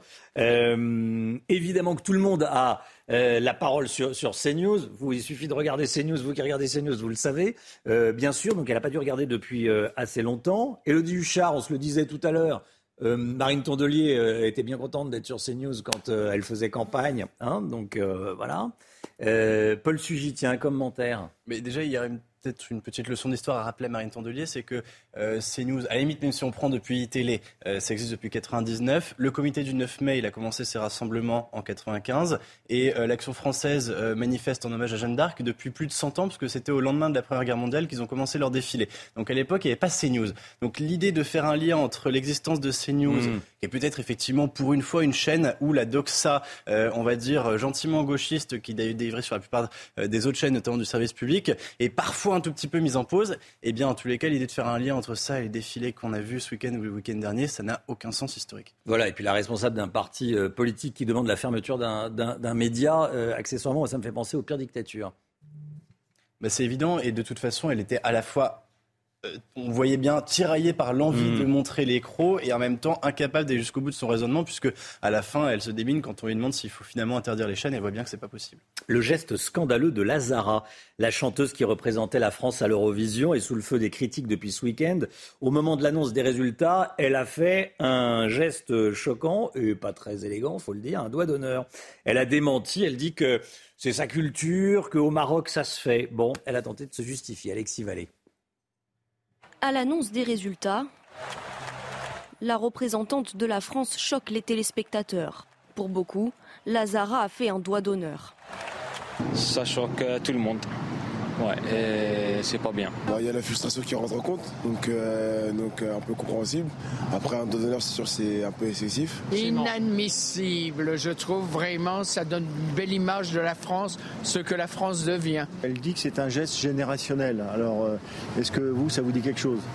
euh, évidemment que tout le monde a euh, la parole sur, sur CNews. Vous, il suffit de regarder CNews, vous qui regardez CNews, vous le savez, euh, bien sûr. Donc elle n'a pas dû regarder depuis euh, assez longtemps. Élodie Huchard, on se le disait tout à l'heure. Euh, Marine Tondelier euh, était bien contente d'être sur CNews quand euh, elle faisait campagne. Hein, donc euh, voilà. Euh, Paul Sugy, tiens, un commentaire. Mais déjà, il y a une peut-être une petite leçon d'histoire à rappeler à Marine Tondelier, c'est que euh, CNews, à la limite, même si on prend depuis iTélé, euh, ça existe depuis quatre-vingt-dix-neuf. Le comité du neuf mai, il a commencé ses rassemblements en quatre-vingt-quinze. Et euh, l'Action française euh, manifeste en hommage à Jeanne d'Arc depuis plus de cent ans, parce que c'était au lendemain de la Première Guerre mondiale qu'ils ont commencé leur défilé. Donc à l'époque, il n'y avait pas CNews. Donc l'idée de faire un lien entre l'existence de CNews, mmh. et peut-être effectivement pour une fois une chaîne où la doxa, euh, on va dire gentiment gauchiste, qui d'ailleurs dériverait sur la plupart euh, des autres chaînes, notamment du service public, et parfois un tout petit peu mise en pause, et eh bien en tous les cas l'idée de faire un lien entre ça et les défilés qu'on a vus ce week-end ou le week-end dernier, ça n'a aucun sens historique. Voilà, et puis la responsable d'un parti euh, politique qui demande la fermeture d'un, d'un, d'un média, euh, accessoirement, ça me fait penser aux pires dictatures. Bah, c'est évident, et de toute façon, elle était à la fois... Euh, on voyait bien tiraillée par l'envie mmh. de montrer les crocs et en même temps incapable d'aller jusqu'au bout de son raisonnement, puisque à la fin, elle se débine quand on lui demande s'il faut finalement interdire les chaînes. Elle voit bien que c'est pas possible. Le geste scandaleux de Lazara, la chanteuse qui représentait la France à l'Eurovision, est sous le feu des critiques depuis ce week-end. Au moment de l'annonce des résultats, elle a fait un geste choquant et pas très élégant, faut le dire, un doigt d'honneur. Elle a démenti, elle dit que c'est sa culture, qu'au Maroc ça se fait. Bon, elle a tenté de se justifier. Alexis Vallée. À l'annonce des résultats, la représentante de la France choque les téléspectateurs. Pour beaucoup, Lazara a fait un doigt d'honneur. Ça choque tout le monde. Ouais, et c'est pas bien. Il y a la frustration qui rentre en compte, donc, euh, donc euh, un peu compréhensible. Après, un doigt d'honneur, c'est sûr, c'est un peu excessif. Inadmissible, je trouve vraiment, ça donne une belle image de la France, ce que la France devient. Elle dit que c'est un geste générationnel. Alors, euh, est-ce que vous, ça vous dit quelque chose?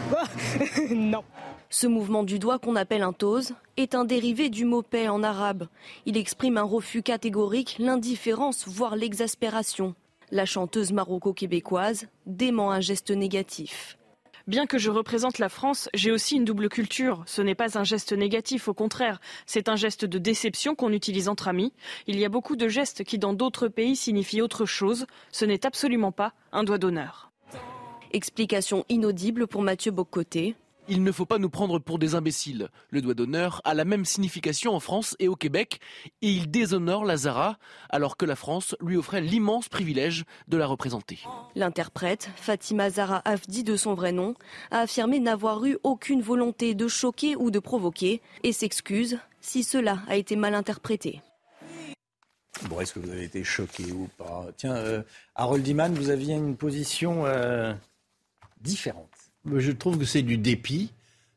Non. Ce mouvement du doigt qu'on appelle un tose est un dérivé du mot paix en arabe. Il exprime un refus catégorique, l'indifférence, voire l'exaspération. La chanteuse maroco-québécoise dément un geste négatif. Bien que je représente la France, j'ai aussi une double culture. Ce n'est pas un geste négatif, au contraire. C'est un geste de déception qu'on utilise entre amis. Il y a beaucoup de gestes qui, dans d'autres pays, signifient autre chose. Ce n'est absolument pas un doigt d'honneur. Explication inaudible pour Mathieu Bocoté. Il ne faut pas nous prendre pour des imbéciles. Le doigt d'honneur a la même signification en France et au Québec, et il déshonore Lazara, alors que la France lui offrait l'immense privilège de la représenter. L'interprète, Fatima Zahra Afdi de son vrai nom, a affirmé n'avoir eu aucune volonté de choquer ou de provoquer, et s'excuse si cela a été mal interprété. Bon, est-ce que vous avez été choqué ou pas? Tiens, euh, Harold Iman, vous aviez une position euh, différente. Je trouve que c'est du dépit.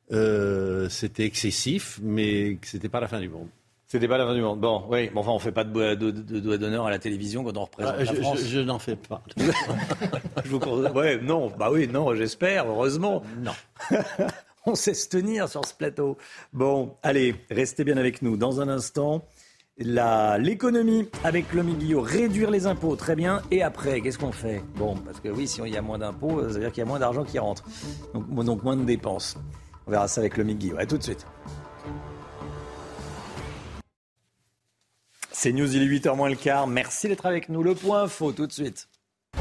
Euh, c'était excessif, mais que c'était pas la fin du monde. C'était pas la fin du monde. Bon, oui. Bon, enfin, on fait pas de doigt de, de, de d'honneur à la télévision quand on représente ah, la je, France. Je, je n'en fais pas. je vous conseille. Ouais, non. Bah oui, non. J'espère. Heureusement. Non. On sait se tenir sur ce plateau. Bon, allez, restez bien avec nous. Dans un instant, la, l'économie avec Lomi Guillot, réduire les impôts, très bien. Et après, qu'est-ce qu'on fait? Bon, parce que oui, si il y a moins d'impôts, ça veut dire qu'il y a moins d'argent qui rentre. Donc, donc moins de dépenses. On verra ça avec Lomi Guillot. À tout de suite. C'est News, il est huit heures moins le quart. Merci d'être avec nous. Le point info, tout de suite.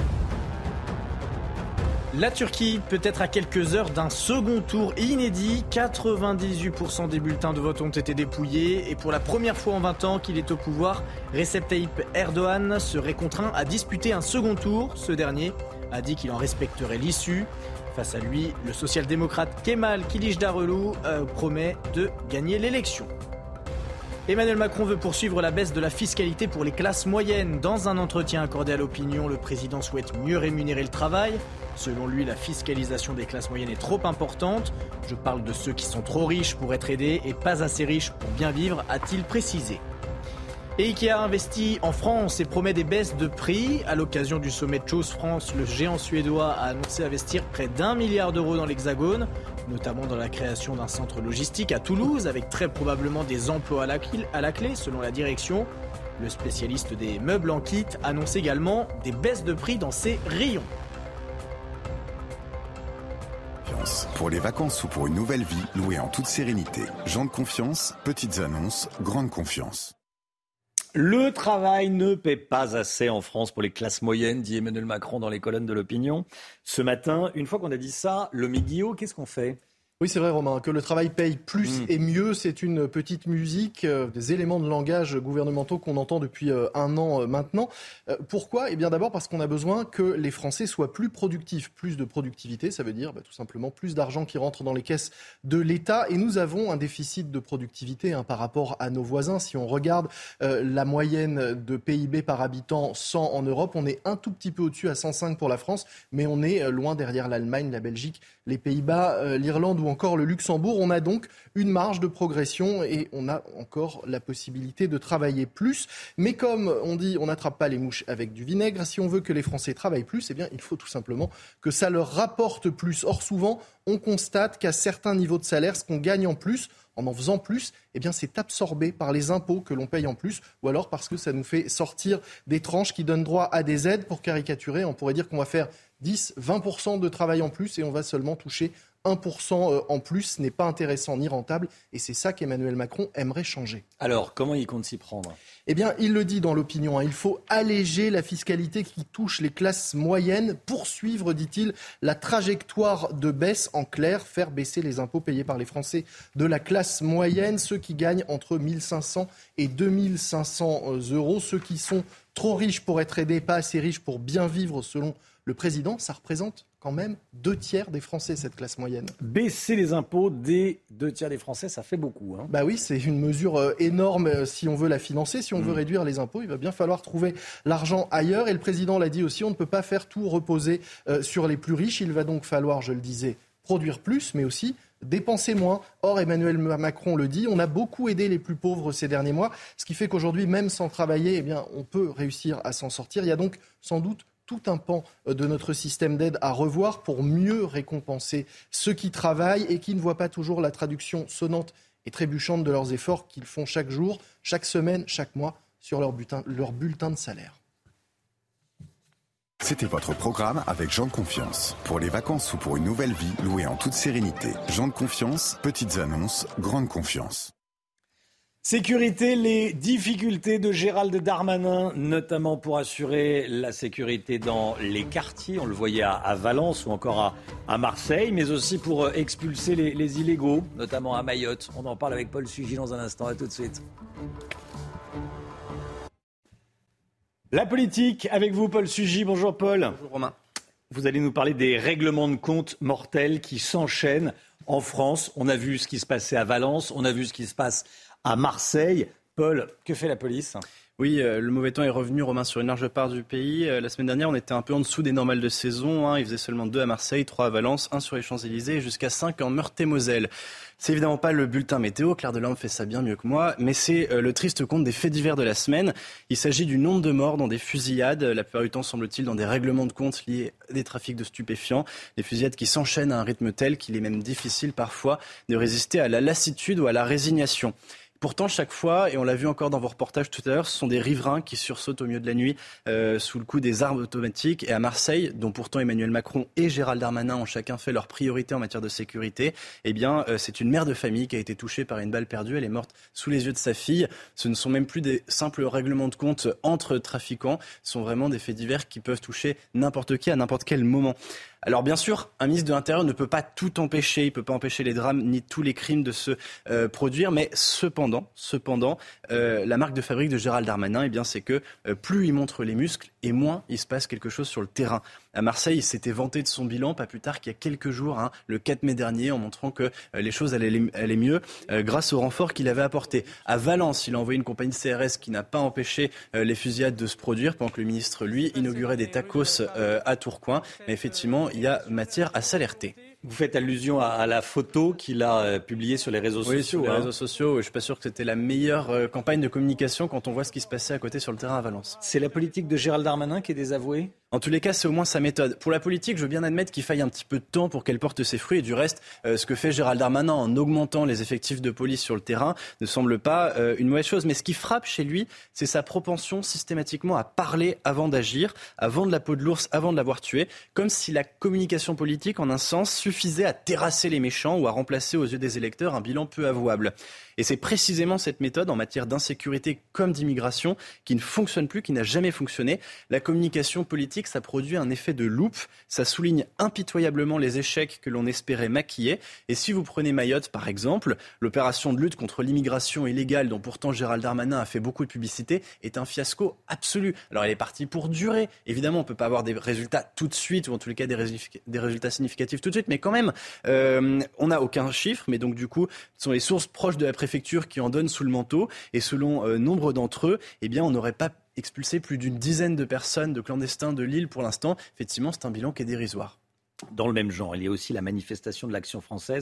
La Turquie peut être à quelques heures d'un second tour inédit. quatre-vingt-dix-huit pour cent des bulletins de vote ont été dépouillés. Et pour la première fois en vingt ans qu'il est au pouvoir, Recep Tayyip Erdogan serait contraint à disputer un second tour. Ce dernier a dit qu'il en respecterait l'issue. Face à lui, le social-démocrate Kemal Kılıçdaroğlu euh, promet de gagner l'élection. Emmanuel Macron veut poursuivre la baisse de la fiscalité pour les classes moyennes. Dans un entretien accordé à l'opinion, le président souhaite mieux rémunérer le travail. Selon lui, la fiscalisation des classes moyennes est trop importante. Je parle de ceux qui sont trop riches pour être aidés et pas assez riches pour bien vivre, a-t-il précisé. Et Ikea investit en France et promet des baisses de prix. À l'occasion du sommet de Chose France, le géant suédois a annoncé investir près d'un milliard d'euros dans l'Hexagone, notamment dans la création d'un centre logistique à Toulouse, avec très probablement des emplois à la clé, à la clé selon la direction. Le spécialiste des meubles en kit annonce également des baisses de prix dans ses rayons. Pour les vacances ou pour une nouvelle vie, louée en toute sérénité. Gens de confiance, petites annonces, grande confiance. Le travail ne paie pas assez en France pour les classes moyennes, dit Emmanuel Macron dans les colonnes de l'opinion. Ce matin, une fois qu'on a dit ça, Lomi Guillot, qu'est-ce qu'on fait ? Oui, c'est vrai, Romain, que le travail paye plus mmh. et mieux, c'est une petite musique, euh, des éléments de langage gouvernementaux qu'on entend depuis euh, un an euh, maintenant. Euh, pourquoi ? Eh bien d'abord parce qu'on a besoin que les Français soient plus productifs. Plus de productivité, ça veut dire bah, tout simplement plus d'argent qui rentre dans les caisses de l'État. Et nous avons un déficit de productivité hein, par rapport à nos voisins. Si on regarde euh, la moyenne de P I B par habitant cent en Europe, on est un tout petit peu au-dessus à cent cinq pour la France, mais on est euh, loin derrière l'Allemagne, la Belgique, les Pays-Bas, euh, l'Irlande ou ou encore le Luxembourg. On a donc une marge de progression et on a encore la possibilité de travailler plus. Mais comme on dit, on n'attrape pas les mouches avec du vinaigre. Si on veut que les Français travaillent plus, eh bien, il faut tout simplement que ça leur rapporte plus. Or, souvent, on constate qu'à certains niveaux de salaire, ce qu'on gagne en plus, en en faisant plus, eh bien, c'est absorbé par les impôts que l'on paye en plus, ou alors parce que ça nous fait sortir des tranches qui donnent droit à des aides. Pour caricaturer, on pourrait dire qu'on va faire dix à vingt pour cent de travail en plus et on va seulement toucher un pour cent en plus. Ce n'est pas intéressant ni rentable et c'est ça qu'Emmanuel Macron aimerait changer. Alors, comment il compte s'y prendre ? Eh bien, il le dit dans l'opinion, hein, il faut alléger la fiscalité qui touche les classes moyennes, poursuivre, dit-il, la trajectoire de baisse, en clair, faire baisser les impôts payés par les Français de la classe moyenne, ceux qui gagnent entre mille cinq cents et deux mille cinq cents euros, ceux qui sont trop riches pour être aidés, pas assez riches pour bien vivre selon le président, ça représente quand même deux tiers des Français, cette classe moyenne. Baisser les impôts des deux tiers des Français, ça fait beaucoup. Hein. Bah oui, c'est une mesure euh, énorme euh, si on veut la financer. Si on mmh. veut réduire les impôts, il va bien falloir trouver l'argent ailleurs. Et le président l'a dit aussi, on ne peut pas faire tout reposer euh, sur les plus riches. Il va donc falloir, je le disais, produire plus, mais aussi dépenser moins. Or, Emmanuel Macron le dit, on a beaucoup aidé les plus pauvres ces derniers mois, ce qui fait qu'aujourd'hui, même sans travailler, eh bien, on peut réussir à s'en sortir. Il y a donc sans doute tout un pan de notre système d'aide à revoir pour mieux récompenser ceux qui travaillent et qui ne voient pas toujours la traduction sonnante et trébuchante de leurs efforts qu'ils font chaque jour, chaque semaine, chaque mois sur leur bulletin, leur bulletin de salaire. C'était votre programme avec Jean de Confiance. Pour les vacances ou pour une nouvelle vie, louée en toute sérénité. Jean de Confiance, petites annonces, grande confiance. Sécurité, les difficultés de Gérald Darmanin, notamment pour assurer la sécurité dans les quartiers. On le voyait à, à Valence ou encore à, à Marseille, mais aussi pour expulser les, les illégaux, notamment à Mayotte. On en parle avec Paul Sugy dans un instant. À tout de suite. La politique, avec vous, Paul Sugy. Bonjour, Paul. Bonjour, Romain. Vous allez nous parler des règlements de compte mortels qui s'enchaînent en France. On a vu ce qui se passait à Valence, on a vu ce qui se passe à Marseille. Paul, que fait la police ? Oui, euh, le mauvais temps est revenu, Romain, sur une large part du pays. Euh, la semaine dernière, on était un peu en dessous des normales de saison. Hein. Il faisait seulement deux à Marseille, trois à Valence, un sur les Champs-Élysées et jusqu'à cinq en Meurthe-et-Moselle. C'est évidemment pas le bulletin météo, Claire Delorme fait ça bien mieux que moi, mais c'est euh, le triste compte des faits divers de la semaine. Il s'agit du nombre de morts dans des fusillades, la plupart du temps semble-t-il dans des règlements de compte liés à des trafics de stupéfiants. Des fusillades qui s'enchaînent à un rythme tel qu'il est même difficile parfois de résister à la lassitude ou à la résignation. Pourtant, chaque fois, et on l'a vu encore dans vos reportages tout à l'heure, ce sont des riverains qui sursautent au milieu de la nuit euh, sous le coup des armes automatiques. Et à Marseille, dont pourtant Emmanuel Macron et Gérald Darmanin ont chacun fait leur priorité en matière de sécurité, eh bien, euh, c'est une mère de famille qui a été touchée par une balle perdue. Elle est morte sous les yeux de sa fille. Ce ne sont même plus des simples règlements de compte entre trafiquants. Ce sont vraiment des faits divers qui peuvent toucher n'importe qui à n'importe quel moment. Alors bien sûr, un ministre de l'Intérieur ne peut pas tout empêcher, il ne peut pas empêcher les drames ni tous les crimes de se euh, produire, mais cependant, cependant euh, la marque de fabrique de Gérald Darmanin, eh bien, c'est que euh, plus il montre les muscles et moins il se passe quelque chose sur le terrain. À Marseille, il s'était vanté de son bilan, pas plus tard qu'il y a quelques jours, hein, le quatre mai dernier, en montrant que euh, les choses allaient, allaient mieux euh, grâce au renfort qu'il avait apporté. À Valence, il a envoyé une compagnie de C R S qui n'a pas empêché euh, les fusillades de se produire, pendant que le ministre, lui, inaugurait des tacos euh, à Tourcoing. Mais effectivement, il y a matière à s'alerter. Vous faites allusion à, à la photo qu'il a euh, publiée sur les réseaux oui, sociaux. sur les hein. réseaux sociaux. Je ne suis pas sûr que c'était la meilleure euh, campagne de communication quand on voit ce qui se passait à côté sur le terrain à Valence. C'est la politique de Gérald Darmanin qui est désavouée ? En tous les cas, c'est au moins sa méthode. Pour la politique, je veux bien admettre qu'il faille un petit peu de temps pour qu'elle porte ses fruits. Et du reste, euh, ce que fait Gérald Darmanin en augmentant les effectifs de police sur le terrain ne semble pas euh, une mauvaise chose. Mais ce qui frappe chez lui, c'est sa propension systématiquement à parler avant d'agir, à vendre la peau de l'ours avant de l'avoir tué, comme si la communication politique, en un sens, suffisait à terrasser les méchants ou à remplacer aux yeux des électeurs un bilan peu avouable. Et c'est précisément cette méthode en matière d'insécurité comme d'immigration qui ne fonctionne plus, qui n'a jamais fonctionné. La communication politique, ça produit un effet de loupe, ça souligne impitoyablement les échecs que l'on espérait maquiller. Et si vous prenez Mayotte par exemple, l'opération de lutte contre l'immigration illégale dont pourtant Gérald Darmanin a fait beaucoup de publicité est un fiasco absolu. Alors elle est partie pour durer. Évidemment, on ne peut pas avoir des résultats tout de suite ou en tous les cas des, résif- des résultats significatifs tout de suite, mais quand même, euh, on n'a aucun chiffre, mais donc du coup, ce sont les sources proches de la préfecture qui en donnent sous le manteau et selon euh, nombre d'entre eux, eh bien on n'aurait pas expulsé plus d'une dizaine de personnes, de clandestins de l'île pour l'instant. Effectivement, c'est un bilan qui est dérisoire. Dans le même genre, il y a aussi la manifestation de l'Action française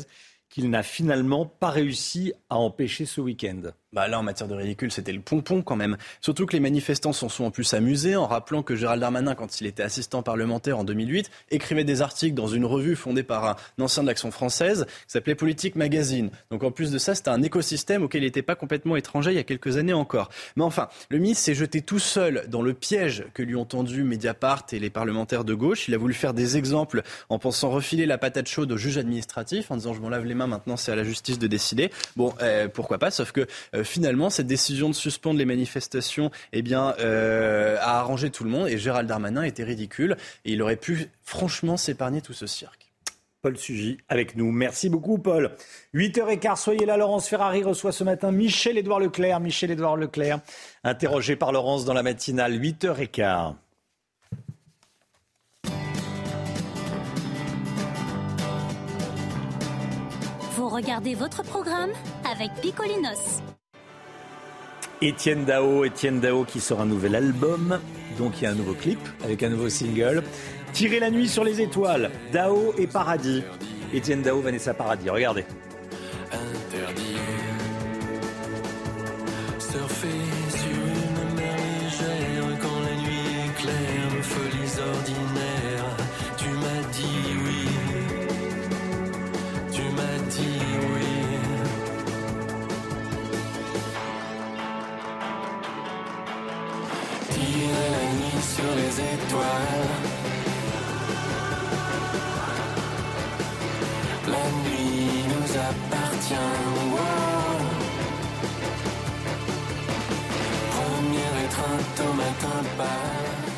qu'il n'a finalement pas réussi à empêcher ce week-end. Bah là, en matière de ridicule, c'était le pompon quand même. Surtout que les manifestants s'en sont en plus amusés en rappelant que Gérald Darmanin, quand il était assistant parlementaire en deux mille huit, écrivait des articles dans une revue fondée par un ancien de l'Action française qui s'appelait Politique Magazine. Donc en plus de ça, c'était un écosystème auquel il n'était pas complètement étranger il y a quelques années encore. Mais enfin, le ministre s'est jeté tout seul dans le piège que lui ont tendu Mediapart et les parlementaires de gauche. Il a voulu faire des exemples en pensant refiler la patate chaude au juge administratif en disant je m'en lave les mains, maintenant c'est à la justice de décider. Bon, euh, pourquoi pas, sauf que euh, finalement, cette décision de suspendre les manifestations eh bien, euh, a arrangé tout le monde et Gérald Darmanin était ridicule et il aurait pu franchement s'épargner tout ce cirque. Paul Sugy avec nous. Merci beaucoup, Paul. huit heures quinze, soyez là. Laurence Ferrari reçoit ce matin Michel-Édouard Leclerc. Michel-Édouard Leclerc, interrogé par Laurence dans la matinale, huit heures quinze. Vous regardez votre programme avec Picolinos. Étienne Dao, Étienne Dao qui sort un nouvel album, donc il y a un nouveau clip avec un nouveau single. Tirer la nuit sur les étoiles, Dao et Paradis. Étienne Dao, Vanessa Paradis, regardez. Interdit. Surfer sur une mer légère quand la nuit est claire, nos folies ordinaires. Tu m'as dit oui. Tu m'as dit oui. Tirer la nuit sur les étoiles. La nuit nous appartient. Wow. Première étreinte au matin pâle.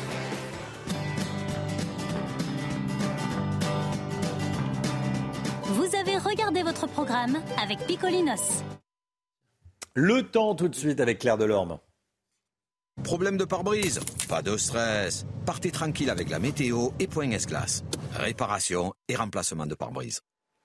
Vous avez regardé votre programme avec Picolinos. Le temps tout de suite avec Claire Delorme. Problème de pare-brise? Pas de stress. Partez tranquille avec la météo et Point S-Glace. Réparation et remplacement de pare-brise.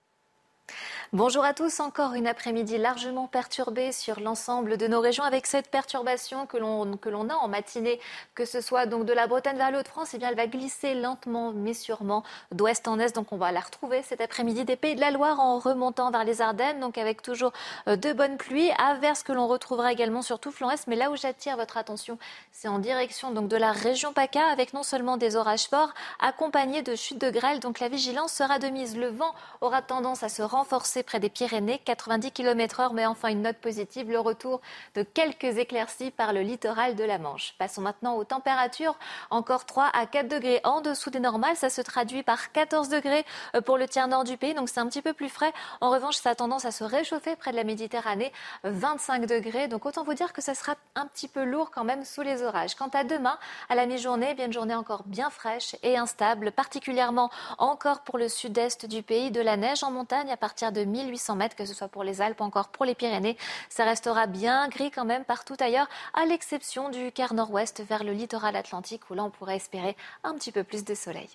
Bonjour à tous, encore une après-midi largement perturbée sur l'ensemble de nos régions avec cette perturbation que l'on, que l'on a en matinée, que ce soit donc de la Bretagne vers le Hauts-de-France, eh bien elle va glisser lentement mais sûrement d'ouest en est, donc on va la retrouver cet après-midi des Pays de la Loire en remontant vers les Ardennes, donc avec toujours de bonnes pluies, averses que l'on retrouvera également sur tout flanc est, mais là où j'attire votre attention, c'est en direction donc de la région PACA avec non seulement des orages forts accompagnés de chutes de grêle, donc la vigilance sera de mise. Le vent aura tendance à se renforcer près des Pyrénées, quatre-vingt-dix kilomètres heure, mais enfin une note positive, le retour de quelques éclaircies par le littoral de la Manche. Passons maintenant aux températures, encore trois à quatre degrés en dessous des normales, ça se traduit par quatorze degrés pour le tiers nord du pays, donc c'est un petit peu plus frais. En revanche, ça a tendance à se réchauffer près de la Méditerranée, vingt-cinq degrés, donc autant vous dire que ça sera un petit peu lourd quand même sous les orages. Quant à demain, à la mi-journée, eh bien une journée encore bien fraîche et instable, particulièrement encore pour le sud-est du pays, de la neige en montagne à partir de mille huit cents mètres, que ce soit pour les Alpes, encore pour les Pyrénées. Ça restera bien gris quand même partout ailleurs, à l'exception du quart nord-ouest vers le littoral atlantique où là on pourrait espérer un petit peu plus de soleil.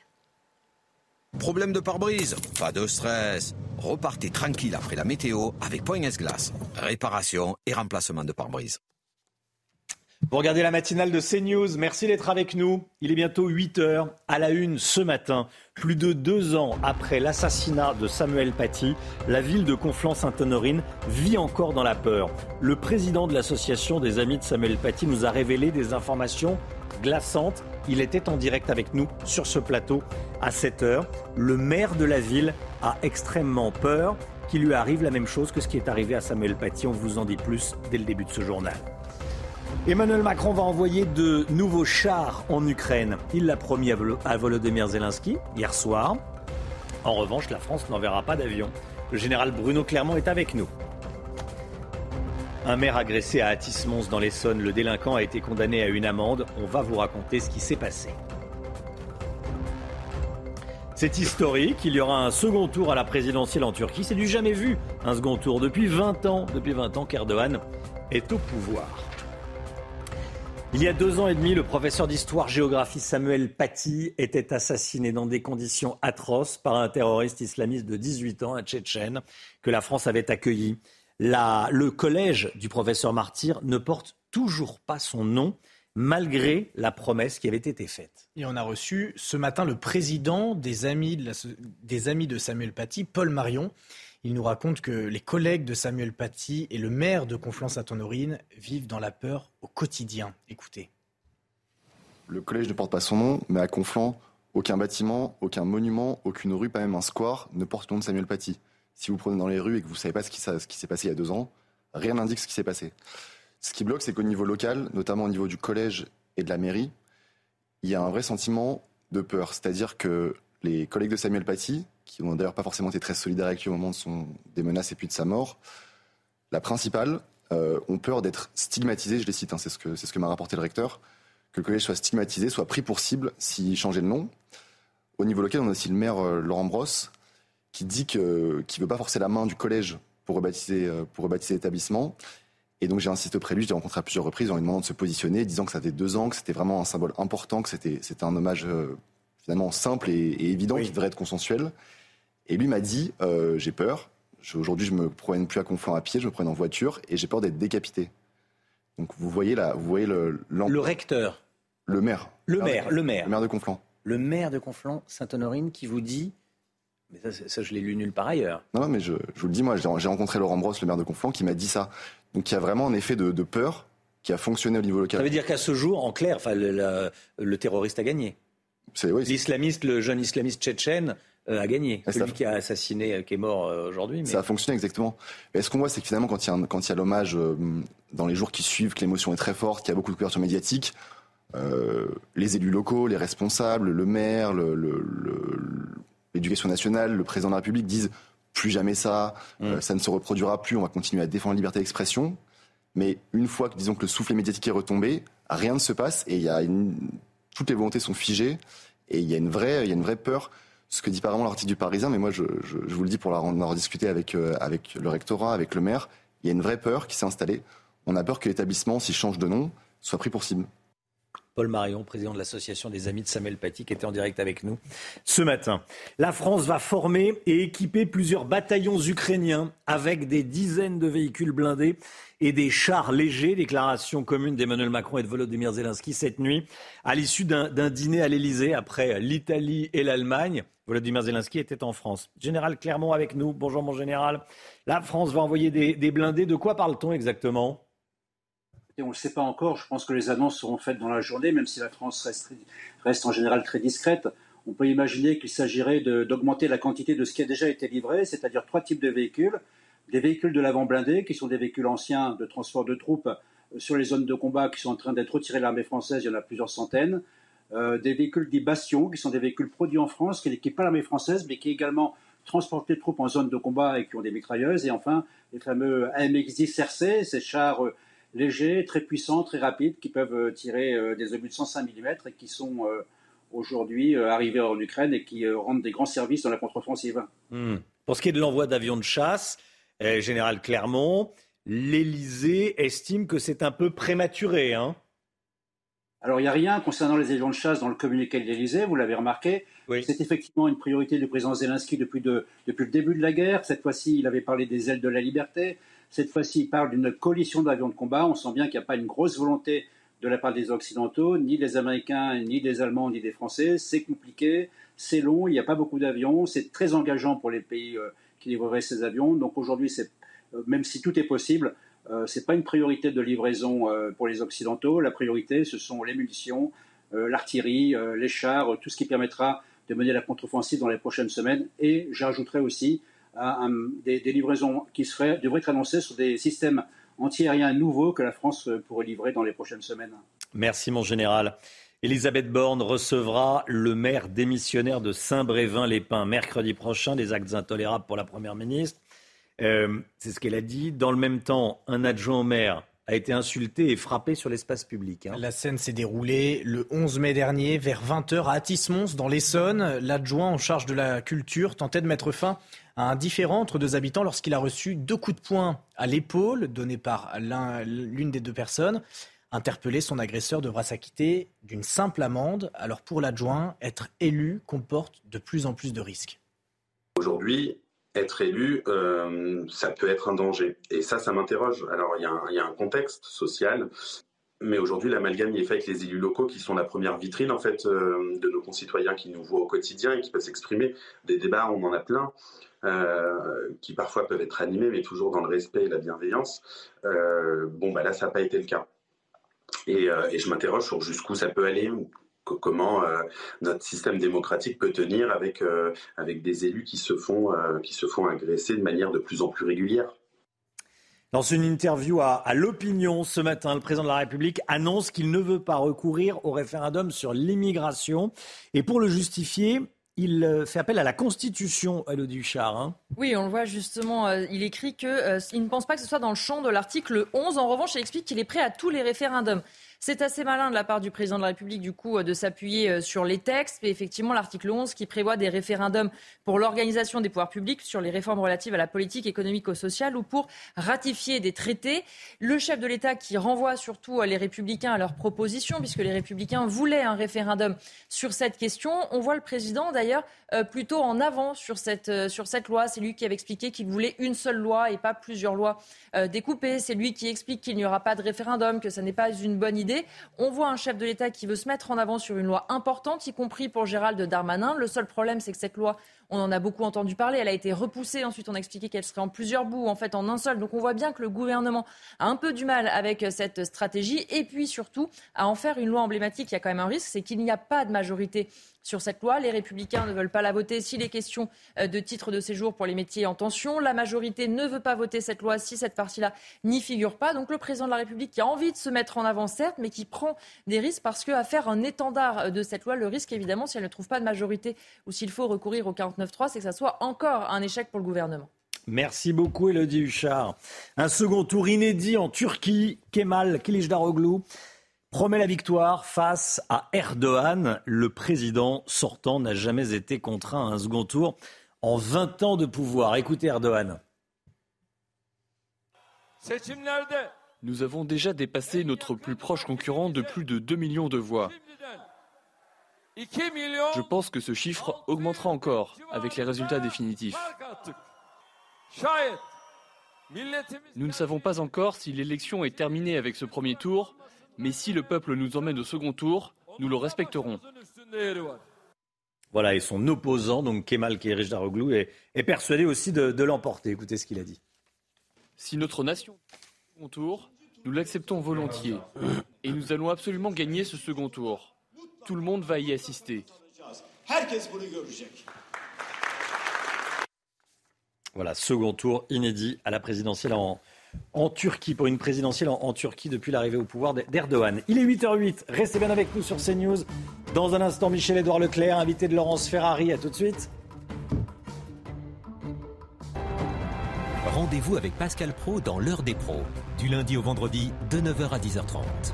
Problème de pare-brise? Pas de stress. Repartez tranquille après la météo avec Point S-Glace. Réparation et remplacement de pare-brise. Vous regardez la matinale de CNews, merci d'être avec nous. Il est bientôt huit heures, à la une ce matin. Plus de deux ans après l'assassinat de Samuel Paty, la ville de Conflans-Sainte-Honorine vit encore dans la peur. Le président de l'association des Amis de Samuel Paty nous a révélé des informations glaçantes. Il était en direct avec nous sur ce plateau à sept heures. Le maire de la ville a extrêmement peur qu'il lui arrive la même chose que ce qui est arrivé à Samuel Paty. On vous en dit plus dès le début de ce journal. Emmanuel Macron va envoyer de nouveaux chars en Ukraine. Il l'a promis à Volodymyr Zelensky hier soir. En revanche, la France n'enverra pas d'avion. Le général Bruno Clermont est avec nous. Un maire agressé à Athis-Mons dans l'Essonne. Le délinquant a été condamné à une amende. On va vous raconter ce qui s'est passé. C'est historique. Il y aura un second tour à la présidentielle en Turquie. C'est du jamais vu. Un second tour depuis vingt ans. Depuis vingt ans qu'Erdogan est au pouvoir. Il y a deux ans et demi, le professeur d'histoire-géographie Samuel Paty était assassiné dans des conditions atroces par un terroriste islamiste de dix-huit ans, un Tchétchène, que la France avait accueilli. La, le collège du professeur martyr ne porte toujours pas son nom, malgré la promesse qui avait été faite. Et on a reçu ce matin le président des Amis de, la, des amis de Samuel Paty, Paul Marion. Il nous raconte que les collègues de Samuel Paty et le maire de Conflans-Sainte-Honorine vivent dans la peur au quotidien. Écoutez. Le collège ne porte pas son nom, mais à Conflans, aucun bâtiment, aucun monument, aucune rue, pas même un square ne porte le nom de Samuel Paty. Si vous prenez dans les rues et que vous ne savez pas ce qui, ce qui s'est passé il y a deux ans, rien n'indique ce qui s'est passé. Ce qui bloque, c'est qu'au niveau local, notamment au niveau du collège et de la mairie, il y a un vrai sentiment de peur. C'est-à-dire que les collègues de Samuel Paty, qui n'ont d'ailleurs pas forcément été très solidaires avec lui au moment de son, des menaces et puis de sa mort, la principale, euh, ont peur d'être stigmatisés, je les cite, hein, c'est ce que, c'est ce que m'a rapporté le recteur, que le collège soit stigmatisé, soit pris pour cible s'il changeait de nom. Au niveau local, on a aussi le maire euh, Laurent Brosse, qui dit qu'il ne veut pas forcer la main du collège pour rebaptiser, euh, pour rebaptiser l'établissement. Et donc j'ai insisté auprès de lui, je l'ai rencontré à plusieurs reprises en lui demandant de se positionner, disant que ça faisait deux ans, que c'était vraiment un symbole important, que c'était, c'était un hommage euh, finalement simple et, et évident, oui, qui devrait être consensuel. Et lui m'a dit, euh, j'ai peur, je, aujourd'hui je me promène plus à Conflans à pied, je me promène en voiture et j'ai peur d'être décapité. Donc vous voyez là, vous voyez le... Le recteur. Le maire. Le maire, le maire. Le maire de Conflans. Le maire de Conflans-Sainte-Honorine qui vous dit... Mais ça, ça, je l'ai lu nulle part ailleurs. Non, mais je, je vous le dis, moi, j'ai, j'ai rencontré Laurent Brosse, le maire de Conflans, qui m'a dit ça. Donc il y a vraiment un effet de, de peur qui a fonctionné au niveau local. Ça veut dire qu'à ce jour, en clair, enfin, le, le, le terroriste a gagné. C'est, oui, c'est... L'islamiste, le jeune islamiste tchétchène euh, a gagné. C'est celui a... qui a assassiné, qui est mort euh, aujourd'hui. Mais... Ça a fonctionné exactement. Mais ce qu'on voit, c'est que finalement, quand il y a, un, quand il y a l'hommage euh, dans les jours qui suivent, que l'émotion est très forte, qu'il y a beaucoup de couverture médiatique, euh, les élus locaux, les responsables, le maire, le, le, le, l'éducation nationale, le président de la République disent plus jamais ça, mmh. euh, ça ne se reproduira plus, on va continuer à défendre la liberté d'expression. Mais une fois que, disons, que le soufflet médiatique est retombé, rien ne se passe et il y a une... toutes les volontés sont figées et il y a une vraie, il y a une vraie peur. Ce que dit pas vraiment l'article du Parisien, mais moi je, je, je vous le dis pour en avoir discuté avec, euh, avec le rectorat, avec le maire, il y a une vraie peur qui s'est installée. On a peur que l'établissement, s'il change de nom, soit pris pour cible. Paul Marion, président de l'association des Amis de Samuel Paty, qui était en direct avec nous ce matin. La France va former et équiper plusieurs bataillons ukrainiens avec des dizaines de véhicules blindés et des chars légers. Déclaration commune d'Emmanuel Macron et de Volodymyr Zelensky cette nuit, à l'issue d'un, d'un dîner à l'Elysée après l'Italie et l'Allemagne. Volodymyr Zelensky était en France. Général Clermont avec nous. Bonjour mon général. La France va envoyer des, des blindés. De quoi parle-t-on exactement ? On ne le sait pas encore, je pense que les annonces seront faites dans la journée, même si la France reste, reste en général très discrète. On peut imaginer qu'il s'agirait de, d'augmenter la quantité de ce qui a déjà été livré, c'est-à-dire trois types de véhicules. Des véhicules de l'avant blindé, qui sont des véhicules anciens de transport de troupes sur les zones de combat qui sont en train d'être retirés de l'armée française, il y en a plusieurs centaines. Euh, des véhicules dits Bastion, qui sont des véhicules produits en France, qui n'équipent pas l'armée française, mais qui également transportent les troupes en zone de combat et qui ont des mitrailleuses. Et enfin, les fameux A M X dix R C, ces chars euh, légers, très puissants, très rapides, qui peuvent tirer euh, des obus de cent cinq millimètres et qui sont euh, aujourd'hui euh, arrivés en Ukraine et qui euh, rendent des grands services dans la contre-offensive. Mmh. Pour ce qui est de l'envoi d'avions de chasse, euh, Général Clermont, l'Élysée estime que c'est un peu prématuré, hein ? Alors, il n'y a rien concernant les avions de chasse dans le communiqué de l'Élysée, vous l'avez remarqué. Oui. C'est effectivement une priorité du président Zelensky depuis, de, depuis le début de la guerre. Cette fois-ci, il avait parlé des ailes de la liberté. Cette fois-ci, il parle d'une coalition d'avions de combat. On sent bien qu'il n'y a pas une grosse volonté de la part des Occidentaux, ni des Américains, ni des Allemands, ni des Français. C'est compliqué, c'est long, il n'y a pas beaucoup d'avions. C'est très engageant pour les pays euh, qui livreraient ces avions. Donc aujourd'hui, c'est, euh, même si tout est possible, euh, ce n'est pas une priorité de livraison euh, pour les Occidentaux. La priorité, ce sont les munitions, euh, l'artillerie, euh, les chars, euh, tout ce qui permettra de mener la contre-offensive dans les prochaines semaines. Et j'ajouterai aussi à un, des, des livraisons qui seraient, devraient être annoncées sur des systèmes anti-aériens nouveaux que la France pourrait livrer dans les prochaines semaines. Merci mon général. Elisabeth Borne recevra le maire démissionnaire de Saint-Brévin-les-Pins mercredi prochain, des actes intolérables pour la Première ministre. Euh, c'est ce qu'elle a dit. Dans le même temps, un adjoint au maire a été insulté et frappé sur l'espace public. Hein. La scène s'est déroulée le onze mai dernier vers vingt heures à Athis-Mons dans l'Essonne. L'adjoint en charge de la culture tentait de mettre fin à un différend entre deux habitants lorsqu'il a reçu deux coups de poing à l'épaule donnés par l'un, l'une des deux personnes. Interpellé, son agresseur devra s'acquitter d'une simple amende. Alors pour l'adjoint, être élu comporte de plus en plus de risques. Aujourd'hui, être élu, euh, ça peut être un danger. Et ça, ça m'interroge. Alors, il y a un, il y a un contexte social. Mais aujourd'hui, l'amalgame il est fait avec les élus locaux qui sont la première vitrine en fait euh, de nos concitoyens qui nous voient au quotidien et qui peuvent s'exprimer. Des débats, on en a plein, euh, qui parfois peuvent être animés, mais toujours dans le respect et la bienveillance. Euh, bon, bah là, ça n'a pas été le cas. Et, euh, et je m'interroge sur jusqu'où ça peut aller, comment euh, notre système démocratique peut tenir avec, euh, avec des élus qui se font, euh, qui se font agresser de manière de plus en plus régulière. Dans une interview à, à l'Opinion ce matin, le président de la République annonce qu'il ne veut pas recourir au référendum sur l'immigration. Et pour le justifier, il fait appel à la Constitution, Élodie Huchard. Hein. Oui, on le voit justement. Euh, il écrit qu'il euh, ne pense pas que ce soit dans le champ de l'article onze. En revanche, il explique qu'il est prêt à tous les référendums. C'est assez malin de la part du président de la République, du coup, de s'appuyer sur les textes. Et effectivement, l'article onze qui prévoit des référendums pour l'organisation des pouvoirs publics sur les réformes relatives à la politique économico-sociale ou pour ratifier des traités. Le chef de l'État qui renvoie surtout les Républicains à leurs propositions, puisque les Républicains voulaient un référendum sur cette question. On voit le président, d'ailleurs, plutôt en avant sur cette, sur cette loi. C'est lui qui avait expliqué qu'il voulait une seule loi et pas plusieurs lois découpées. C'est lui qui explique qu'il n'y aura pas de référendum, que ça n'est pas une bonne idée. On voit un chef de l'État qui veut se mettre en avant sur une loi importante, y compris pour Gérald Darmanin. Le seul problème, c'est que cette loi, on en a beaucoup entendu parler, elle a été repoussée. Ensuite, on a expliqué qu'elle serait en plusieurs bouts, en fait en un seul. Donc on voit bien que le gouvernement a un peu du mal avec cette stratégie. Et puis surtout, à en faire une loi emblématique, il y a quand même un risque, c'est qu'il n'y a pas de majorité sur cette loi. Les Républicains ne veulent pas la voter s'il est question de titre de séjour pour les métiers en tension. La majorité ne veut pas voter cette loi si cette partie-là n'y figure pas. Donc le président de la République qui a envie de se mettre en avant, certes, mais qui prend des risques parce qu'à faire un étendard de cette loi, le risque évidemment, si elle ne trouve pas de majorité ou s'il faut recourir au quarante-neuf trois, c'est que ça soit encore un échec pour le gouvernement. Merci beaucoup Élodie Huchard. Un second tour inédit en Turquie. Kemal Kılıçdaroğlu promet la victoire face à Erdogan. Le président sortant n'a jamais été contraint à un second tour en vingt ans de pouvoir. Écoutez Erdogan. Nous avons déjà dépassé notre plus proche concurrent de plus de deux millions de voix. Je pense que ce chiffre augmentera encore avec les résultats définitifs. Nous ne savons pas encore si l'élection est terminée avec ce premier tour, mais si le peuple nous emmène au second tour, nous le respecterons. Voilà, et son opposant, donc Kemal Kılıçdaroğlu, est, est persuadé aussi de, de l'emporter. Écoutez ce qu'il a dit. Si notre nation est au second tour, nous l'acceptons volontiers. Et nous allons absolument gagner ce second tour. Tout le monde va y assister. Voilà, second tour inédit à la présidentielle en, en Turquie, pour une présidentielle en, en Turquie depuis l'arrivée au pouvoir d'Erdogan. Il est huit heures huit, restez bien avec nous sur CNews. Dans un instant, Michel-Édouard Leclerc, invité de Laurence Ferrari. À tout de suite. Rendez-vous avec Pascal Praud dans l'heure des pros, du lundi au vendredi de neuf heures à dix heures trente.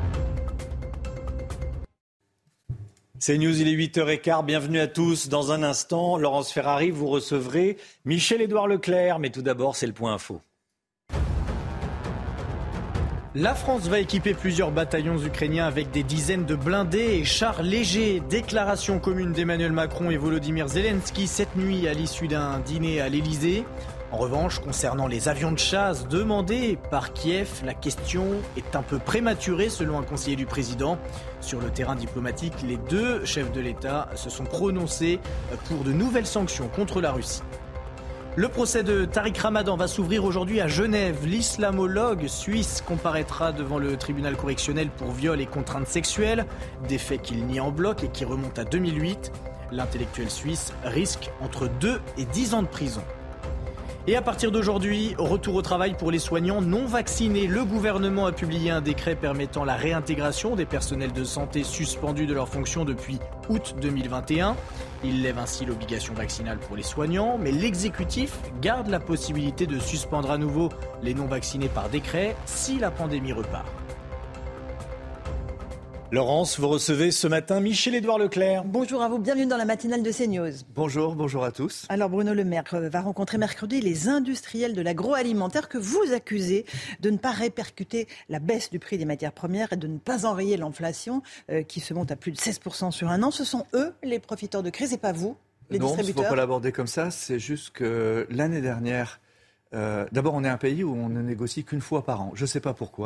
C'est News, il est huit heures quinze, bienvenue à tous. Dans un instant, Laurence Ferrari, vous recevrez Michel-Édouard Leclerc. Mais tout d'abord, c'est le point info. La France va équiper plusieurs bataillons ukrainiens avec des dizaines de blindés et chars légers. Déclaration commune d'Emmanuel Macron et Volodymyr Zelensky cette nuit à l'issue d'un dîner à l'Elysée. En revanche, concernant les avions de chasse demandés par Kiev, la question est un peu prématurée selon un conseiller du président. Sur le terrain diplomatique, les deux chefs de l'État se sont prononcés pour de nouvelles sanctions contre la Russie. Le procès de Tariq Ramadan va s'ouvrir aujourd'hui à Genève. L'islamologue suisse comparaîtra devant le tribunal correctionnel pour viol et contraintes sexuelles, des faits qu'il nie en bloc et qui remontent à deux mille huit. L'intellectuel suisse risque entre deux et dix ans de prison. Et à partir d'aujourd'hui, retour au travail pour les soignants non vaccinés. Le gouvernement a publié un décret permettant la réintégration des personnels de santé suspendus de leurs fonctions depuis août deux mille vingt et un. Il lève ainsi l'obligation vaccinale pour les soignants, mais l'exécutif garde la possibilité de suspendre à nouveau les non-vaccinés par décret si la pandémie repart. Laurence, vous recevez ce matin Michel-Édouard Leclerc. Bonjour à vous, bienvenue dans la matinale de CNews. Bonjour, bonjour à tous. Alors Bruno Le Maire va rencontrer mercredi les industriels de l'agroalimentaire que vous accusez de ne pas répercuter la baisse du prix des matières premières et de ne pas enrayer l'inflation euh, qui se monte à plus de seize pour cent sur un an. Ce sont eux les profiteurs de crise et pas vous, les non, distributeurs. Non, il ne faut pas l'aborder comme ça. C'est juste que l'année dernière, euh, d'abord on est un pays où on ne négocie qu'une fois par an. Je ne sais pas pourquoi.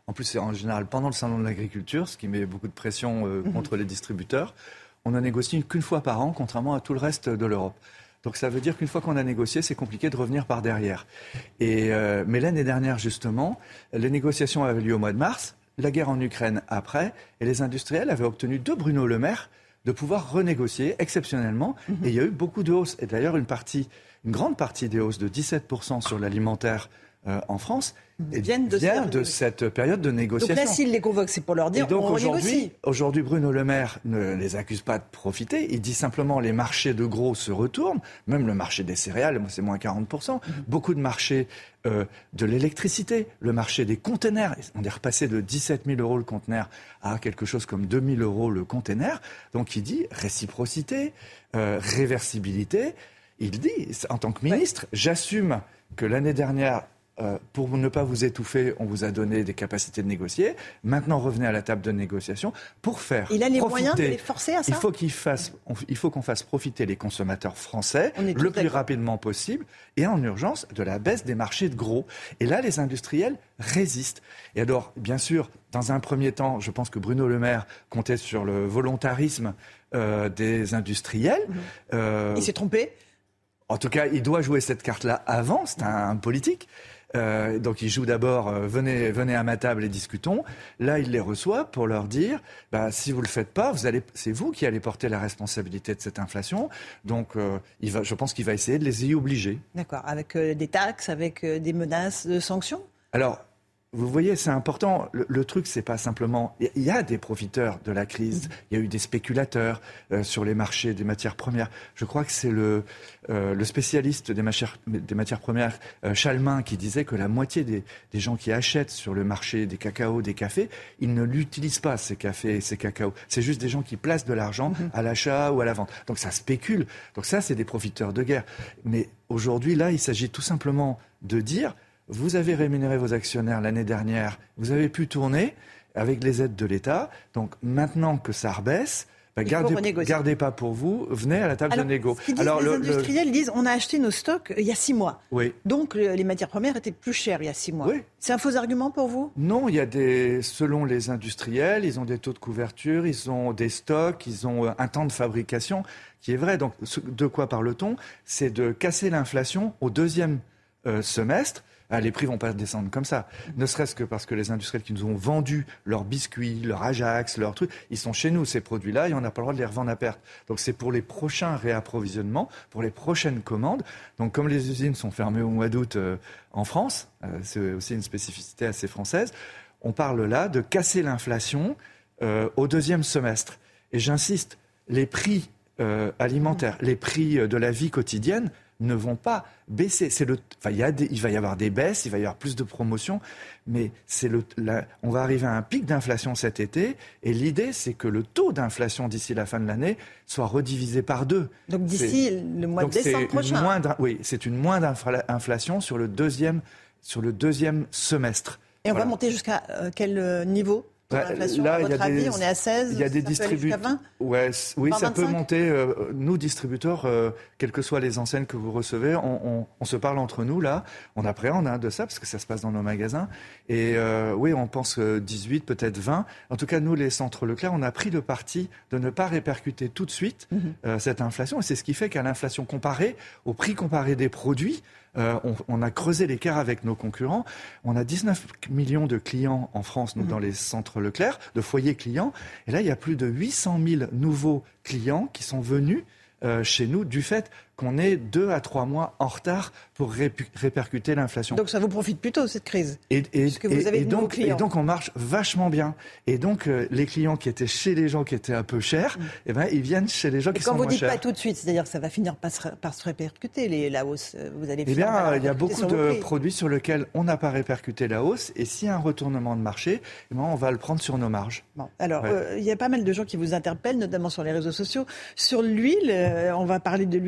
En plus, c'est en général pendant le salon de l'agriculture, ce qui met beaucoup de pression euh, contre mmh. les distributeurs. On ne négocie qu'une fois par an, contrairement à tout le reste de l'Europe. Donc ça veut dire qu'une fois qu'on a négocié, c'est compliqué de revenir par derrière. Et, euh, mais l'année dernière, justement, les négociations avaient lieu au mois de mars, la guerre en Ukraine après, et les industriels avaient obtenu de Bruno Le Maire de pouvoir renégocier exceptionnellement. Mmh. Et il y a eu beaucoup de hausses. Et d'ailleurs, une partie, une grande partie des hausses de dix-sept pour cent sur l'alimentaire euh, en France viennent de, vient de cette période de négociation. Donc là, s'il les convoque, c'est pour leur dire, et donc on aujourd'hui, renégocie. Aujourd'hui, Bruno Le Maire ne les accuse pas de profiter. Il dit simplement les marchés de gros se retournent. Même le marché des céréales, c'est moins quarante pour cent. Mmh. Beaucoup de marchés euh, de l'électricité, le marché des containers. On est repassé de dix-sept mille euros le conteneur à quelque chose comme deux mille euros le container. Donc il dit réciprocité, euh, réversibilité. Il dit, en tant que ministre, ouais. j'assume que l'année dernière, Euh, pour ne pas vous étouffer, on vous a donné des capacités de négocier. Maintenant, revenez à la table de négociation pour faire Il a les profiter. moyens de les forcer à ça. Il faut qu'il fasse, on, il faut qu'on fasse profiter les consommateurs français le plus rapidement possible et en urgence de la baisse des marchés de gros. Et là, les industriels résistent. Et alors, bien sûr, dans un premier temps, je pense que Bruno Le Maire comptait sur le volontarisme euh, des industriels. Mmh. Euh, il s'est trompé. En tout cas, il doit jouer cette carte-là avant. C'est un, un politique. Euh, donc il joue d'abord euh, venez, venez à ma table et discutons. Là, il les reçoit pour leur dire bah, si vous le faites pas, vous allez, c'est vous qui allez porter la responsabilité de cette inflation. Donc euh, il va, je pense qu'il va essayer de les y obliger. D'accord, avec euh, des taxes, avec euh, des menaces de sanctions. Alors, vous voyez, c'est important. Le, le truc, c'est pas simplement. Il y a des profiteurs de la crise. Il y a eu des spéculateurs euh, sur les marchés des matières premières. Je crois que c'est le, euh, le spécialiste des matières, des matières premières, euh, Chalmin, qui disait que la moitié des, des gens qui achètent sur le marché des cacao, des cafés, ils ne l'utilisent pas, ces cafés et ces cacaos. C'est juste des gens qui placent de l'argent mmh. à l'achat ou à la vente. Donc ça spécule. Donc ça, c'est des profiteurs de guerre. Mais aujourd'hui, là, il s'agit tout simplement de dire vous avez rémunéré vos actionnaires l'année dernière, vous avez pu tourner avec les aides de l'État. Donc maintenant que ça rebaisse, bah, gardez, gardez pas pour vous, venez à la table Alors, de négo. Ce Alors les le, industriels le... disent on a acheté nos stocks il y a six mois. Oui. Donc les matières premières étaient plus chères il y a six mois. Oui. C'est un faux argument pour vous ? Non, il y a des, selon les industriels, ils ont des taux de couverture, ils ont des stocks, ils ont un temps de fabrication qui est vrai. Donc de quoi parle-t-on ? C'est de casser l'inflation au deuxième euh, semestre. Ah, les prix vont pas descendre comme ça. Ne serait-ce que parce que les industriels qui nous ont vendu leurs biscuits, leurs Ajax, leurs trucs, ils sont chez nous, ces produits-là, et on n'a pas le droit de les revendre à perte. Donc c'est pour les prochains réapprovisionnements, pour les prochaines commandes. Donc comme les usines sont fermées au mois d'août euh, en France, euh, c'est aussi une spécificité assez française, on parle là de casser l'inflation euh, au deuxième semestre. Et j'insiste, les prix euh, alimentaires, les prix de la vie quotidienne ne vont pas baisser. C'est le, enfin, il, y a des, il va y avoir des baisses, il va y avoir plus de promotions, mais c'est le, la, on va arriver à un pic d'inflation cet été, et l'idée, c'est que le taux d'inflation d'ici la fin de l'année soit redivisé par deux. Donc d'ici c'est, le mois de décembre prochain. Moindre, oui, c'est une moindre infla, inflation sur le deuxième, sur le deuxième semestre. Et on voilà. va monter jusqu'à euh, quel niveau ? Bah, là, il y a avis, des, on est à seize, il y a des distributeurs. Ouais, oui, vingt, ça vingt-cinq peut monter. Euh, nous, distributeurs, euh, quelles que soient les enseignes que vous recevez, on, on, on se parle entre nous là. On appréhende hein, de ça parce que ça se passe dans nos magasins. Et euh, oui, on pense dix-huit, peut-être vingt. En tout cas, nous, les centres Leclerc, on a pris le parti de ne pas répercuter tout de suite mm-hmm. euh, cette inflation. Et c'est ce qui fait qu'à l'inflation comparée, au prix comparé des produits, Euh, on, on a creusé l'écart avec nos concurrents. On a dix-neuf millions de clients en France, nous, mmh. dans les centres Leclerc, de foyers clients. Et là, il y a plus de huit cent mille nouveaux clients qui sont venus euh, chez nous du fait qu'on est deux à trois mois en retard pour répu- répercuter l'inflation. Donc ça vous profite plutôt, cette crise, et, et, puisque vous avez et, de donc, nouveaux clients. Et donc on marche vachement bien. Et donc euh, les clients qui étaient chez les gens qui étaient un peu chers, mmh. eh ben, ils viennent chez les gens et qui sont moins chers. Quand vous dites pas tout de suite, c'est-à-dire que ça va finir par se, par se répercuter, les, la hausse, vous allez Eh bien, il y a beaucoup de prix. produits sur lesquels on n'a pas répercuté la hausse. Et s'il y a un retournement de marché, eh ben, on va le prendre sur nos marges. Bon, alors, il ouais. euh, y a pas mal de gens qui vous interpellent, notamment sur les réseaux sociaux. Sur l'huile, euh, on va parler de l'huile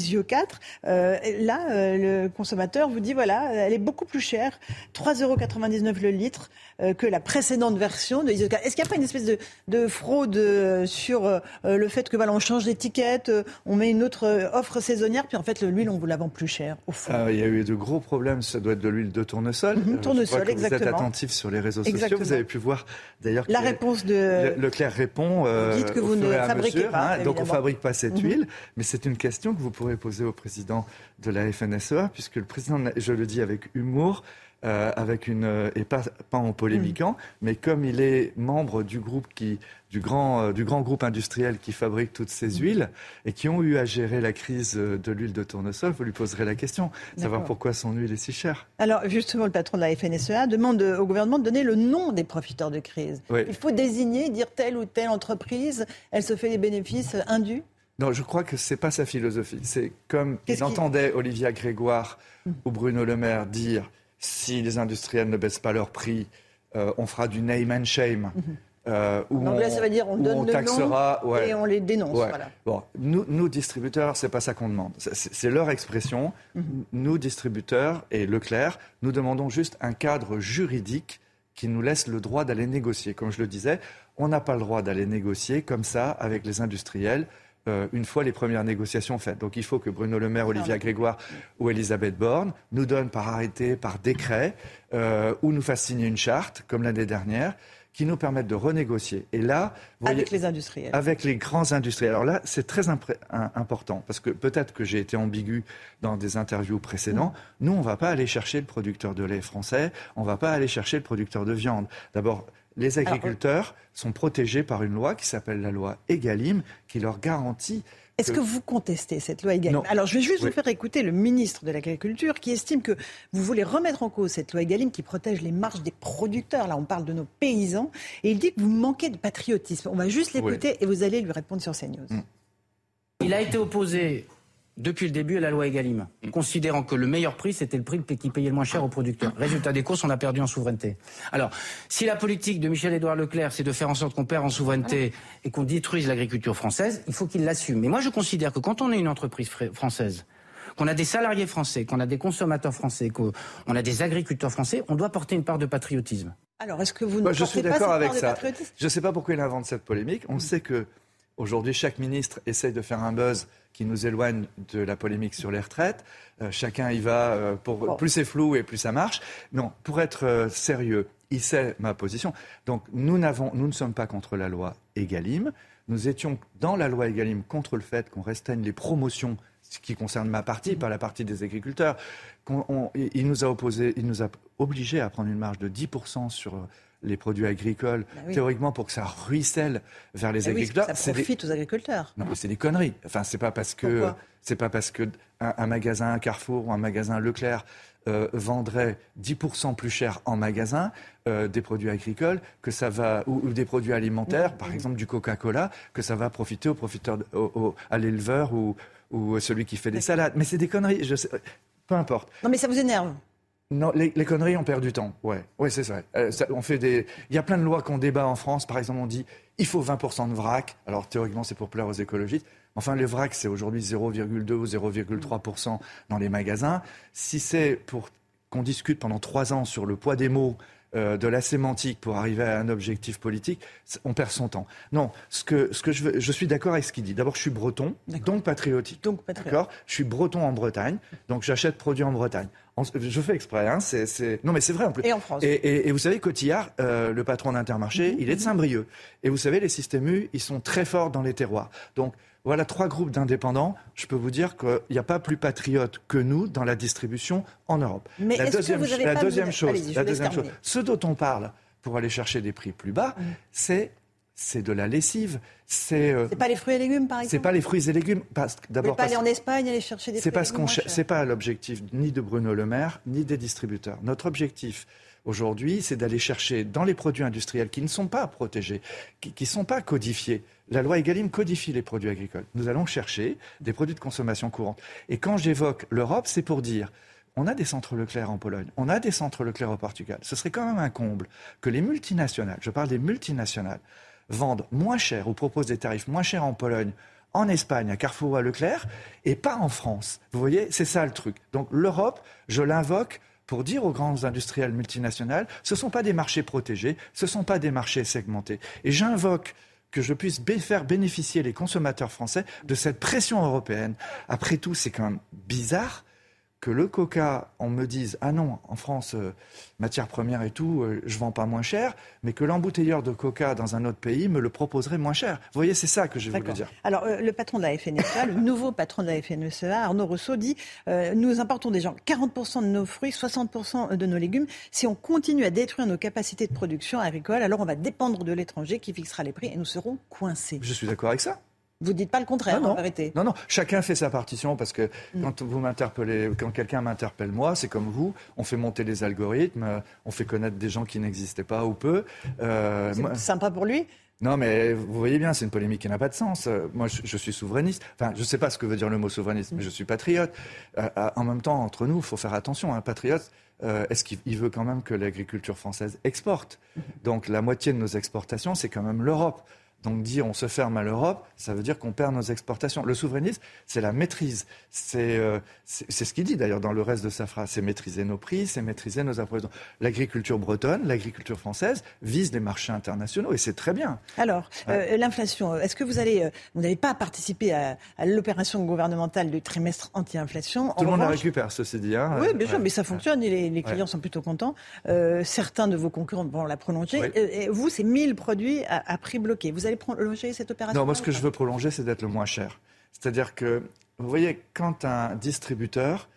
douze I O quatre. Euh, là, euh, le consommateur vous dit, voilà, elle est beaucoup plus chère, trois euros quatre-vingt-dix-neuf le litre, euh, que la précédente version de I O quatre. Est-ce qu'il n'y a pas une espèce de, de fraude euh, sur euh, le fait que voilà, on change d'étiquette, euh, on met une autre euh, offre saisonnière, puis en fait, l'huile, on vous la vend plus cher, au fond? Euh, il y a eu de gros problèmes, ça doit être de l'huile de tournesol. Mm-hmm, tournesol, Je crois que exactement. Vous êtes attentif sur les réseaux sociaux, exactement. Vous avez pu voir d'ailleurs la réponse de... Leclerc répond euh, vous dites que au vous fur ne et à fabriquez mesure, pas, hein, donc on ne fabrique pas cette mm-hmm. huile, mais c'est une question que vous pourrez poser au président de la F N S E A, puisque le président, je le dis avec humour, euh, avec une, et pas, pas en polémiquant, mm. mais comme il est membre du groupe qui, du grand, euh, du grand groupe industriel qui fabrique toutes ces mm. huiles et qui ont eu à gérer la crise de l'huile de tournesol, vous lui poserez la question, D'accord. savoir pourquoi son huile est si chère. Alors justement, le patron de la F N S E A demande au gouvernement de donner le nom des profiteurs de crise. Oui. Il faut désigner, dire telle ou telle entreprise, elle se fait des bénéfices indus. Non, je crois que ce n'est pas sa philosophie. C'est comme il entendait Olivia Grégoire mmh. ou Bruno Le Maire dire si les industriels ne baissent pas leur prix, euh, on fera du name and shame. Mmh. Euh, où Donc là, on, ça veut dire on donne on le taxera, nom ouais, et on les dénonce. Ouais. Voilà. Bon, nous, nous, distributeurs, ce n'est pas ça qu'on demande. C'est, c'est leur expression. Mmh. Nous, distributeurs, et Leclerc, nous demandons juste un cadre juridique qui nous laisse le droit d'aller négocier. Comme je le disais, on n'a pas le droit d'aller négocier comme ça avec les industriels. Euh, une fois les premières négociations faites. Donc il faut que Bruno Le Maire, Olivia Grégoire ou Elisabeth Borne nous donnent par arrêté, par décret, euh, ou nous fassent signer une charte, comme l'année dernière, qui nous permettent de renégocier. Et là, vous avec voyez, les industriels. Avec les grands industriels. Alors là, c'est très impré- un, important, parce que peut-être que j'ai été ambigu dans des interviews précédentes. Mmh. Nous, on ne va pas aller chercher le producteur de lait français, on ne va pas aller chercher le producteur de viande. D'abord, les agriculteurs Alors, sont protégés par une loi qui s'appelle la loi Egalim, qui leur garantit... Est-ce que... que vous contestez cette loi Egalim ? Non. Alors, je vais juste oui. vous faire écouter le ministre de l'Agriculture qui estime que vous voulez remettre en cause cette loi Egalim qui protège les marges des producteurs. Là, on parle de nos paysans. Et il dit que vous manquez de patriotisme. On va juste l'écouter oui. et vous allez lui répondre sur CNews. Mmh. Il a été opposé... depuis le début à la loi Egalim, considérant que le meilleur prix, c'était le prix qui payait le moins cher aux producteurs. Résultat des courses, on a perdu en souveraineté. Alors, si la politique de Michel-Édouard Leclerc, c'est de faire en sorte qu'on perd en souveraineté et qu'on détruise l'agriculture française, il faut qu'il l'assume. Mais moi, je considère que quand on est une entreprise française, qu'on a des salariés français, qu'on a des consommateurs français, qu'on a des agriculteurs français, on doit porter une part de patriotisme. Alors, est-ce que vous ne bah, portez je suis pas d'accord cette avec part ça. de patriotisme ? Je ne sais pas pourquoi il invente cette polémique. On mmh. sait que aujourd'hui, chaque ministre essaye de faire un buzz qui nous éloigne de la polémique sur les retraites. Euh, chacun y va, euh, pour, bon. plus c'est flou et plus ça marche. Non, pour être euh, sérieux, il sait ma position. Donc nous, n'avons, nous ne sommes pas contre la loi Egalim. Nous étions dans la loi Egalim contre le fait qu'on restreigne les promotions, ce qui concerne ma partie, mmh. pas la partie des agriculteurs. Qu'on, on, il nous a opposé, il nous a obligés à prendre une marge de dix pour cent sur les produits agricoles, bah oui. théoriquement pour que ça ruisselle vers les bah agriculteurs. Oui, ça profite des... aux agriculteurs. Non, mais c'est des conneries. Enfin, c'est pas parce que Pourquoi c'est pas parce que un, un magasin un Carrefour ou un magasin Leclerc euh, vendrait dix pour cent plus cher en magasin euh, des produits agricoles que ça va ou, ou des produits alimentaires, mmh. par exemple du Coca-Cola, que ça va profiter aux profiteurs, de, au, au, à l'éleveur ou, ou celui qui fait des salades. Mais c'est des conneries. Je sais, peu importe. Non, mais ça vous énerve. Non, les, les conneries, on perd du temps. Ouais, ouais, c'est vrai. Euh, ça, on fait des. Il y a plein de lois qu'on débat en France. Par exemple, on dit il faut vingt pour cent de vrac. Alors théoriquement, c'est pour plaire aux écologistes. Enfin, le vrac, c'est aujourd'hui zéro virgule deux ou zéro virgule trois pour cent dans les magasins. Si c'est pour qu'on discute pendant trois ans sur le poids des mots, euh, de la sémantique pour arriver à un objectif politique, on perd son temps. Non, ce que, ce que je veux, je suis d'accord avec ce qu'il dit. D'abord, je suis breton, donc patriotique. Donc patriotique. D'accord ? Je suis breton en Bretagne, donc j'achète produits en Bretagne. Je fais exprès, hein, c'est, c'est... Non mais c'est vrai en plus. Et en France. Et, et, et vous savez, Cotillard, euh, le patron d'Intermarché, mmh. il est de Saint-Brieuc. Et vous savez, les Système U, ils sont très forts dans les terroirs. Donc voilà trois groupes d'indépendants. Je peux vous dire qu'il n'y a pas plus patriotes que nous dans la distribution en Europe. Mais la est-ce deuxième, que vous avez la pas deuxième de... chose, Allez-y, la deuxième chose, ce dont on parle pour aller chercher des prix plus bas, mmh. c'est c'est de la lessive. C'est, euh, c'est pas les fruits et légumes, par exemple. C'est pas les fruits et légumes. Parce, d'abord, vous pas parce, aller en Espagne aller chercher des c'est fruits pas et ce légumes. Qu'on ch- c'est pas l'objectif ni de Bruno Le Maire ni des distributeurs. Notre objectif aujourd'hui, c'est d'aller chercher dans les produits industriels qui ne sont pas protégés, qui ne sont pas codifiés. La loi Egalim codifie les produits agricoles. Nous allons chercher des produits de consommation courante. Et quand j'évoque l'Europe, c'est pour dire on a des centres Leclerc en Pologne, on a des centres Leclerc au Portugal. Ce serait quand même un comble que les multinationales, je parle des multinationales, vendent moins cher ou proposent des tarifs moins chers en Pologne, en Espagne, à Carrefour ou à Leclerc, et pas en France. Vous voyez, c'est ça le truc. Donc l'Europe, je l'invoque pour dire aux grands industriels multinationaux, ce ne sont pas des marchés protégés, ce ne sont pas des marchés segmentés. Et j'invoque que je puisse bé- faire bénéficier les consommateurs français de cette pression européenne. Après tout, c'est quand même bizarre que le coca, on me dise « Ah non, en France, euh, matière première et tout, euh, je ne vends pas moins cher », mais que l'embouteilleur de coca dans un autre pays me le proposerait moins cher. Vous voyez, c'est ça que je voulais dire. Alors, euh, le patron de la F N S E A, le nouveau patron de la F N S E A, Arnaud Rousseau, dit euh, « Nous importons déjà quarante pour cent de nos fruits, soixante pour cent de nos légumes. Si on continue à détruire nos capacités de production agricole, alors on va dépendre de l'étranger qui fixera les prix et nous serons coincés. » Je suis d'accord avec ça. Vous ne dites pas le contraire, non, non. en vérité. Non, non, chacun fait sa partition parce que mm. quand vous m'interpellez, quand quelqu'un m'interpelle moi, c'est comme vous, on fait monter les algorithmes, on fait connaître des gens qui n'existaient pas ou peu. Euh, c'est moi... sympa pour lui. Non, mais vous voyez bien, c'est une polémique qui n'a pas de sens. Moi, je, je suis souverainiste. Enfin, je ne sais pas ce que veut dire le mot souverainiste, mais je suis patriote. Euh, en même temps, entre nous, il faut faire attention. Un patriote, euh, est-ce qu'il il veut quand même que l'agriculture française exporte ? Donc, la moitié de nos exportations, c'est quand même l'Europe. Donc dire on se ferme à l'Europe, ça veut dire qu'on perd nos exportations. Le souverainisme, c'est la maîtrise. C'est, euh, c'est, c'est ce qu'il dit d'ailleurs dans le reste de sa phrase. C'est maîtriser nos prix, c'est maîtriser nos approvisionnements. L'agriculture bretonne, l'agriculture française vise les marchés internationaux et c'est très bien. Alors, ouais. euh, l'inflation, est-ce que vous allez, euh, vous n'avez pas participé à, à l'opération gouvernementale du trimestre anti-inflation ? Tout le monde la récupère, ceci dit. Hein, oui, bien sûr, ouais. mais ça fonctionne et les, les clients ouais. sont plutôt contents. Euh, certains de vos concurrents vont la prolonger. Oui. Et, et vous, c'est mille produits à, à prix bloqué. Vous allez prolonger cette opération ? Non, moi, ce que je veux prolonger, c'est d'être le moins cher. C'est-à-dire que, vous voyez, quand un distributeur,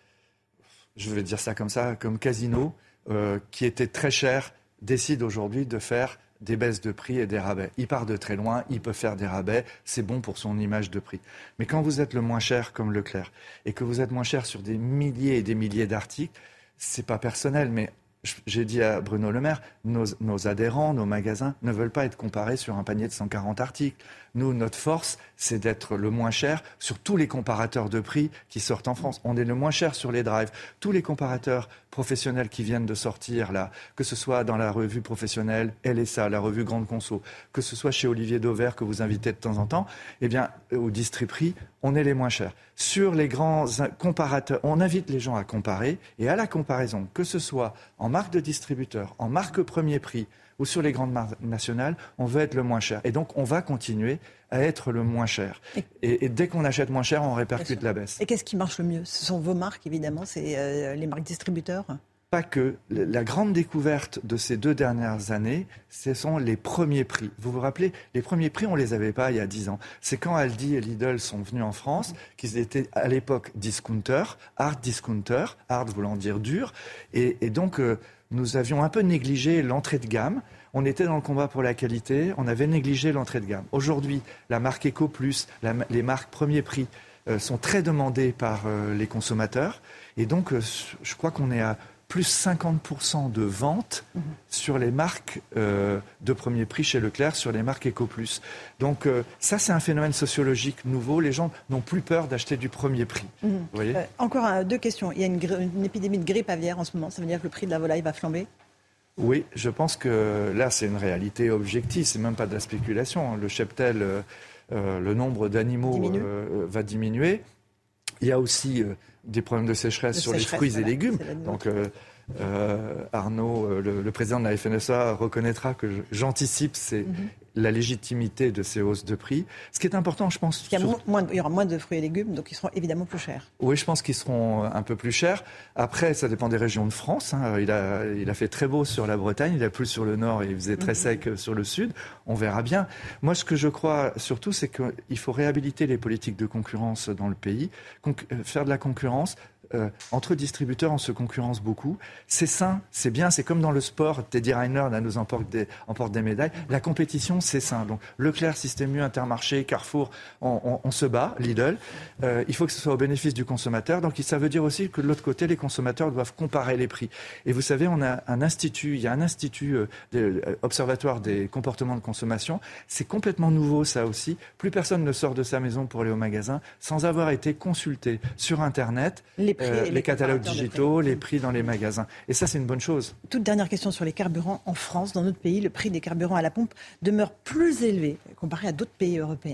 je vais dire ça comme ça, comme Casino, euh, qui était très cher, décide aujourd'hui de faire des baisses de prix et des rabais. Il part de très loin, il peut faire des rabais, c'est bon pour son image de prix. Mais quand vous êtes le moins cher, comme Leclerc, et que vous êtes moins cher sur des milliers et des milliers d'articles, c'est pas personnel, mais j'ai dit à Bruno Le Maire, nos, nos adhérents, nos magasins ne veulent pas être comparés sur un panier de cent quarante articles. Nous, notre force, c'est d'être le moins cher sur tous les comparateurs de prix qui sortent en France. On est le moins cher sur les drives. Tous les comparateurs professionnels qui viennent de sortir, là, que ce soit dans la revue professionnelle L S A, la revue Grande Conso, que ce soit chez Olivier Dauvert, que vous invitez de temps en temps, eh bien, au Distriprix, on est les moins chers. Sur les grands comparateurs, on invite les gens à comparer, et à la comparaison, que ce soit en marque de distributeur, en marque premier prix, ou sur les grandes marques nationales, on veut être le moins cher. Et donc, on va continuer à être le moins cher. Et, et, et dès qu'on achète moins cher, on répercute la baisse. Et qu'est-ce qui marche le mieux ? Ce sont vos marques, évidemment, c'est euh, les marques distributeurs ? Pas que. La grande découverte de ces deux dernières années, ce sont les premiers prix. Vous vous rappelez, les premiers prix, on ne les avait pas il y a dix ans. C'est quand Aldi et Lidl sont venus en France, qu'ils étaient à l'époque discounters, hard discounters, hard voulant dire dur. Et, et donc, euh, nous avions un peu négligé l'entrée de gamme. On était dans le combat pour la qualité, on avait négligé l'entrée de gamme. Aujourd'hui, la marque Eco Plus, la, les marques premier prix euh, sont très demandées par euh, les consommateurs. Et donc, euh, je crois qu'on est à plus cinquante pour cent de ventes mmh. sur les marques euh, de premier prix chez Leclerc, sur les marques Eco Plus. Donc euh, ça, c'est un phénomène sociologique nouveau. Les gens n'ont plus peur d'acheter du premier prix. Mmh. Vous voyez euh, encore un, deux questions. Il y a une, une épidémie de grippe aviaire en ce moment. Ça veut dire que le prix de la volaille va flamber ? Oui, je pense que là, c'est une réalité objective. C'est même pas de la spéculation. Le cheptel, euh, euh, le nombre d'animaux euh, va diminuer. Il y a aussi euh, des problèmes de sécheresse de sur sécheresse, les fruits voilà, et légumes. Donc, euh, euh, Arnaud, euh, le, le président de la F N S E A, reconnaîtra que je, j'anticipe ces, mm-hmm. la légitimité de ces hausses de prix. Ce qui est important, je pense... Il y, sur... moins, il y aura moins de fruits et légumes, donc ils seront évidemment plus chers. Oui, je pense qu'ils seront un peu plus chers. Après, ça dépend des régions de France. Hein. Il a, il a fait très beau sur la Bretagne, il a plu sur le nord et il faisait très sec mm-hmm. sur le sud. On verra bien. Moi, ce que je crois surtout, c'est qu'il faut réhabiliter les politiques de concurrence dans le pays. Conc- faire de la concurrence... Euh, entre distributeurs, on se concurrence beaucoup. C'est sain, c'est bien, c'est comme dans le sport. Teddy Riner là, nous emporte des, emporte des médailles. La compétition, c'est sain. Donc Leclerc, Système U, Intermarché, Carrefour, on, on, on se bat, Lidl. Euh, il faut que ce soit au bénéfice du consommateur. Donc ça veut dire aussi que de l'autre côté, les consommateurs doivent comparer les prix. Et vous savez, on a un institut, il y a un institut euh, de, euh, observatoire des comportements de consommation. C'est complètement nouveau, ça aussi. Plus personne ne sort de sa maison pour aller au magasin sans avoir été consulté sur Internet. Les Euh, les, les catalogues digitaux, les prix dans les magasins. Et ça, c'est une bonne chose. Toute dernière question sur les carburants. En France, dans notre pays, le prix des carburants à la pompe demeure plus élevé comparé à d'autres pays européens.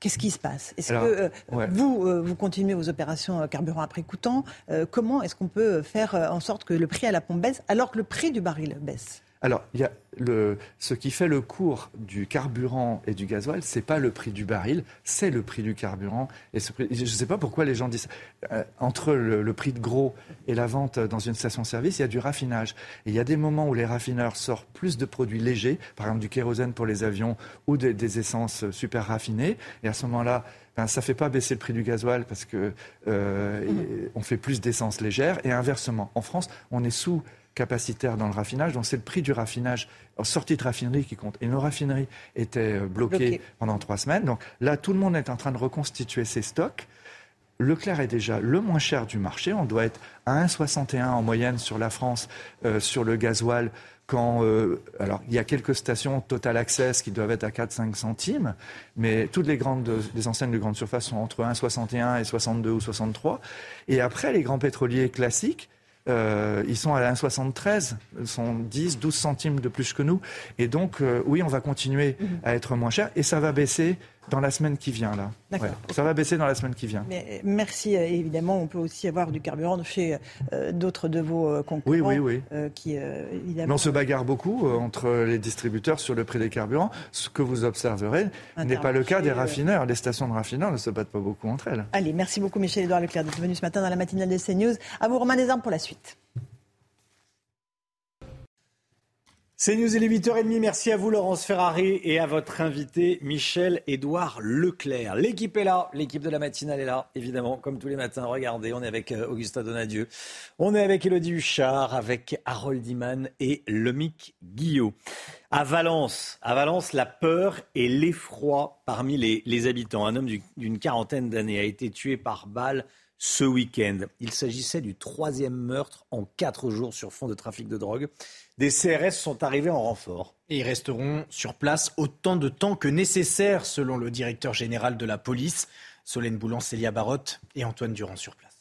Qu'est-ce qui se passe? Est-ce Alors, que euh, ouais. vous, euh, vous continuez vos opérations carburant après coûtant? euh, Comment est-ce qu'on peut faire en sorte que le prix à la pompe baisse alors que le prix du baril baisse? Alors, il y a le, ce qui fait le cours du carburant et du gasoil, c'est pas le prix du baril, c'est le prix du carburant. Et ce prix, je ne sais pas pourquoi les gens disent euh, entre le, le prix de gros et la vente dans une station-service, il y a du raffinage. Et il y a des moments où les raffineurs sortent plus de produits légers, par exemple du kérosène pour les avions ou des, des essences super raffinées. Et à ce moment-là, ben, ça ne fait pas baisser le prix du gasoil parce que euh, mmh. on fait plus d'essence légère. Et inversement, en France, on est sous capacitaire dans le raffinage, donc c'est le prix du raffinage en sortie de raffinerie qui compte. Et nos raffineries étaient bloquées Bloqué. pendant trois semaines. Donc là, tout le monde est en train de reconstituer ses stocks. Leclerc est déjà le moins cher du marché. On doit être à un virgule soixante et un en moyenne sur la France, euh, sur le gasoil. Quand, euh, alors, il y a quelques stations Total Access qui doivent être à quatre à cinq centimes, mais toutes les grandes, les enseignes de grande surface sont entre un virgule soixante et un et soixante-deux ou soixante-trois. Et après, les grands pétroliers classiques, Euh, ils sont à un virgule soixante-treize, ils sont dix, douze centimes de plus que nous. Et donc, euh, oui, on va continuer mmh. à être moins cher et ça va baisser dans la semaine qui vient, là. D'accord. Ouais, ça va baisser dans la semaine qui vient. Mais, merci, évidemment. On peut aussi avoir du carburant chez euh, d'autres de vos concurrents. Oui, oui, oui. Euh, qui, euh, évidemment... Mais on se bagarre beaucoup euh, entre les distributeurs sur le prix des carburants. Ce que vous observerez n'est pas le cas des raffineurs. Les stations de raffineurs ne se battent pas beaucoup entre elles. Allez, merci beaucoup Michel-Édouard Leclerc d'être venu ce matin dans la matinale de CNews. À vous Romain Desarmes pour la suite. CNews, il est huit heures trente. Merci à vous Laurence Ferrari et à votre invité Michel-Édouard Leclerc. L'équipe est là, l'équipe de la matinale est là, évidemment, comme tous les matins. Regardez, on est avec Augustin Donadieu, on est avec Élodie Huchard, avec Harold Iman et Lomique Guillot. À Valence, à Valence, la peur et l'effroi parmi les, les habitants. Un homme du, d'une quarantaine d'années a été tué par balle ce week-end. Il s'agissait du troisième meurtre en quatre jours sur fond de trafic de drogue. Des C R S sont arrivés en renfort. Et ils resteront sur place autant de temps que nécessaire, selon le directeur général de la police, Solène Boulan, Célia Barotte et Antoine Durand sur place.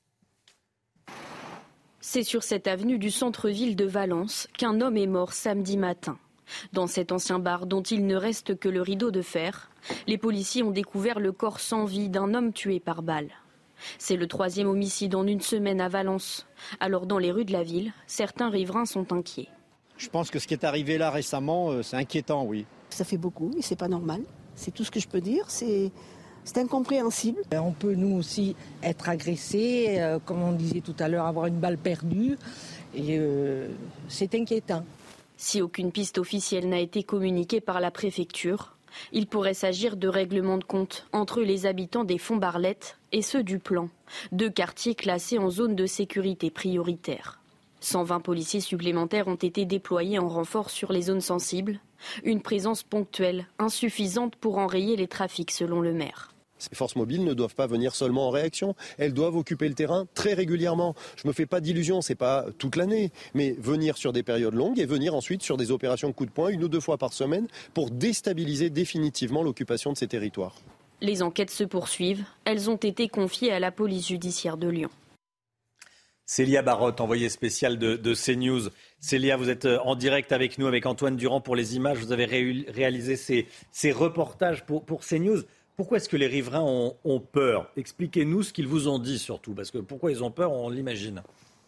C'est sur cette avenue du centre-ville de Valence qu'un homme est mort samedi matin. Dans cet ancien bar dont il ne reste que le rideau de fer, les policiers ont découvert le corps sans vie d'un homme tué par balle. C'est le troisième homicide en une semaine à Valence. Alors dans les rues de la ville, certains riverains sont inquiets. Je pense que ce qui est arrivé là récemment, c'est inquiétant, oui. Ça fait beaucoup et c'est pas normal. C'est tout ce que je peux dire. C'est, c'est incompréhensible. On peut nous aussi être agressés, euh, comme on disait tout à l'heure, avoir une balle perdue. Et euh, c'est inquiétant. Si aucune piste officielle n'a été communiquée par la préfecture, il pourrait s'agir de règlements de compte entre les habitants des Fonds Barlette et ceux du Plan, deux quartiers classés en zone de sécurité prioritaire. cent vingt policiers supplémentaires ont été déployés en renfort sur les zones sensibles, une présence ponctuelle, insuffisante pour enrayer les trafics selon le maire. Ces forces mobiles ne doivent pas venir seulement en réaction, elles doivent occuper le terrain très régulièrement. Je ne me fais pas d'illusions, ce n'est pas toute l'année, mais venir sur des périodes longues et venir ensuite sur des opérations coup de poing une ou deux fois par semaine pour déstabiliser définitivement l'occupation de ces territoires. Les enquêtes se poursuivent, elles ont été confiées à la police judiciaire de Lyon. Célia Barotte, envoyée spéciale de, de CNews. Célia, vous êtes en direct avec nous, avec Antoine Durand pour les images. Vous avez ré- réalisé ces, ces reportages pour, pour CNews. Pourquoi est-ce que les riverains ont, ont peur ? Expliquez-nous ce qu'ils vous ont dit surtout, parce que pourquoi ils ont peur, on l'imagine.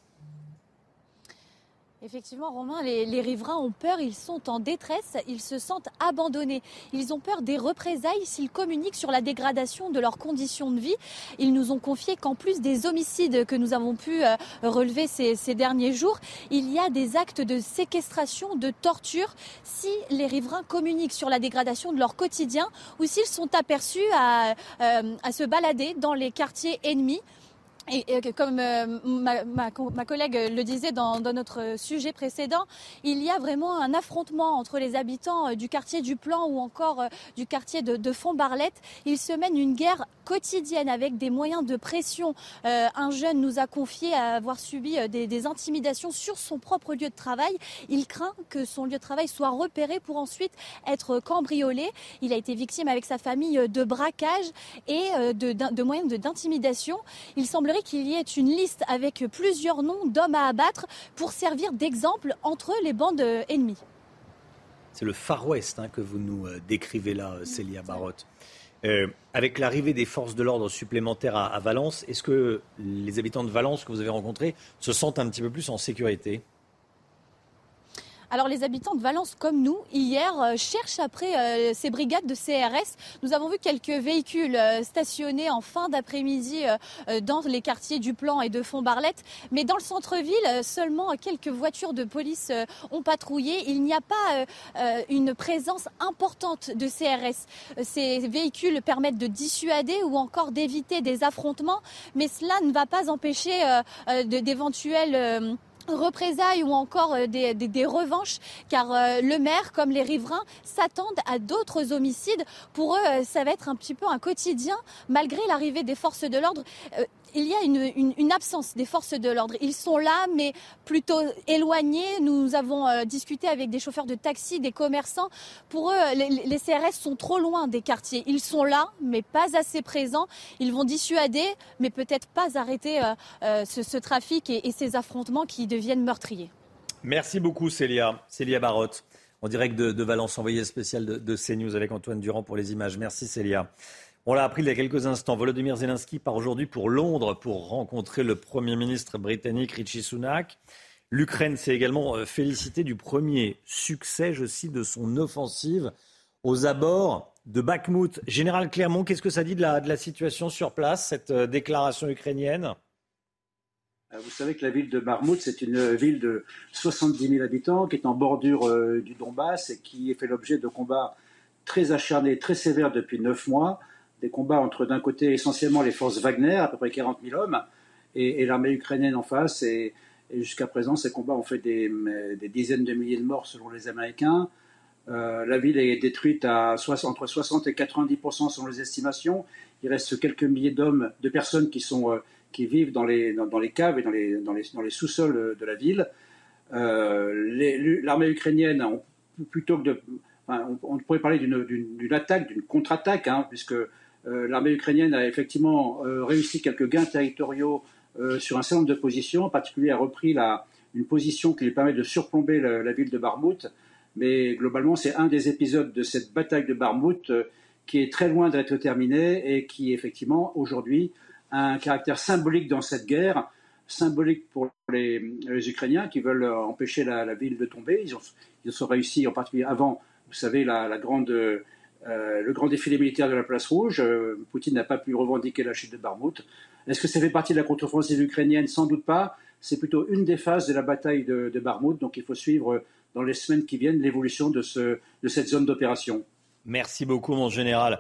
Effectivement, Romain, les, les riverains ont peur, ils sont en détresse, ils se sentent abandonnés. Ils ont peur des représailles s'ils communiquent sur la dégradation de leurs conditions de vie. Ils nous ont confié qu'en plus des homicides que nous avons pu euh, relever ces, ces derniers jours, il y a des actes de séquestration, de torture, si les riverains communiquent sur la dégradation de leur quotidien ou s'ils sont aperçus à, euh, à se balader dans les quartiers ennemis. Et, et comme euh, ma, ma, ma collègue le disait dans, dans notre sujet précédent, il y a vraiment un affrontement entre les habitants euh, du quartier du Plan ou encore euh, du quartier de, de Font-Barlette. Il se mène une guerre quotidienne avec des moyens de pression. Euh, un jeune nous a confié avoir subi euh, des, des intimidations sur son propre lieu de travail. Il craint que son lieu de travail soit repéré pour ensuite être cambriolé. Il a été victime avec sa famille de braquage et euh, de, de moyens de, d'intimidation. Il semble qu'il y ait une liste avec plusieurs noms d'hommes à abattre pour servir d'exemple entre les bandes ennemies. C'est le Far West hein, que vous nous décrivez là, Célia Barotte. Euh, avec l'arrivée des forces de l'ordre supplémentaires à, à Valence, est-ce que les habitants de Valence que vous avez rencontrés se sentent un petit peu plus en sécurité ? Alors les habitants de Valence, comme nous, hier, euh, cherchent après euh, ces brigades de C R S. Nous avons vu quelques véhicules euh, stationnés en fin d'après-midi euh, dans les quartiers du Plan et de Font-Barlette. Mais dans le centre-ville, euh, seulement quelques voitures de police euh, ont patrouillé. Il n'y a pas euh, euh, une présence importante de C R S. Ces véhicules permettent de dissuader ou encore d'éviter des affrontements. Mais cela ne va pas empêcher euh, euh, de, d'éventuels... Euh, représailles ou encore des, des, des revanches, car euh, le maire comme les riverains s'attendent à d'autres homicides. Pour eux, ça va être un petit peu un quotidien malgré l'arrivée des forces de l'ordre. Euh, il y a une, une, une absence des forces de l'ordre. Ils sont là, mais plutôt éloignés. Nous avons euh, discuté avec des chauffeurs de taxi, des commerçants. Pour eux, les, les C R S sont trop loin des quartiers. Ils sont là, mais pas assez présents. Ils vont dissuader, mais peut-être pas arrêter euh, euh, ce, ce trafic et, et ces affrontements qui deviennent meurtriers. Merci beaucoup Célia. Célia Barotte, en direct de, de Valence, envoyée spéciale de, de CNews avec Antoine Durand pour les images. Merci Célia. On l'a appris il y a quelques instants, Volodymyr Zelensky part aujourd'hui pour Londres pour rencontrer le Premier ministre britannique Rishi Sunak. L'Ukraine s'est également félicitée du premier succès, je cite, de son offensive aux abords de Bakhmout. Général Clermont, qu'est-ce que ça dit de la, de la situation sur place, cette déclaration ukrainienne ? Vous savez que la ville de Bakhmout, c'est une ville de soixante-dix mille habitants qui est en bordure euh, du Donbass et qui fait l'objet de combats très acharnés, très sévères depuis neuf mois. Des combats entre, d'un côté, essentiellement les forces Wagner, à peu près quarante mille hommes, et, et l'armée ukrainienne en face. Et, et jusqu'à présent, ces combats ont fait des, des dizaines de milliers de morts selon les Américains. Euh, la ville est détruite à soixante, entre soixante et quatre-vingt-dix pour cent selon les estimations. Il reste quelques milliers d'hommes, de personnes qui, sont, euh, qui vivent dans les, dans, dans les caves et dans les, dans les, dans les sous-sols de la ville. Euh, les, l'armée ukrainienne, on, plutôt que de... Enfin, on, on pourrait parler d'une, d'une, d'une attaque, d'une contre-attaque, hein, puisque euh, l'armée ukrainienne a effectivement euh, réussi quelques gains territoriaux euh, sur un certain nombre de positions. En particulier, a repris la, une position qui lui permet de surplomber la, la ville de Bakhmout. Mais globalement, c'est un des épisodes de cette bataille de Bakhmout euh, qui est très loin d'être terminé et qui, effectivement, aujourd'hui, a un caractère symbolique dans cette guerre, symbolique pour les, les Ukrainiens qui veulent empêcher la, la ville de tomber. Ils ont, ils ont réussi, en particulier avant, vous savez, la, la grande, euh, le grand défilé militaire de la Place Rouge. Euh, Poutine n'a pas pu revendiquer la chute de Bakhmout. Est-ce que ça fait partie de la contre-offensive ukrainienne ? Sans doute pas. C'est plutôt une des phases de la bataille de, de Bakhmout. Donc il faut suivre dans les semaines qui viennent l'évolution de, ce, de cette zone d'opération. Merci beaucoup, mon général.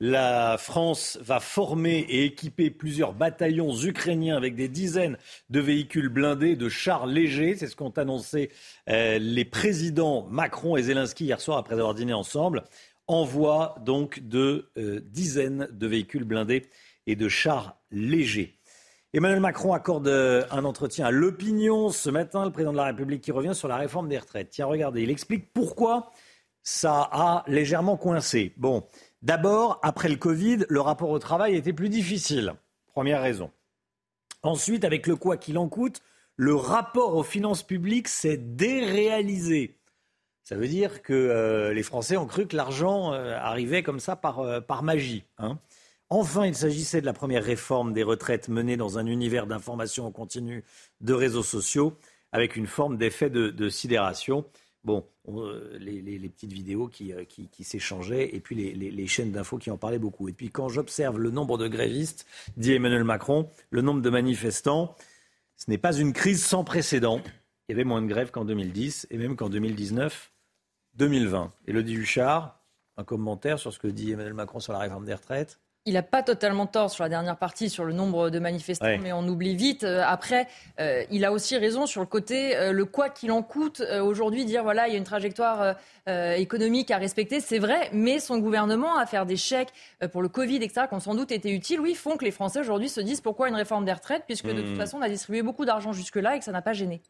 La France va former et équiper plusieurs bataillons ukrainiens avec des dizaines de véhicules blindés, de chars légers. C'est ce qu'ont annoncé euh, les présidents Macron et Zelensky hier soir après avoir dîné ensemble. Envoi donc de euh, dizaines de véhicules blindés et de chars légers. Emmanuel Macron accorde un entretien à l'opinion ce matin, le président de la République qui revient sur la réforme des retraites. Tiens, regardez, il explique pourquoi ça a légèrement coincé. Bon, d'abord, après le Covid, le rapport au travail était plus difficile. Première raison. Ensuite, avec le quoi qu'il en coûte, le rapport aux finances publiques s'est déréalisé. Ça veut dire que euh, les Français ont cru que l'argent euh, arrivait comme ça par, euh, par magie, hein. Enfin, il s'agissait de la première réforme des retraites menée dans un univers d'information en continu de réseaux sociaux avec une forme d'effet de, de sidération. Bon, on, les, les, les petites vidéos qui, qui, qui s'échangeaient et puis les, les, les chaînes d'infos qui en parlaient beaucoup. Et puis quand j'observe le nombre de grévistes, dit Emmanuel Macron, le nombre de manifestants, ce n'est pas une crise sans précédent. Il y avait moins de grèves qu'en deux mille dix et même qu'en deux mille dix-neuf, deux mille vingt. Élodie Huchard, un commentaire sur ce que dit Emmanuel Macron sur la réforme des retraites. Il n'a pas totalement tort sur la dernière partie, sur le nombre de manifestants, ouais. Mais on oublie vite. Euh, après, euh, il a aussi raison sur le côté, euh, le quoi qu'il en coûte. Euh, aujourd'hui, dire voilà, il y a une trajectoire euh, économique à respecter, c'est vrai, mais son gouvernement à faire des chèques euh, pour le Covid, et cetera, qui ont sans doute été utiles, oui, font que les Français aujourd'hui se disent pourquoi une réforme des retraites, puisque mmh. de toute façon, on a distribué beaucoup d'argent jusque-là et que ça n'a pas gêné.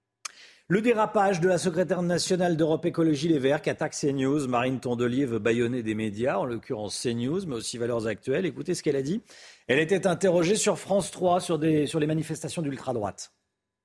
Le dérapage de la secrétaire nationale d'Europe Écologie Les Verts qui attaque CNews. Marine Tondelier veut bâillonner des médias, en l'occurrence CNews, mais aussi Valeurs Actuelles. Écoutez ce qu'elle a dit. Elle était interrogée sur France trois sur, des, sur les manifestations d'ultra-droite.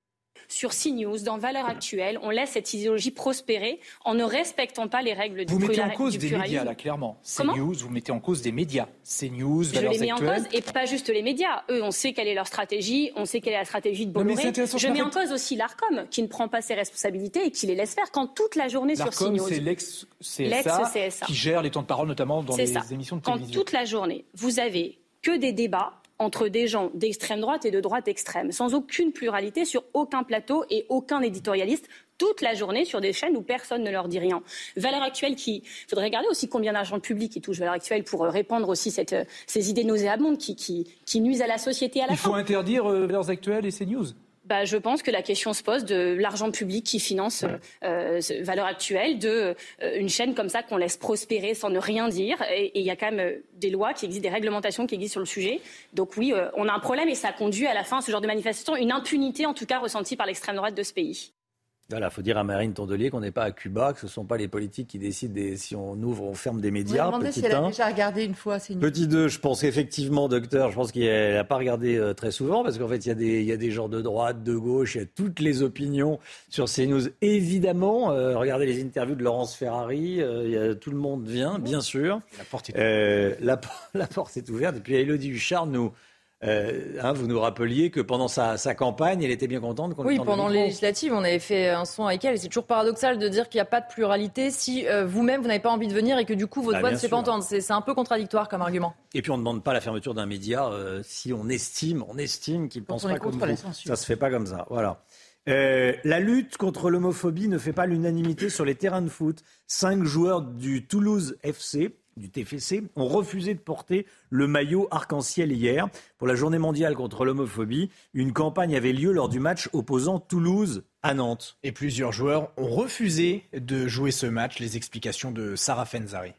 sur CNews, dans Valeurs Actuelles, on laisse cette idéologie prospérer en ne respectant pas les règles du, vous mettez plura- en cause du des pluralisme. médias, là, clairement. Comment CNews, vous mettez en cause des médias. CNews, Je Valeurs les mets Actuelles. en cause, et pas juste les médias. Eux, on sait quelle est leur stratégie, on sait quelle est la stratégie de Non, mais Bolloré. c'est intéressant, Je en mets fait- en cause aussi l'ARCOM, qui ne prend pas ses responsabilités et qui les laisse faire quand toute la journée sur L'ARCOM, CNews. c'est l'ex-C S A L'ex-C S A. qui gère les temps de parole, notamment dans C'est les ça. émissions de Quand télévision. toute la journée, vous avez que des débats entre des gens d'extrême droite et de droite extrême, sans aucune pluralité sur aucun plateau et aucun éditorialiste, toute la journée sur des chaînes où personne ne leur dit rien. Valeurs Actuelles, qui, il faudrait regarder aussi combien d'argent public qui touche Valeurs Actuelles pour euh, répandre aussi cette, euh, ces idées nauséabondes qui, qui, qui nuisent à la société à la Il faut fin. interdire euh, Valeurs Actuelles et CNews. Bah, je pense que la question se pose de l'argent public qui finance euh, euh, Valeurs Actuelles, de euh, une chaîne comme ça qu'on laisse prospérer sans ne rien dire. Et il y a quand même euh, des lois qui existent, des réglementations qui existent sur le sujet. Donc oui, euh, on a un problème et ça conduit à la fin à ce genre de manifestation, une impunité en tout cas ressentie par l'extrême droite de ce pays. Voilà, il faut dire à Marine Tondelier qu'on n'est pas à Cuba, que ce ne sont pas les politiques qui décident des, si on ouvre ou on ferme des médias. Je me demandais Petit si elle a un. déjà regardé une fois. C'est une... Petit deux, je pense qu'effectivement, docteur, je pense qu'elle n'a pas regardé euh, très souvent, parce qu'en fait, il y, a des, il y a des gens de droite, de gauche, il y a toutes les opinions sur CNews. Évidemment, euh, regardez les interviews de Laurence Ferrari, euh, il y a, tout le monde vient, bien sûr. La porte est euh, la, la porte est ouverte. Et puis Élodie Huchard, nous, euh, hein, vous nous rappeliez que pendant sa, sa campagne, elle était bien contente qu'on lui Oui, tende pendant le les micro. législatives, on avait fait un son avec elle. Et c'est toujours paradoxal de dire qu'il n'y a pas de pluralité si euh, vous-même, vous n'avez pas envie de venir et que du coup, votre Bah, voix ne bien se fait pas sûr. entendre. C'est, c'est un peu contradictoire comme argument. Et puis on ne demande pas la fermeture d'un média euh, si on estime, on estime qu'il ne pense on est pas comme contre la vous. censure. Ça se fait pas comme ça. Voilà. Euh, la lutte contre l'homophobie ne fait pas l'unanimité sur les terrains de foot. Cinq joueurs du Toulouse F C, du T F C, ont refusé de porter le maillot arc-en-ciel hier. Pour la journée mondiale contre l'homophobie, une campagne avait lieu lors du match opposant Toulouse à Nantes. Et plusieurs joueurs ont refusé de jouer ce match. Les explications de Sarah Fenzari.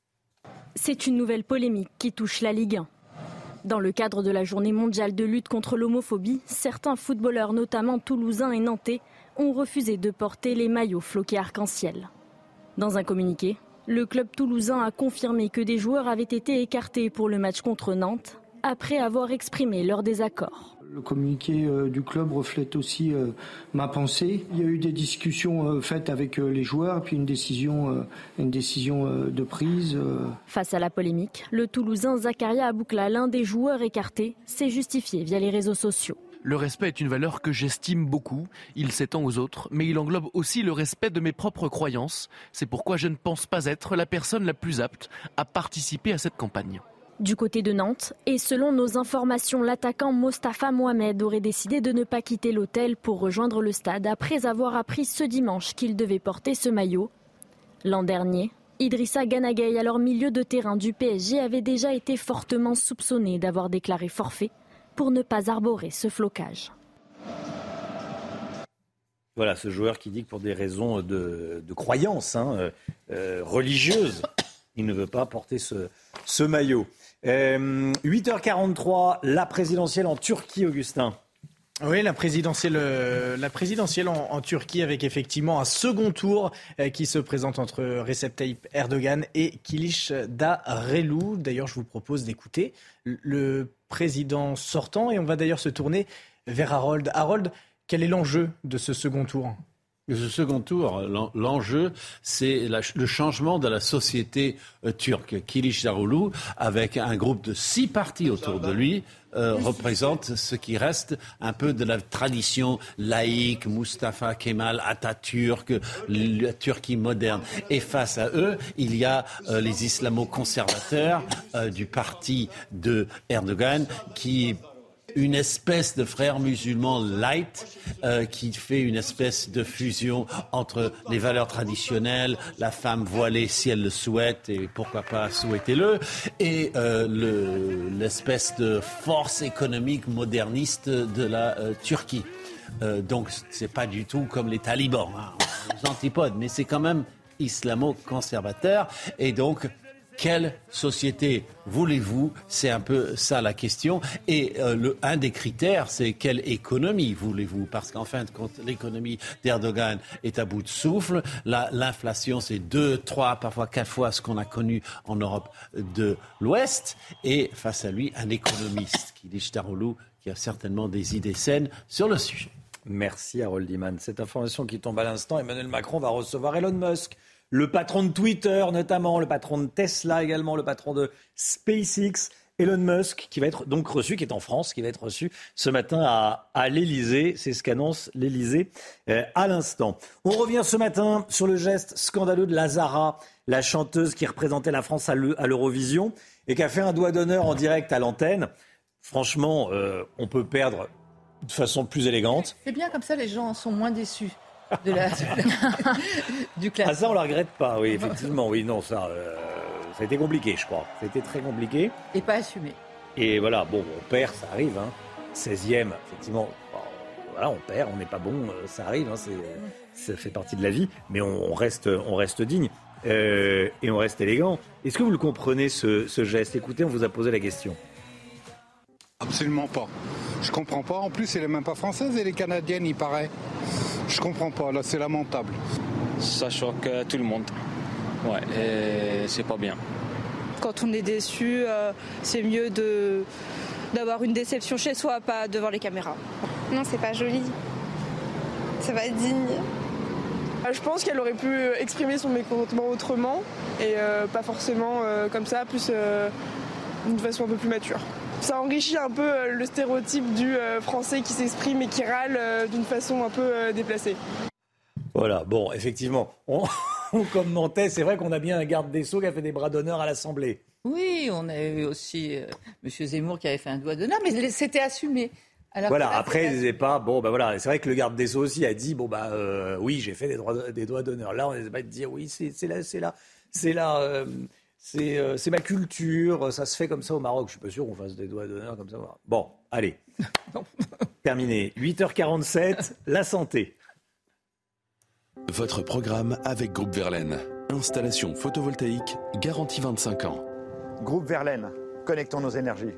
C'est une nouvelle polémique qui touche la Ligue un. Dans le cadre de la journée mondiale de lutte contre l'homophobie, certains footballeurs, notamment toulousains et nantais, ont refusé de porter les maillots floqués arc-en-ciel. Dans un communiqué, le club toulousain a confirmé que des joueurs avaient été écartés pour le match contre Nantes après avoir exprimé leur désaccord. Le communiqué euh, du club reflète aussi euh, ma pensée. Il y a eu des discussions euh, faites avec euh, les joueurs et puis une décision, euh, une décision euh, de prise. Euh. Face à la polémique, le Toulousain Zakaria Aboukla, l'un des joueurs écartés, s'est justifié via les réseaux sociaux. Le respect est une valeur que j'estime beaucoup. Il s'étend aux autres, mais il englobe aussi le respect de mes propres croyances. C'est pourquoi je ne pense pas être la personne la plus apte à participer à cette campagne. Du côté de Nantes, et selon nos informations, l'attaquant Mostafa Mohamed aurait décidé de ne pas quitter l'hôtel pour rejoindre le stade après avoir appris ce dimanche qu'il devait porter ce maillot. L'an dernier, Idrissa Gana Gueye, alors milieu de terrain du P S G, avait déjà été fortement soupçonné d'avoir déclaré forfait pour ne pas arborer ce flocage. Voilà, ce joueur qui dit que pour des raisons de, de croyance hein, euh, euh, religieuse, il ne veut pas porter ce, ce maillot. Euh, huit heures quarante-trois, la présidentielle en Turquie, Augustin. Oui, la présidentielle, euh, la présidentielle en, en Turquie avec effectivement un second tour euh, qui se présente entre Recep Tayyip Erdogan et Kiliç Daroglu. D'ailleurs, je vous propose d'écouter le président sortant et on va d'ailleurs se tourner vers Harold. Harold, quel est l'enjeu de ce second tour ? Ce second tour, l'enjeu, c'est la, le changement de la société euh, turque. Kiliç Daroglu, avec un groupe de six partis autour de lui, euh, représente ce qui reste un peu de la tradition laïque, Mustafa Kemal Atatürk, la Turquie moderne. Et face à eux, il y a euh, les islamo-conservateurs euh, du parti de Erdogan qui une espèce de frère musulman light euh, qui fait une espèce de fusion entre les valeurs traditionnelles, la femme voilée si elle le souhaite et pourquoi pas souhaitez-le, et euh, le, l'espèce de force économique moderniste de la euh, Turquie. Euh, donc c'est pas du tout comme les talibans, hein, aux antipodes, mais c'est quand même islamo-conservateur et donc quelle société voulez-vous ? C'est un peu ça la question. Et euh, le, un des critères, c'est quelle économie voulez-vous ? Parce qu'en fin de compte, l'économie d'Erdogan est à bout de souffle. La, l'inflation, c'est deux, trois, parfois quatre fois ce qu'on a connu en Europe de l'Ouest. Et face à lui, un économiste, Kiliç Daroglu, qui a certainement des idées saines sur le sujet. Merci Harold Iman. Cette information qui tombe à l'instant, Emmanuel Macron va recevoir Elon Musk, le patron de Twitter notamment, le patron de Tesla également, le patron de SpaceX. Elon Musk, qui va être donc reçu, qui est en France, qui va être reçu ce matin à, à l'Élysée. C'est ce qu'annonce l'Élysée euh, à l'instant. On revient ce matin sur le geste scandaleux de Lazara, la chanteuse qui représentait la France à, le, à l'Eurovision et qui a fait un doigt d'honneur en direct à l'antenne. Franchement, euh, on peut perdre de façon plus élégante. C'est bien comme ça, les gens sont moins déçus de la, du classement. Ah ça, on ne la regrette pas, oui, effectivement. Oui, non, ça... Euh... Ça a été compliqué, je crois. Ça a été très compliqué. Et pas assumé. Et voilà, bon, on perd, ça arrive. Hein. seizième, effectivement, bon, voilà, on perd, on n'est pas bon, ça arrive, hein, c'est, ça fait partie de la vie. Mais on, on, reste, on reste digne euh, et on reste élégant. Est-ce que vous le comprenez, ce, ce geste ? Écoutez, on vous a posé la question. Absolument pas. Je comprends pas. En plus, elle n'est même pas française, elle est canadienne, il paraît. Je comprends pas, là, c'est lamentable. Ça choque tout le monde. Ouais, et c'est pas bien. Quand on est déçu, euh, c'est mieux de, d'avoir une déception chez soi, pas devant les caméras. Non, c'est pas joli. C'est pas digne. Je pense qu'elle aurait pu exprimer son mécontentement autrement et euh, pas forcément euh, comme ça, plus euh, d'une façon un peu plus mature. Ça enrichit un peu euh, le stéréotype du euh, Français qui s'exprime et qui râle euh, d'une façon un peu euh, déplacée. Voilà, bon, effectivement, on, on commentait, c'est vrai qu'on a bien un garde des Sceaux qui a fait des bras d'honneur à l'Assemblée. Oui, on a eu aussi euh, M. Zemmour qui avait fait un doigt d'honneur, mais c'était assumé. Alors voilà, là, après, il disait pas, bon, ben bah, voilà, c'est vrai que le garde des Sceaux aussi a dit, bon, bah euh, oui, j'ai fait des, droits, des doigts d'honneur. Là, on n'essaie pas de dire, oui, c'est, c'est là, c'est là, c'est là, euh, c'est, euh, c'est ma culture, ça se fait comme ça au Maroc. Je suis pas sûr qu'on fasse des doigts d'honneur comme ça. Bon, allez, terminé. huit heures quarante-sept, la santé. Votre programme avec Groupe Verlaine. Installation photovoltaïque, garantie vingt-cinq ans. Groupe Verlaine, connectons nos énergies.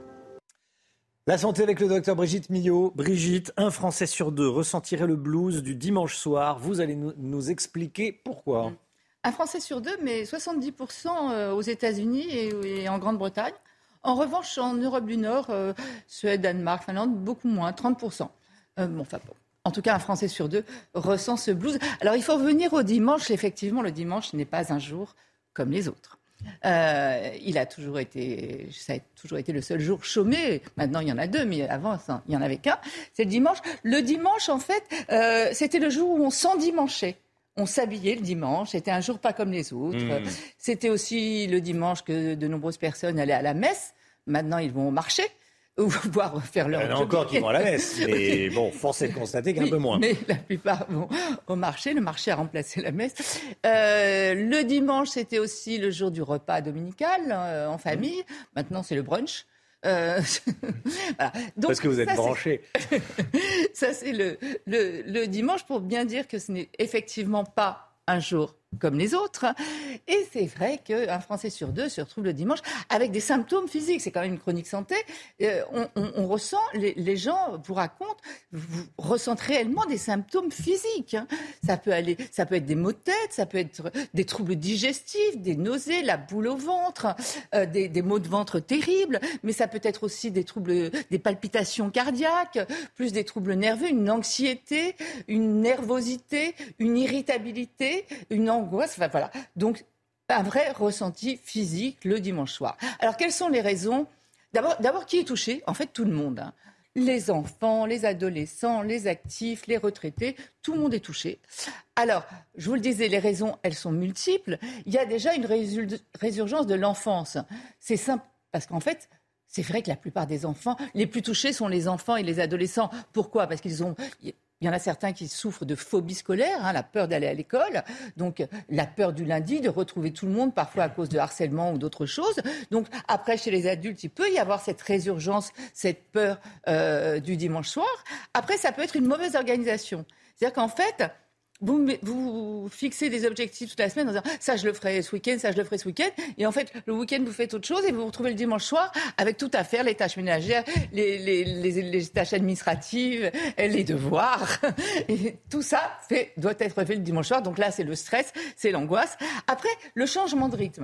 La santé avec le docteur Brigitte Millot. Brigitte, un Français sur deux ressentirait le blues du dimanche soir. Vous allez nous, nous expliquer pourquoi. Un Français sur deux, mais soixante-dix pour cent aux États-Unis et, et en Grande-Bretagne. En revanche, en Europe du Nord, euh, Suède, Danemark, Finlande, beaucoup moins, trente pour cent. Euh, bon, enfin bon. En tout cas, un Français sur deux ressent ce blues. Alors, il faut revenir au dimanche. Effectivement, le dimanche n'est pas un jour comme les autres. Euh, il a toujours été, ça a toujours été le seul jour chômé. Maintenant, il y en a deux, mais avant, ça, il n'y en avait qu'un. C'est le dimanche. Le dimanche, en fait, euh, c'était le jour où on s'endimanchait. On s'habillait le dimanche. C'était un jour pas comme les autres. Mmh. C'était aussi le dimanche que de nombreuses personnes allaient à la messe. Maintenant, ils vont marcher. Ou voir faire leur. Il y en a encore qui vont à la messe, mais bon, force est de constater qu'un oui, peu moins. Mais la plupart vont au marché. Le marché a remplacé la messe. Euh, le dimanche, c'était aussi le jour du repas dominical euh, en famille. Mmh. Maintenant, c'est le brunch. Euh, voilà. Donc, parce que vous êtes ça, branchés. C'est... ça, c'est le, le, le dimanche pour bien dire que ce n'est effectivement pas un jour comme les autres. Et c'est vrai qu'un Français sur deux se retrouve le dimanche avec des symptômes physiques. C'est quand même une chronique santé. Euh, on, on, on ressent, les, les gens vous racontent, vous ressentent réellement des symptômes physiques. Hein. Ça peut aller, ça peut être des maux de tête, ça peut être des troubles digestifs, des nausées, la boule au ventre, euh, des, des maux de ventre terribles, mais ça peut être aussi des troubles, des palpitations cardiaques, plus des troubles nerveux, une anxiété, une nervosité, une irritabilité, une angoisse. Enfin, voilà. Donc, un vrai ressenti physique le dimanche soir. Alors, quelles sont les raisons ? D'abord, d'abord qui est touché ? En fait, tout le monde. Hein. Les enfants, les adolescents, les actifs, les retraités, tout le monde est touché. Alors, je vous le disais, les raisons, elles sont multiples. Il y a déjà une résul- résurgence de l'enfance. C'est simple, parce qu'en fait, c'est vrai que la plupart des enfants, les plus touchés sont les enfants et les adolescents. Pourquoi ? Parce qu'ils ont... Il y en a certains qui souffrent de phobie scolaire, hein, la peur d'aller à l'école, donc la peur du lundi, de retrouver tout le monde, parfois à cause de harcèlement ou d'autres choses. Donc après, chez les adultes, il peut y avoir cette résurgence, cette peur euh, du dimanche soir. Après, ça peut être une mauvaise organisation. C'est-à-dire qu'en fait, vous, vous fixez des objectifs toute la semaine en disant « ça, je le ferai ce week-end, ça, je le ferai ce week-end ». Et en fait, le week-end, vous faites autre chose et vous vous retrouvez le dimanche soir avec tout à faire, les tâches ménagères, les, les, les, les tâches administratives, les devoirs. Et tout ça fait, doit être fait le dimanche soir. Donc là, c'est le stress, c'est l'angoisse. Après, le changement de rythme.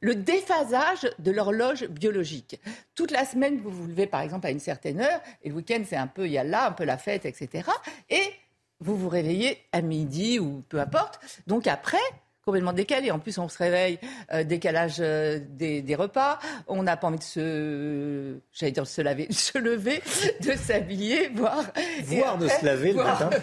le déphasage de l'horloge biologique. Toute la semaine, vous vous levez par exemple à une certaine heure, et le week-end, c'est un peu, il y a là, un peu la fête, et cetera. Et vous vous réveillez à midi ou peu importe. Donc après, complètement décalé. En plus, on se réveille, euh, décalage euh, des, des repas. On n'a pas envie de se, j'allais dire de se laver, de se lever, de s'habiller, voire... Voire de se laver le matin.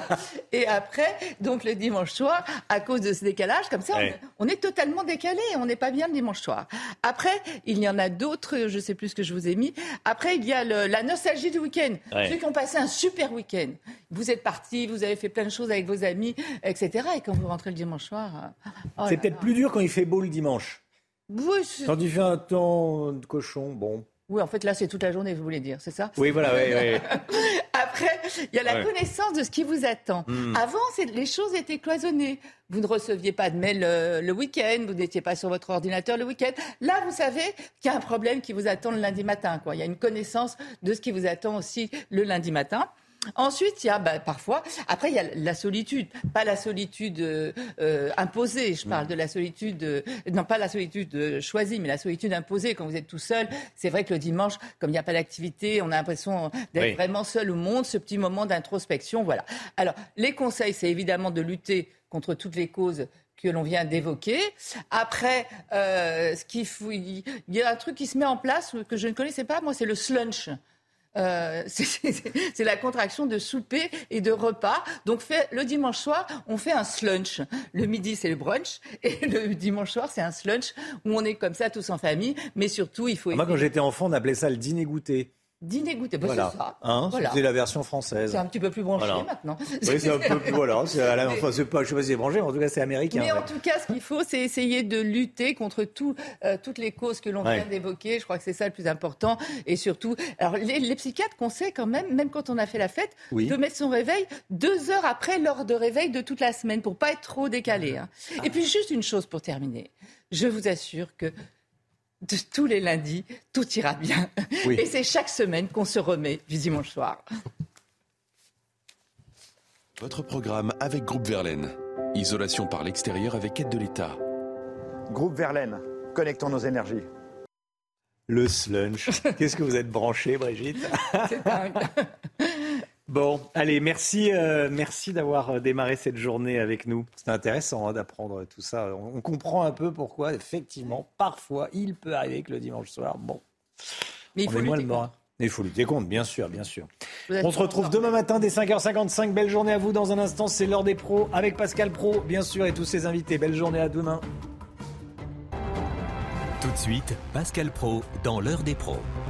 Et après, donc le dimanche soir, à cause de ce décalage, comme ça, ouais. on, on est totalement décalé. On n'est pas bien le dimanche soir. Après, il y en a d'autres, je ne sais plus ce que je vous ai mis. Après, il y a le, la nostalgie du week-end. Ouais. Ceux qui ont passé un super week-end. Vous êtes partis, vous avez fait plein de choses avec vos amis, et cetera. Et quand vous rentrez le dimanche soir... Oh c'est peut-être là. Plus dur quand il fait beau le dimanche. Oui, c'est... Quand il fait un temps de cochon, bon. Oui, en fait, là, c'est toute la journée, vous voulez dire, c'est ça ? Oui, voilà, oui, oui. Après, il y a la ouais. connaissance de ce qui vous attend. Mmh. Avant, c'est, les choses étaient cloisonnées. Vous ne receviez pas de mail euh, le week-end, vous n'étiez pas sur votre ordinateur le week-end. Là, vous savez qu'il y a un problème qui vous attend le lundi matin, quoi. Il y a une connaissance de ce qui vous attend aussi le lundi matin. Ensuite, il y a bah, parfois, après il y a la solitude, pas la solitude euh, imposée, je parle de la solitude, euh, non pas la solitude euh, choisie, mais la solitude imposée quand vous êtes tout seul. C'est vrai que le dimanche, comme il n'y a pas d'activité, on a l'impression d'être oui. vraiment seul au monde, ce petit moment d'introspection, voilà. Alors, les conseils, c'est évidemment de lutter contre toutes les causes que l'on vient d'évoquer. Après, euh, ce qu'il faut, il y a un truc qui se met en place que je ne connaissais pas, moi, c'est le slunch. Euh, c'est, c'est, c'est la contraction de souper et de repas. Donc fait, le dimanche soir, on fait un slunch. Le midi, c'est le brunch. Et le dimanche soir, c'est un slunch où on est comme ça tous en famille. Mais surtout, il faut... Moi, quand j'étais enfant, on appelait ça le dîner-goûter. Dîner goûter, bah, voilà. c'est ça. Hein, voilà. C'était la version française. C'est un petit peu plus branché voilà. maintenant. Oui, c'est un peu plus voilà. C'est à la, enfin, c'est pas, je sais pas si c'est branché, mais en tout cas, c'est américain. Mais ouais. en tout cas, ce qu'il faut, c'est essayer de lutter contre tout, euh, toutes les causes que l'on ouais. vient d'évoquer. Je crois que c'est ça le plus important. Et surtout, alors les, les psychiatres conseillent quand même, même quand on a fait la fête, oui. de mettre son réveil deux heures après l'heure de réveil de toute la semaine pour pas être trop décalé. Hein. Ah. Et puis juste une chose pour terminer. Je vous assure que de tous les lundis, tout ira bien. Oui. Et c'est chaque semaine qu'on se remet du dimanche soir. Votre programme avec Groupe Verlaine. Isolation par l'extérieur avec aide de l'État. Groupe Verlaine, connectons nos énergies. Le slunch. Qu'est-ce que vous êtes branché, Brigitte ? C'est dingue. Bon, allez, merci, euh, merci d'avoir démarré cette journée avec nous. C'est intéressant hein, d'apprendre tout ça. On, on comprend un peu pourquoi, effectivement, parfois, il peut arriver que le dimanche soir, bon, mais il on faut est moins le mort. Il faut lutter contre, bien sûr, bien sûr. On se retrouve demain matin dès cinq heures cinquante-cinq. Belle journée à vous. Dans un instant, c'est l'heure des pros avec Pascal Praud, bien sûr, et tous ses invités. Belle journée à demain. Tout de suite, Pascal Praud dans l'heure des pros.